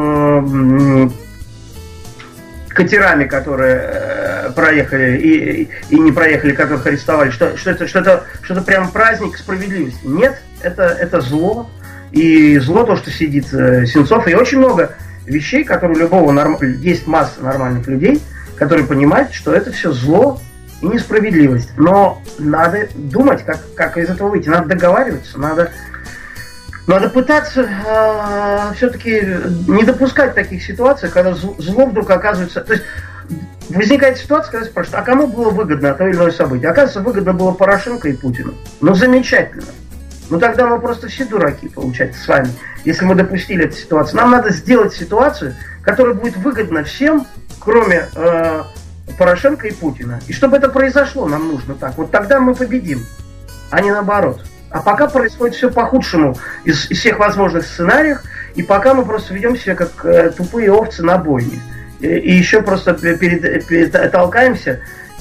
катерами, которые проехали и не проехали, которых арестовали, что это прям праздник справедливости. Нет, это зло. И зло то, что сидит Сенцов, и очень много вещей, которые у любого есть масса нормальных людей, которые понимают, что это все зло и несправедливость. Но надо думать, как из этого выйти. Надо договариваться, надо пытаться все-таки не допускать таких ситуаций, когда зло вдруг оказывается... То есть возникает ситуация, когда спрашивают, а кому было выгодно то или иное событие? Оказывается, выгодно было Порошенко и Путину. Ну, замечательно. Ну, тогда мы просто все дураки, получается, с вами, если мы допустили эту ситуацию. Нам надо сделать ситуацию, которая будет выгодна всем, кроме Порошенко и Путина. И чтобы это произошло, нам нужно так. Вот тогда мы победим, а не наоборот. А пока происходит все по-худшему из всех возможных сценариев, и пока мы просто ведем себя как тупые овцы на бойне. И еще просто толкаемся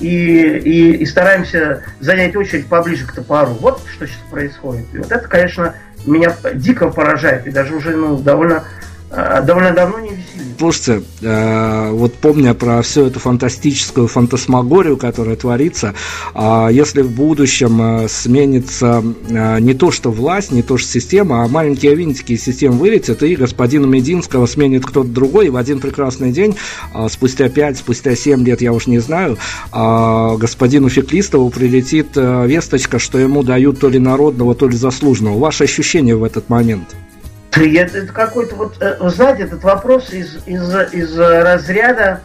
и стараемся занять очередь поближе к топору. Вот что сейчас происходит. И вот это, конечно, меня дико поражает. И даже уже довольно давно не веселит. Слушайте, вот помня про всю эту фантастическую фантасмагорию, которая творится, если в будущем сменится не то что власть, не то что система, а маленькие винтики из системы вылетят, и господина Мединского сменит кто-то другой, и в один прекрасный день, спустя 5, спустя 7 лет, я уж не знаю, господину Феклистову прилетит весточка, что ему дают то ли народного, то ли заслуженного. Ваши ощущения в этот момент? Это какой-то вы знаете, этот вопрос из разряда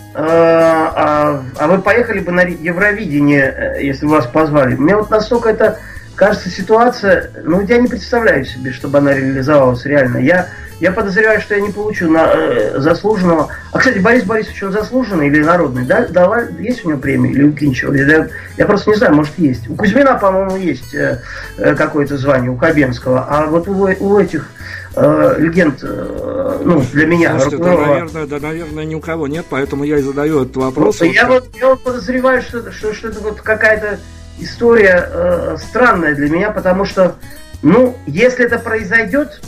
а вы поехали бы на Евровидение, если бы вас позвали. Мне вот настолько это кажется ситуация, я не представляю себе, чтобы она реализовалась реально. Я подозреваю, что я не получу заслуженного. А, кстати, Борис Борисович, он заслуженный или народный? Да? Есть у него премия или у Кинчева? Я просто не знаю, может, есть. У Кузьмина, по-моему, есть какое-то звание, у Хабенского. А вот у этих легенд, для меня... Слушайте, наверное, ни у кого нет, поэтому я и задаю этот вопрос. Я подозреваю, что это вот какая-то история странная для меня, потому что, если это произойдет,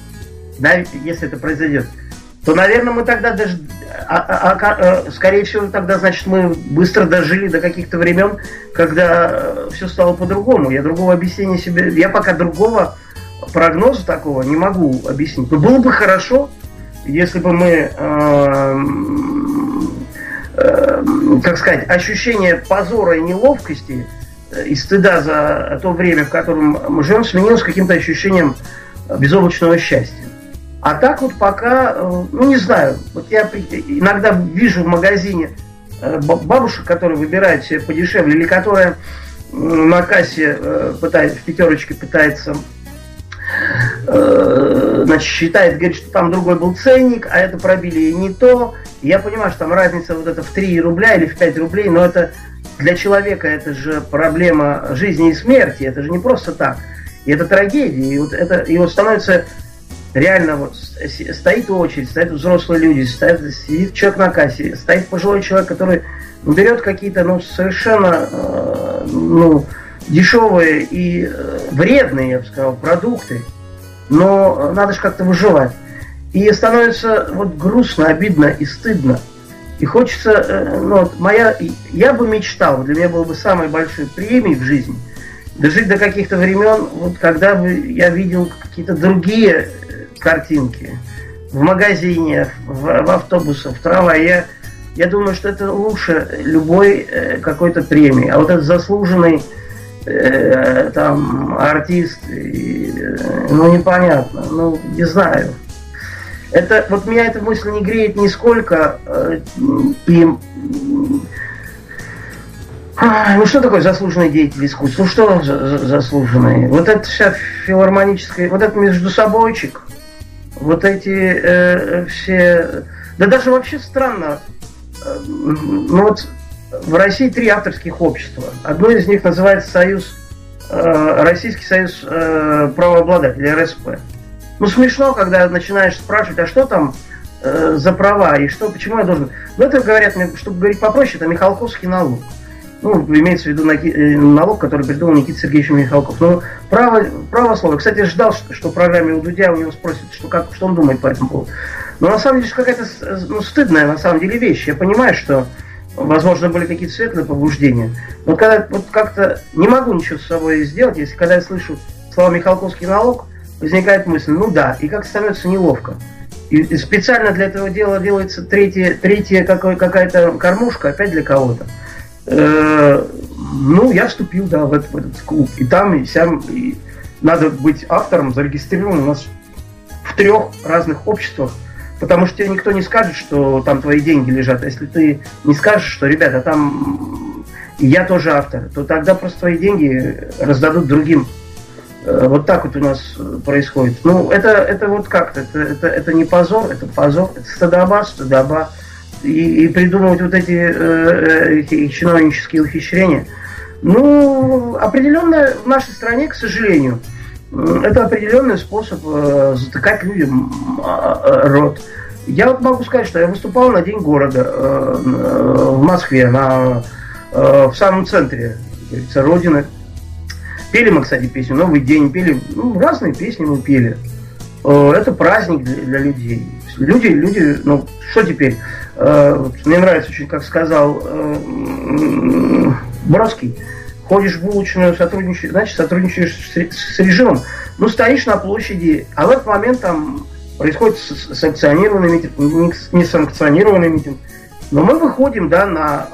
то, наверное, мы тогда даже, скорее всего, тогда, значит, мы быстро дожили до каких-то времен, когда все стало по-другому. Я другого объяснения себе, я пока другого прогноза такого не могу объяснить. Но было бы хорошо, если бы мы, ощущение позора и неловкости и стыда за то время, в котором мы живем, сменилось каким-то ощущением безоблачного счастья. А так вот пока, не знаю, вот я иногда вижу в магазине бабушек, которые выбирают себе подешевле, или которые на кассе в пятерочке пытается, считает, говорит, что там другой был ценник, а это пробили и не то. И я понимаю, что там разница вот это в 3 рубля или в 5 рублей, но это для человека это же проблема жизни и смерти, это же не просто так. И это трагедия, и вот становится... Реально стоит очередь, стоят взрослые люди, сидит человек на кассе, стоит пожилой человек, который берет какие-то совершенно дешевые и вредные, я бы сказал, продукты, но надо же как-то выживать. И становится грустно, обидно и стыдно. И хочется, я бы мечтал, для меня было бы самой большой премией в жизни, дожить до каких-то времен, когда бы я видел какие-то другие картинки в магазине, в автобусах, в трамвае. Я думаю, что это лучше любой какой-то премии. А вот этот заслуженный артист, непонятно, не знаю. Это меня эта мысль не греет нисколько. Что такое заслуженный деятель искусства? Что заслуженный? Вот это вся филармоническая, вот это междусобойчик. Вот эти все... Да даже вообще странно. В России 3 авторских общества. Одно из них называется Российский союз правообладателей, РСП. Смешно, когда начинаешь спрашивать, а что там за права, и почему я должен... это говорят, чтобы говорить попроще, это Михалковский налог. Имеется в виду налог, который придумал Никита Сергеевич Михалков. Право слова. Кстати, я ждал, что в программе у Дудя у него спросят, что он думает по этому поводу. Но на самом деле какая-то стыдная на самом деле вещь. Я понимаю, что, возможно, были какие-то светлые побуждения. Но когда как-то не могу ничего с собой сделать, когда я слышу слова Михалковский налог, возникает мысль, и как становится неловко. И специально для этого дела делается третья какая-то кормушка, опять для кого-то. Я вступил, да, в этот клуб. И там, и сям, и надо быть автором, зарегистрирован у нас в 3 разных обществах, потому что тебе никто не скажет, что там твои деньги лежат. А если ты не скажешь, что, ребята, там я тоже автор, то тогда просто твои деньги раздадут другим. Вот так вот у нас происходит. Это вот как-то, это не позор, это позор, это стыдоба. И придумывать вот эти чиновнические ухищрения. Определенно в нашей стране, к сожалению, это определенный способ затыкать людям рот. Я вот могу сказать, что я выступал на День города в Москве, в самом центре, как говорится, Родины. Пели мы, кстати, песню «Новый день», пели, разные песни мы пели. Это праздник для людей. Люди, что теперь? Мне нравится очень, как сказал Бродский, ходишь в булочную, сотрудничаешь с режимом, стоишь на площади, а в этот момент там происходит санкционированный митинг, несанкционированный митинг. Но мы выходим, да, на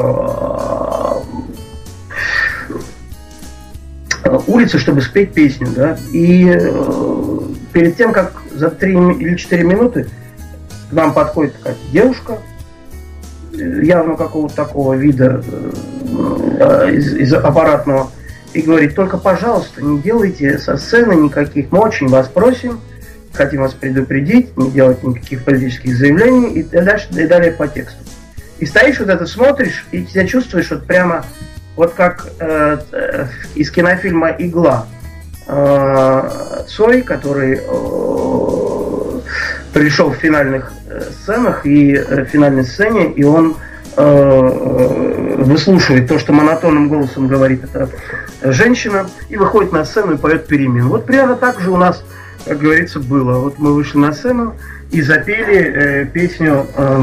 улицы, чтобы спеть песню, да, и перед тем, как за 3 или 4 минуты к нам подходит какая-то девушка, явно какого-то такого вида из аппаратного, и говорит: только, пожалуйста, не делайте со сцены никаких, мы очень вас просим, хотим вас предупредить, не делать никаких политических заявлений, и дальше, и далее по тексту. И стоишь вот это, смотришь, и тебя чувствуешь вот прямо вот как из кинофильма «Игла». Цой, который пришел в финальных сценах и в финальной сцене, и он выслушивает то, что монотонным голосом говорит эта женщина, и выходит на сцену и поет перемен. Вот примерно так же у нас, как говорится, было. Вот мы вышли на сцену и запели песню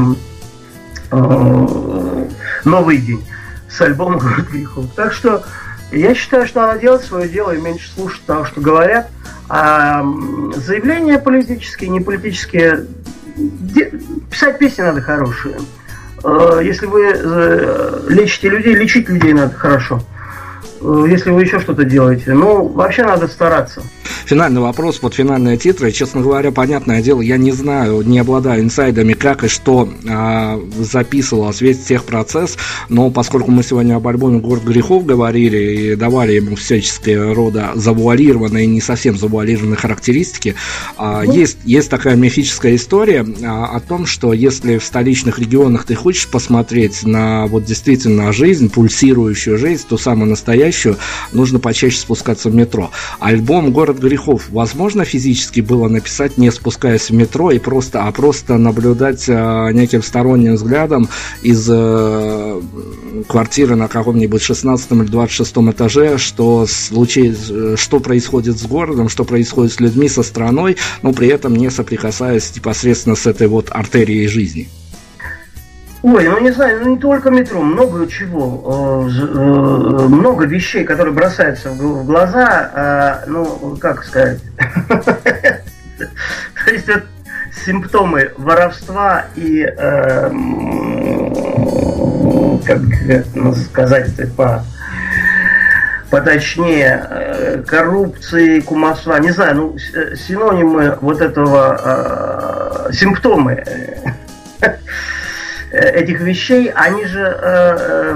«Новый день» с альбома «Город грехов». Так что я считаю, что надо делать свое дело и меньше слушать того, что говорят. А заявления политические, не политические, писать песни надо хорошие. Если вы лечите людей, лечить людей надо хорошо. Если вы еще что-то делаете, вообще надо стараться. Финальный вопрос под финальные титры. Честно говоря, понятное дело, я не знаю, не обладаю инсайдами, как и что записывалось весь техпроцесс, но поскольку мы сегодня об альбоме «Город грехов» говорили и давали ему всяческие рода завуалированные и не совсем завуалированные характеристики, есть такая мифическая история о том, что если в столичных регионах ты хочешь посмотреть на вот действительно жизнь, пульсирующую жизнь, ту самую настоящую, нужно почаще спускаться в метро. Альбом «Город грехов» возможно физически было написать, не спускаясь в метро, и просто наблюдать неким сторонним взглядом из квартиры на каком-нибудь 16 или 26 этаже, что происходит с городом, что происходит с людьми, со страной, но при этом не соприкасаясь непосредственно с этой вот артерией жизни. Ой, не знаю, не только метро, много чего, много вещей, которые бросаются в глаза, как сказать, то есть вот симптомы воровства и, как сказать, поточнее, коррупции, кумовства, не знаю, синонимы вот этого, симптомы этих вещей, они же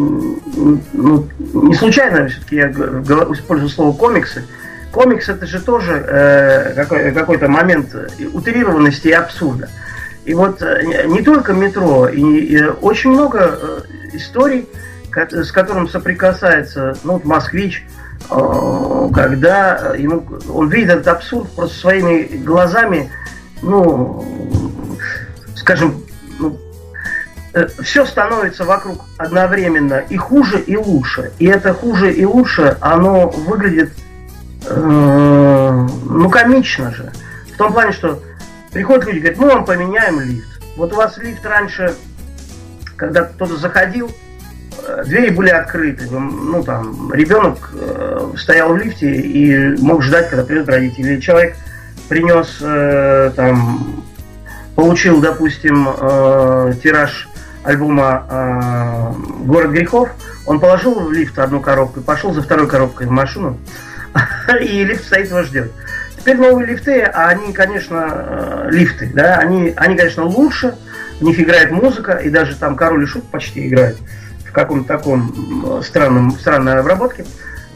не случайно, все-таки я использую слово комиксы. Комикс — это же тоже какой-то момент утрированности и абсурда. И вот не только метро, и очень много историй, с которым соприкасается москвич, когда он видит этот абсурд просто своими глазами, скажем, все становится вокруг одновременно и хуже, и лучше. И это хуже и лучше, оно выглядит, комично же. В том плане, что приходят люди и говорят: мы вам поменяем лифт. Вот у вас лифт раньше, когда кто-то заходил, двери были открыты. Ребенок стоял в лифте и мог ждать, когда придут родители. Или человек принес получил, допустим, тираж альбома «Город грехов», он положил в лифт одну коробку и пошел за второй коробкой в машину, и лифт стоит его ждет. Теперь новые лифты, они, конечно, лифты, да, они, конечно, лучше, в них играет музыка, и даже там Король и Шут почти играет в каком-то таком странной обработке.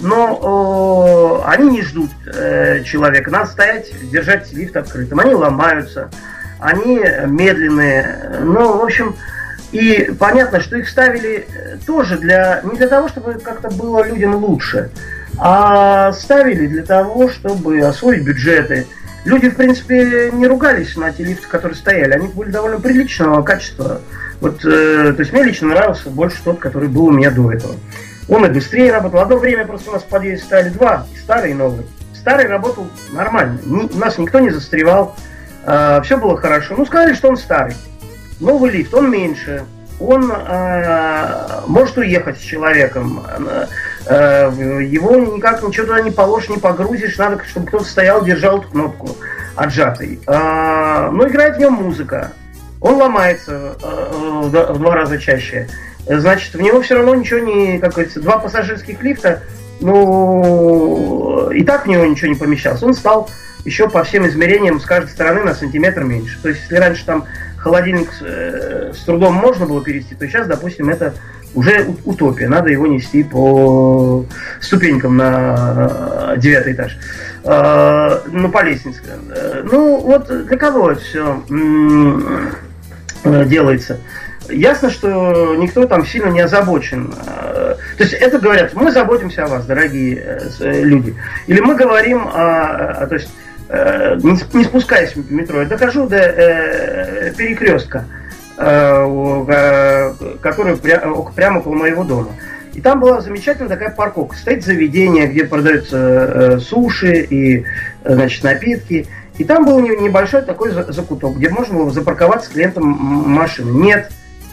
Но они не ждут человека, надо стоять, держать лифт открытым. Они ломаются, они медленные, ну, в общем, и понятно, что их ставили тоже не для того, чтобы как-то было людям лучше, а ставили для того, чтобы освоить бюджеты. Люди, в принципе, не ругались на те лифты, которые стояли, они были довольно приличного качества. Вот, то есть мне лично нравился больше тот, который был у меня до этого. Он и быстрее работал. Одно время просто у нас в подъезде стояли два, старый и новый. Старый работал нормально, у нас никто не застревал, все было хорошо. Ну, сказали, что он старый. Новый лифт, он меньше, он может уехать с человеком, его никак ничего туда не положишь, не погрузишь, надо, чтобы кто-то стоял, держал эту кнопку отжатой. Но играет в нем музыка, он ломается в 2 раза чаще. Значит, в него все равно ничего не, как говорится, 2 пассажирских лифта, ну, и так в него ничего не помещалось. Он стал еще по всем измерениям с каждой стороны на сантиметр меньше. То есть, если раньше там холодильник с трудом можно было перевести, то сейчас, допустим, это уже утопия. Надо его нести по ступенькам на 9-й этаж. Ну, по лестнице. Ну, вот для кого это все делается? Ясно, что никто там сильно не озабочен. То есть это говорят, мы заботимся о вас, дорогие люди. Или мы говорим, то есть не спускаясь в метро, я дохожу до перекрестка, который прямо около моего дома. И там была замечательная такая парковка. Стоит заведение, где продаются суши и, значит, напитки. И там был небольшой такой закуток, где можно было запарковаться с клиентом машины. Нет.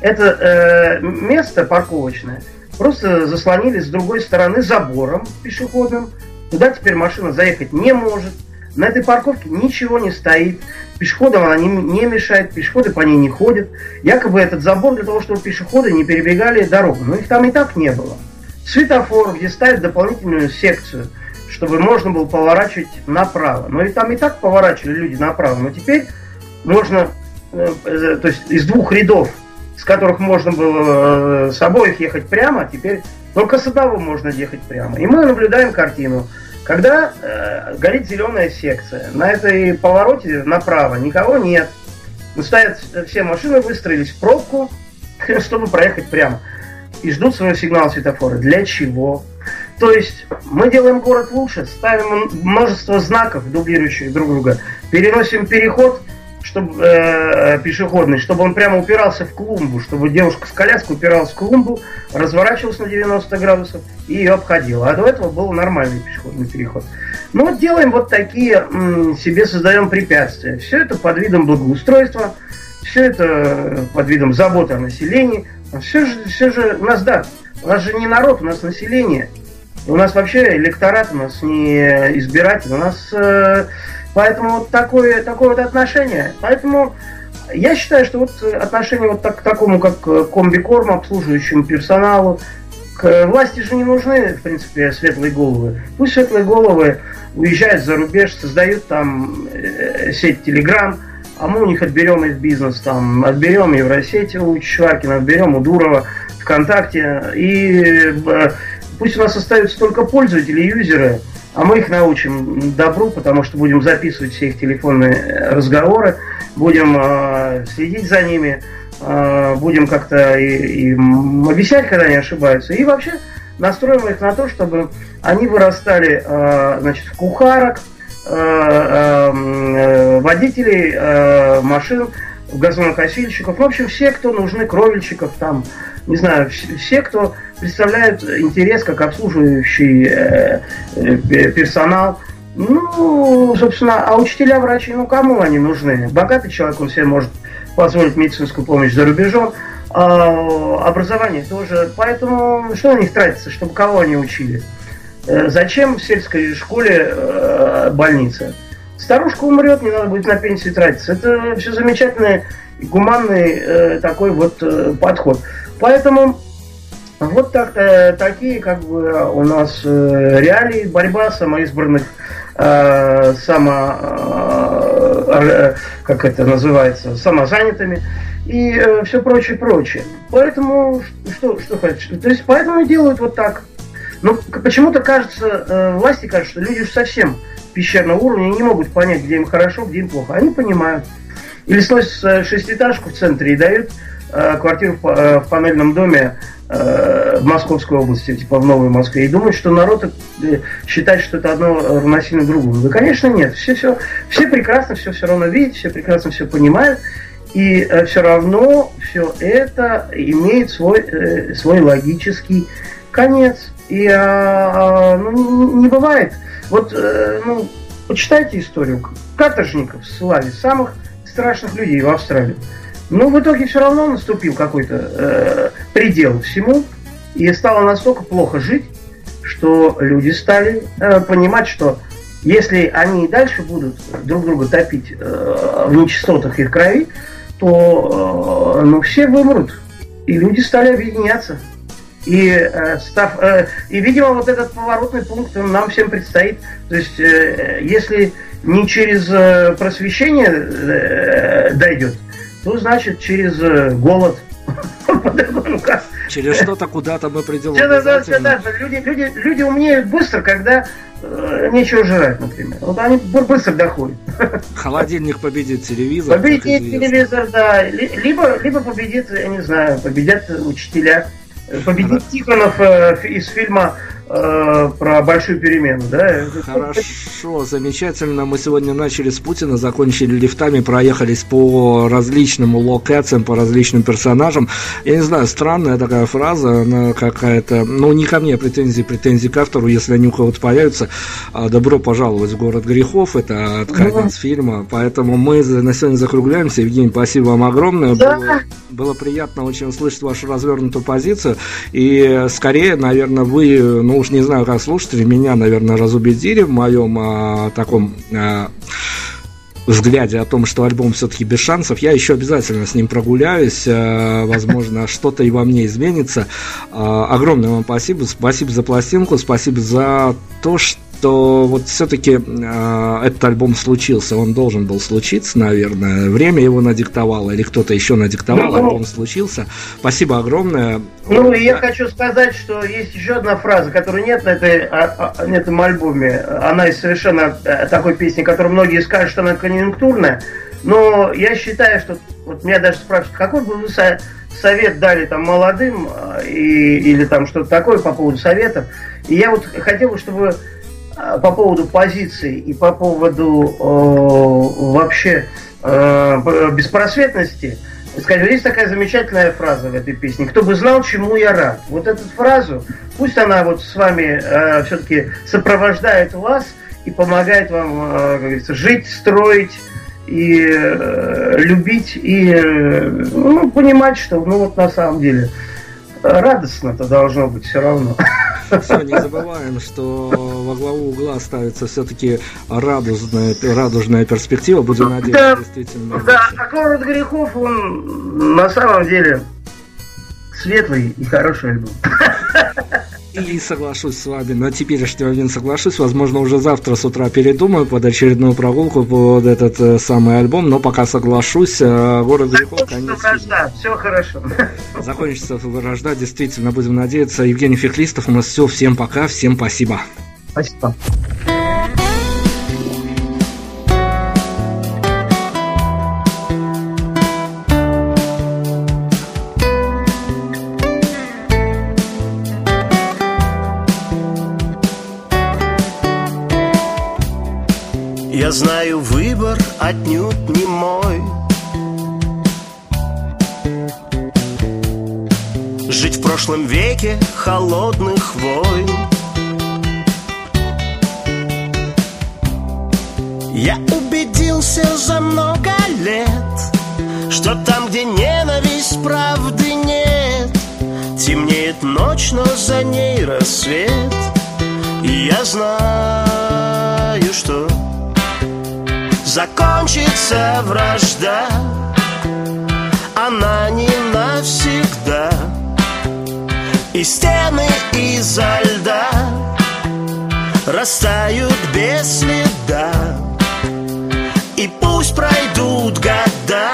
Это место парковочное просто заслонили с другой стороны забором пешеходным. Туда теперь машина заехать не может. На этой парковке ничего не стоит. Пешеходам она не мешает, пешеходы по ней не ходят. Якобы этот забор для того, чтобы пешеходы не перебегали дорогу. Но их там и так не было. Светофор, где ставят дополнительную секцию, чтобы можно было поворачивать направо. Но и там и так поворачивали люди направо. Но теперь можно, то есть из 2 рядов, с которых можно было с обоих ехать прямо, теперь только с одного можно ехать прямо. И мы наблюдаем картину, когда горит зеленая секция. На этой повороте направо никого нет. Стоят все машины, выстроились в пробку, чтобы проехать прямо. И ждут своего сигнала светофора. Для чего? То есть мы делаем город лучше, ставим множество знаков, дублирующих друг друга, переносим переход, чтобы пешеходный, чтобы он прямо упирался в клумбу, чтобы девушка с коляской упиралась в клумбу, разворачивалась на 90 градусов и ее обходила. А до этого был нормальный пешеходный переход. Ну вот делаем вот такие, себе создаем препятствия. Все это под видом благоустройства, все это под видом заботы о населении. Все же у нас, да, у нас же не народ, у нас население. У нас вообще электорат, у нас не избиратель, у нас... Поэтому вот такое вот отношение. Поэтому я считаю, что вот отношение вот к такому, как комбикорм, обслуживающему персоналу, к власти же не нужны, в принципе, светлые головы. Пусть светлые головы уезжают за рубеж, создают там сеть Telegram, а мы у них отберем их бизнес, там, отберем Евросеть у Чичваркина, отберем у Дурова, ВКонтакте, и пусть у нас остаются только пользователи, юзеры, а мы их научим добру, потому что будем записывать все их телефонные разговоры, будем следить за ними, будем как-то им обещать, когда они ошибаются. И вообще настроим их на то, чтобы они вырастали, значит, в кухарок, водителей машин, газонокосильщиков, в общем, все, кто нужны, кровельщиков, там, не знаю, все, кто представляют интерес как обслуживающий персонал. Ну, собственно, а учителя, врачи, ну, кому они нужны? Богатый человек, он себе может позволить медицинскую помощь за рубежом, образование тоже. Поэтому что на них тратится, чтобы кого они учили? Зачем в сельской школе больница? Старушка умрет, не надо будет на пенсию тратиться. Это все замечательный и гуманный такой вот подход. Поэтому вот такие как бы у нас реалии, борьба самоизбранных, как это называется, самозанятыми и все прочее, прочее. Поэтому что хочешь? То есть поэтому и делают вот так. Но почему-то кажется, власти кажется, что люди уж совсем пещерного уровня не могут понять, где им хорошо, где им плохо. Они понимают. Или сносят шестиэтажку в центре и дают квартиру в панельном доме в Московской области, типа в Новой Москве, и думают, что народ считает, что это одно равносильно другому. Да, конечно, нет. Все прекрасно все равно видят, все прекрасно все понимают, и все равно все это имеет свой логический конец. И не бывает. Вот, почитайте историю каторжников ссылали, самых страшных людей в Австралии. Но в итоге все равно наступил какой-то предел всему, и стало настолько плохо жить, что люди стали понимать, что если они и дальше будут друг друга топить в нечистотах их крови, то все вымрут, и люди стали объединяться. И, видимо, вот этот поворотный пункт нам всем предстоит. То есть, если не через просвещение дойдет, то значит через голод. Через что-то куда-то мы придем. Да. Люди умнеют быстро, когда нечего жрать, например. Вот они быстро доходят. Холодильник победит телевизор. Победит телевизор, да. Либо победит, я не знаю, победят учителя. Победит Тихонов из фильма про большую перемену, да? Хорошо, замечательно. Мы сегодня начали с Путина, закончили лифтами, проехались по различным локациям, по различным персонажам. Я не знаю, странная такая фраза, она какая-то, не ко мне претензии к автору, если они у кого-то появятся. Добро пожаловать в город грехов, это конец фильма, поэтому мы на сегодня закругляемся. Евгений, спасибо вам огромное. Да. Было приятно очень услышать вашу развернутую позицию, и скорее, наверное, вы, уж не знаю, как слушатели, меня, наверное, разубедили в моем таком взгляде о том, что альбом все-таки без шансов. Я еще обязательно с ним прогуляюсь, возможно, что-то и во мне изменится. Огромное вам спасибо за пластинку, спасибо за то, что вот все-таки этот альбом случился, он должен был случиться, наверное, время его надиктовало, или кто-то еще надиктовал, альбом случился. Спасибо огромное. Я хочу сказать, что есть еще одна фраза, которой нет на этом альбоме. Она из совершенно такой песни, которую многие скажут, что она конъюнктурная, но я считаю, что вот меня даже спрашивают, какой бы вы совет дали там молодым или там что-то такое по поводу советов. И я вот хотел бы, чтобы по поводу позиций и по поводу вообще беспросветности сказать, есть такая замечательная фраза в этой песне: «Кто бы знал, чему я рад». Вот эту фразу, пусть она вот с вами все-таки сопровождает вас и помогает вам, как говорится, жить, строить и любить, и понимать, что вот на самом деле радостно-то должно быть все равно. Все, не забываем, что во главу угла ставится все-таки радужная перспектива. Будем надеяться, действительно. Да, а город грехов, он на самом деле светлый и хороший альбом. И соглашусь с вами, на теперешний момент соглашусь. Возможно, уже завтра с утра передумаю под очередную прогулку под этот самый альбом, но пока соглашусь. Город грехов, конечно. Все хорошо. Закончится вражда, действительно, будем надеяться. Евгений Феклистов, у нас все. Всем пока, всем спасибо. Спасибо. Я знаю, выбор отнюдь не мой. Жить в прошлом веке холодных войн. Я убедился за много лет, что там, где ненависть, правды нет. Темнеет ночь, но за ней рассвет. И я знаю, что закончится вражда, она не навсегда. И стены изо льда растают без следа, и пусть пройдут года,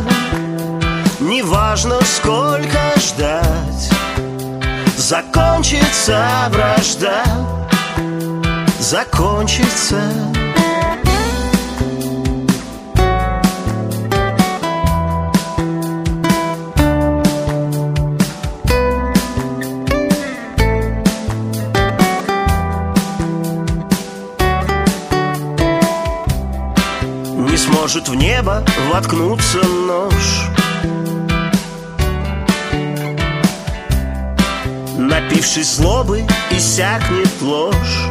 неважно сколько ждать, закончится вражда, закончится. Не сможет в небо воткнуться нож, напившись злобы, иссякнет ложь.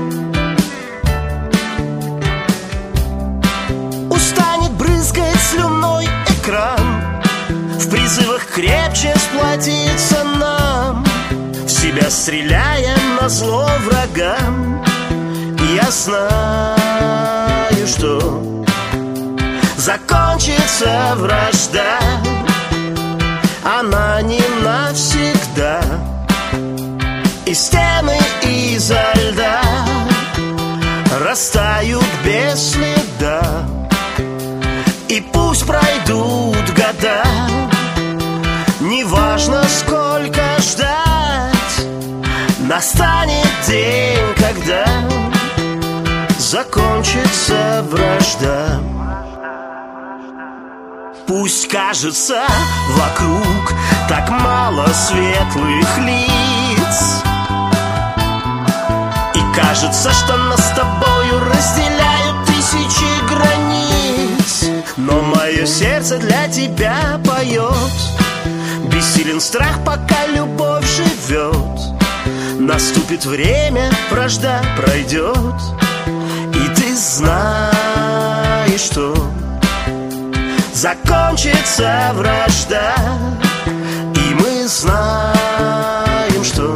Устанет брызгать слюной экран, в призывах крепче сплотиться нам, в себя стреляя назло врагам. Я знаю, что закончится вражда, она не навсегда. И стены изо льда растают без следа, и пусть пройдут года, неважно сколько ждать, настанет день, когда закончится вражда. Пусть кажется вокруг так мало светлых лиц, и кажется, что нас с тобою разделяют тысячи границ, но мое сердце для тебя поет. Бессилен страх, пока любовь живет. Наступит время, вражда пройдет, и ты знаешь, что закончится вражда, и мы знаем, что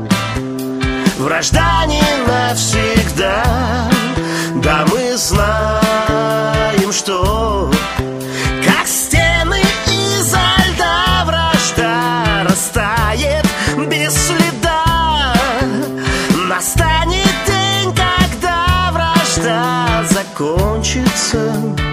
вражда не навсегда. Да, мы знаем, что как стены изо льда вражда растает без следа. Настанет день, когда вражда закончится.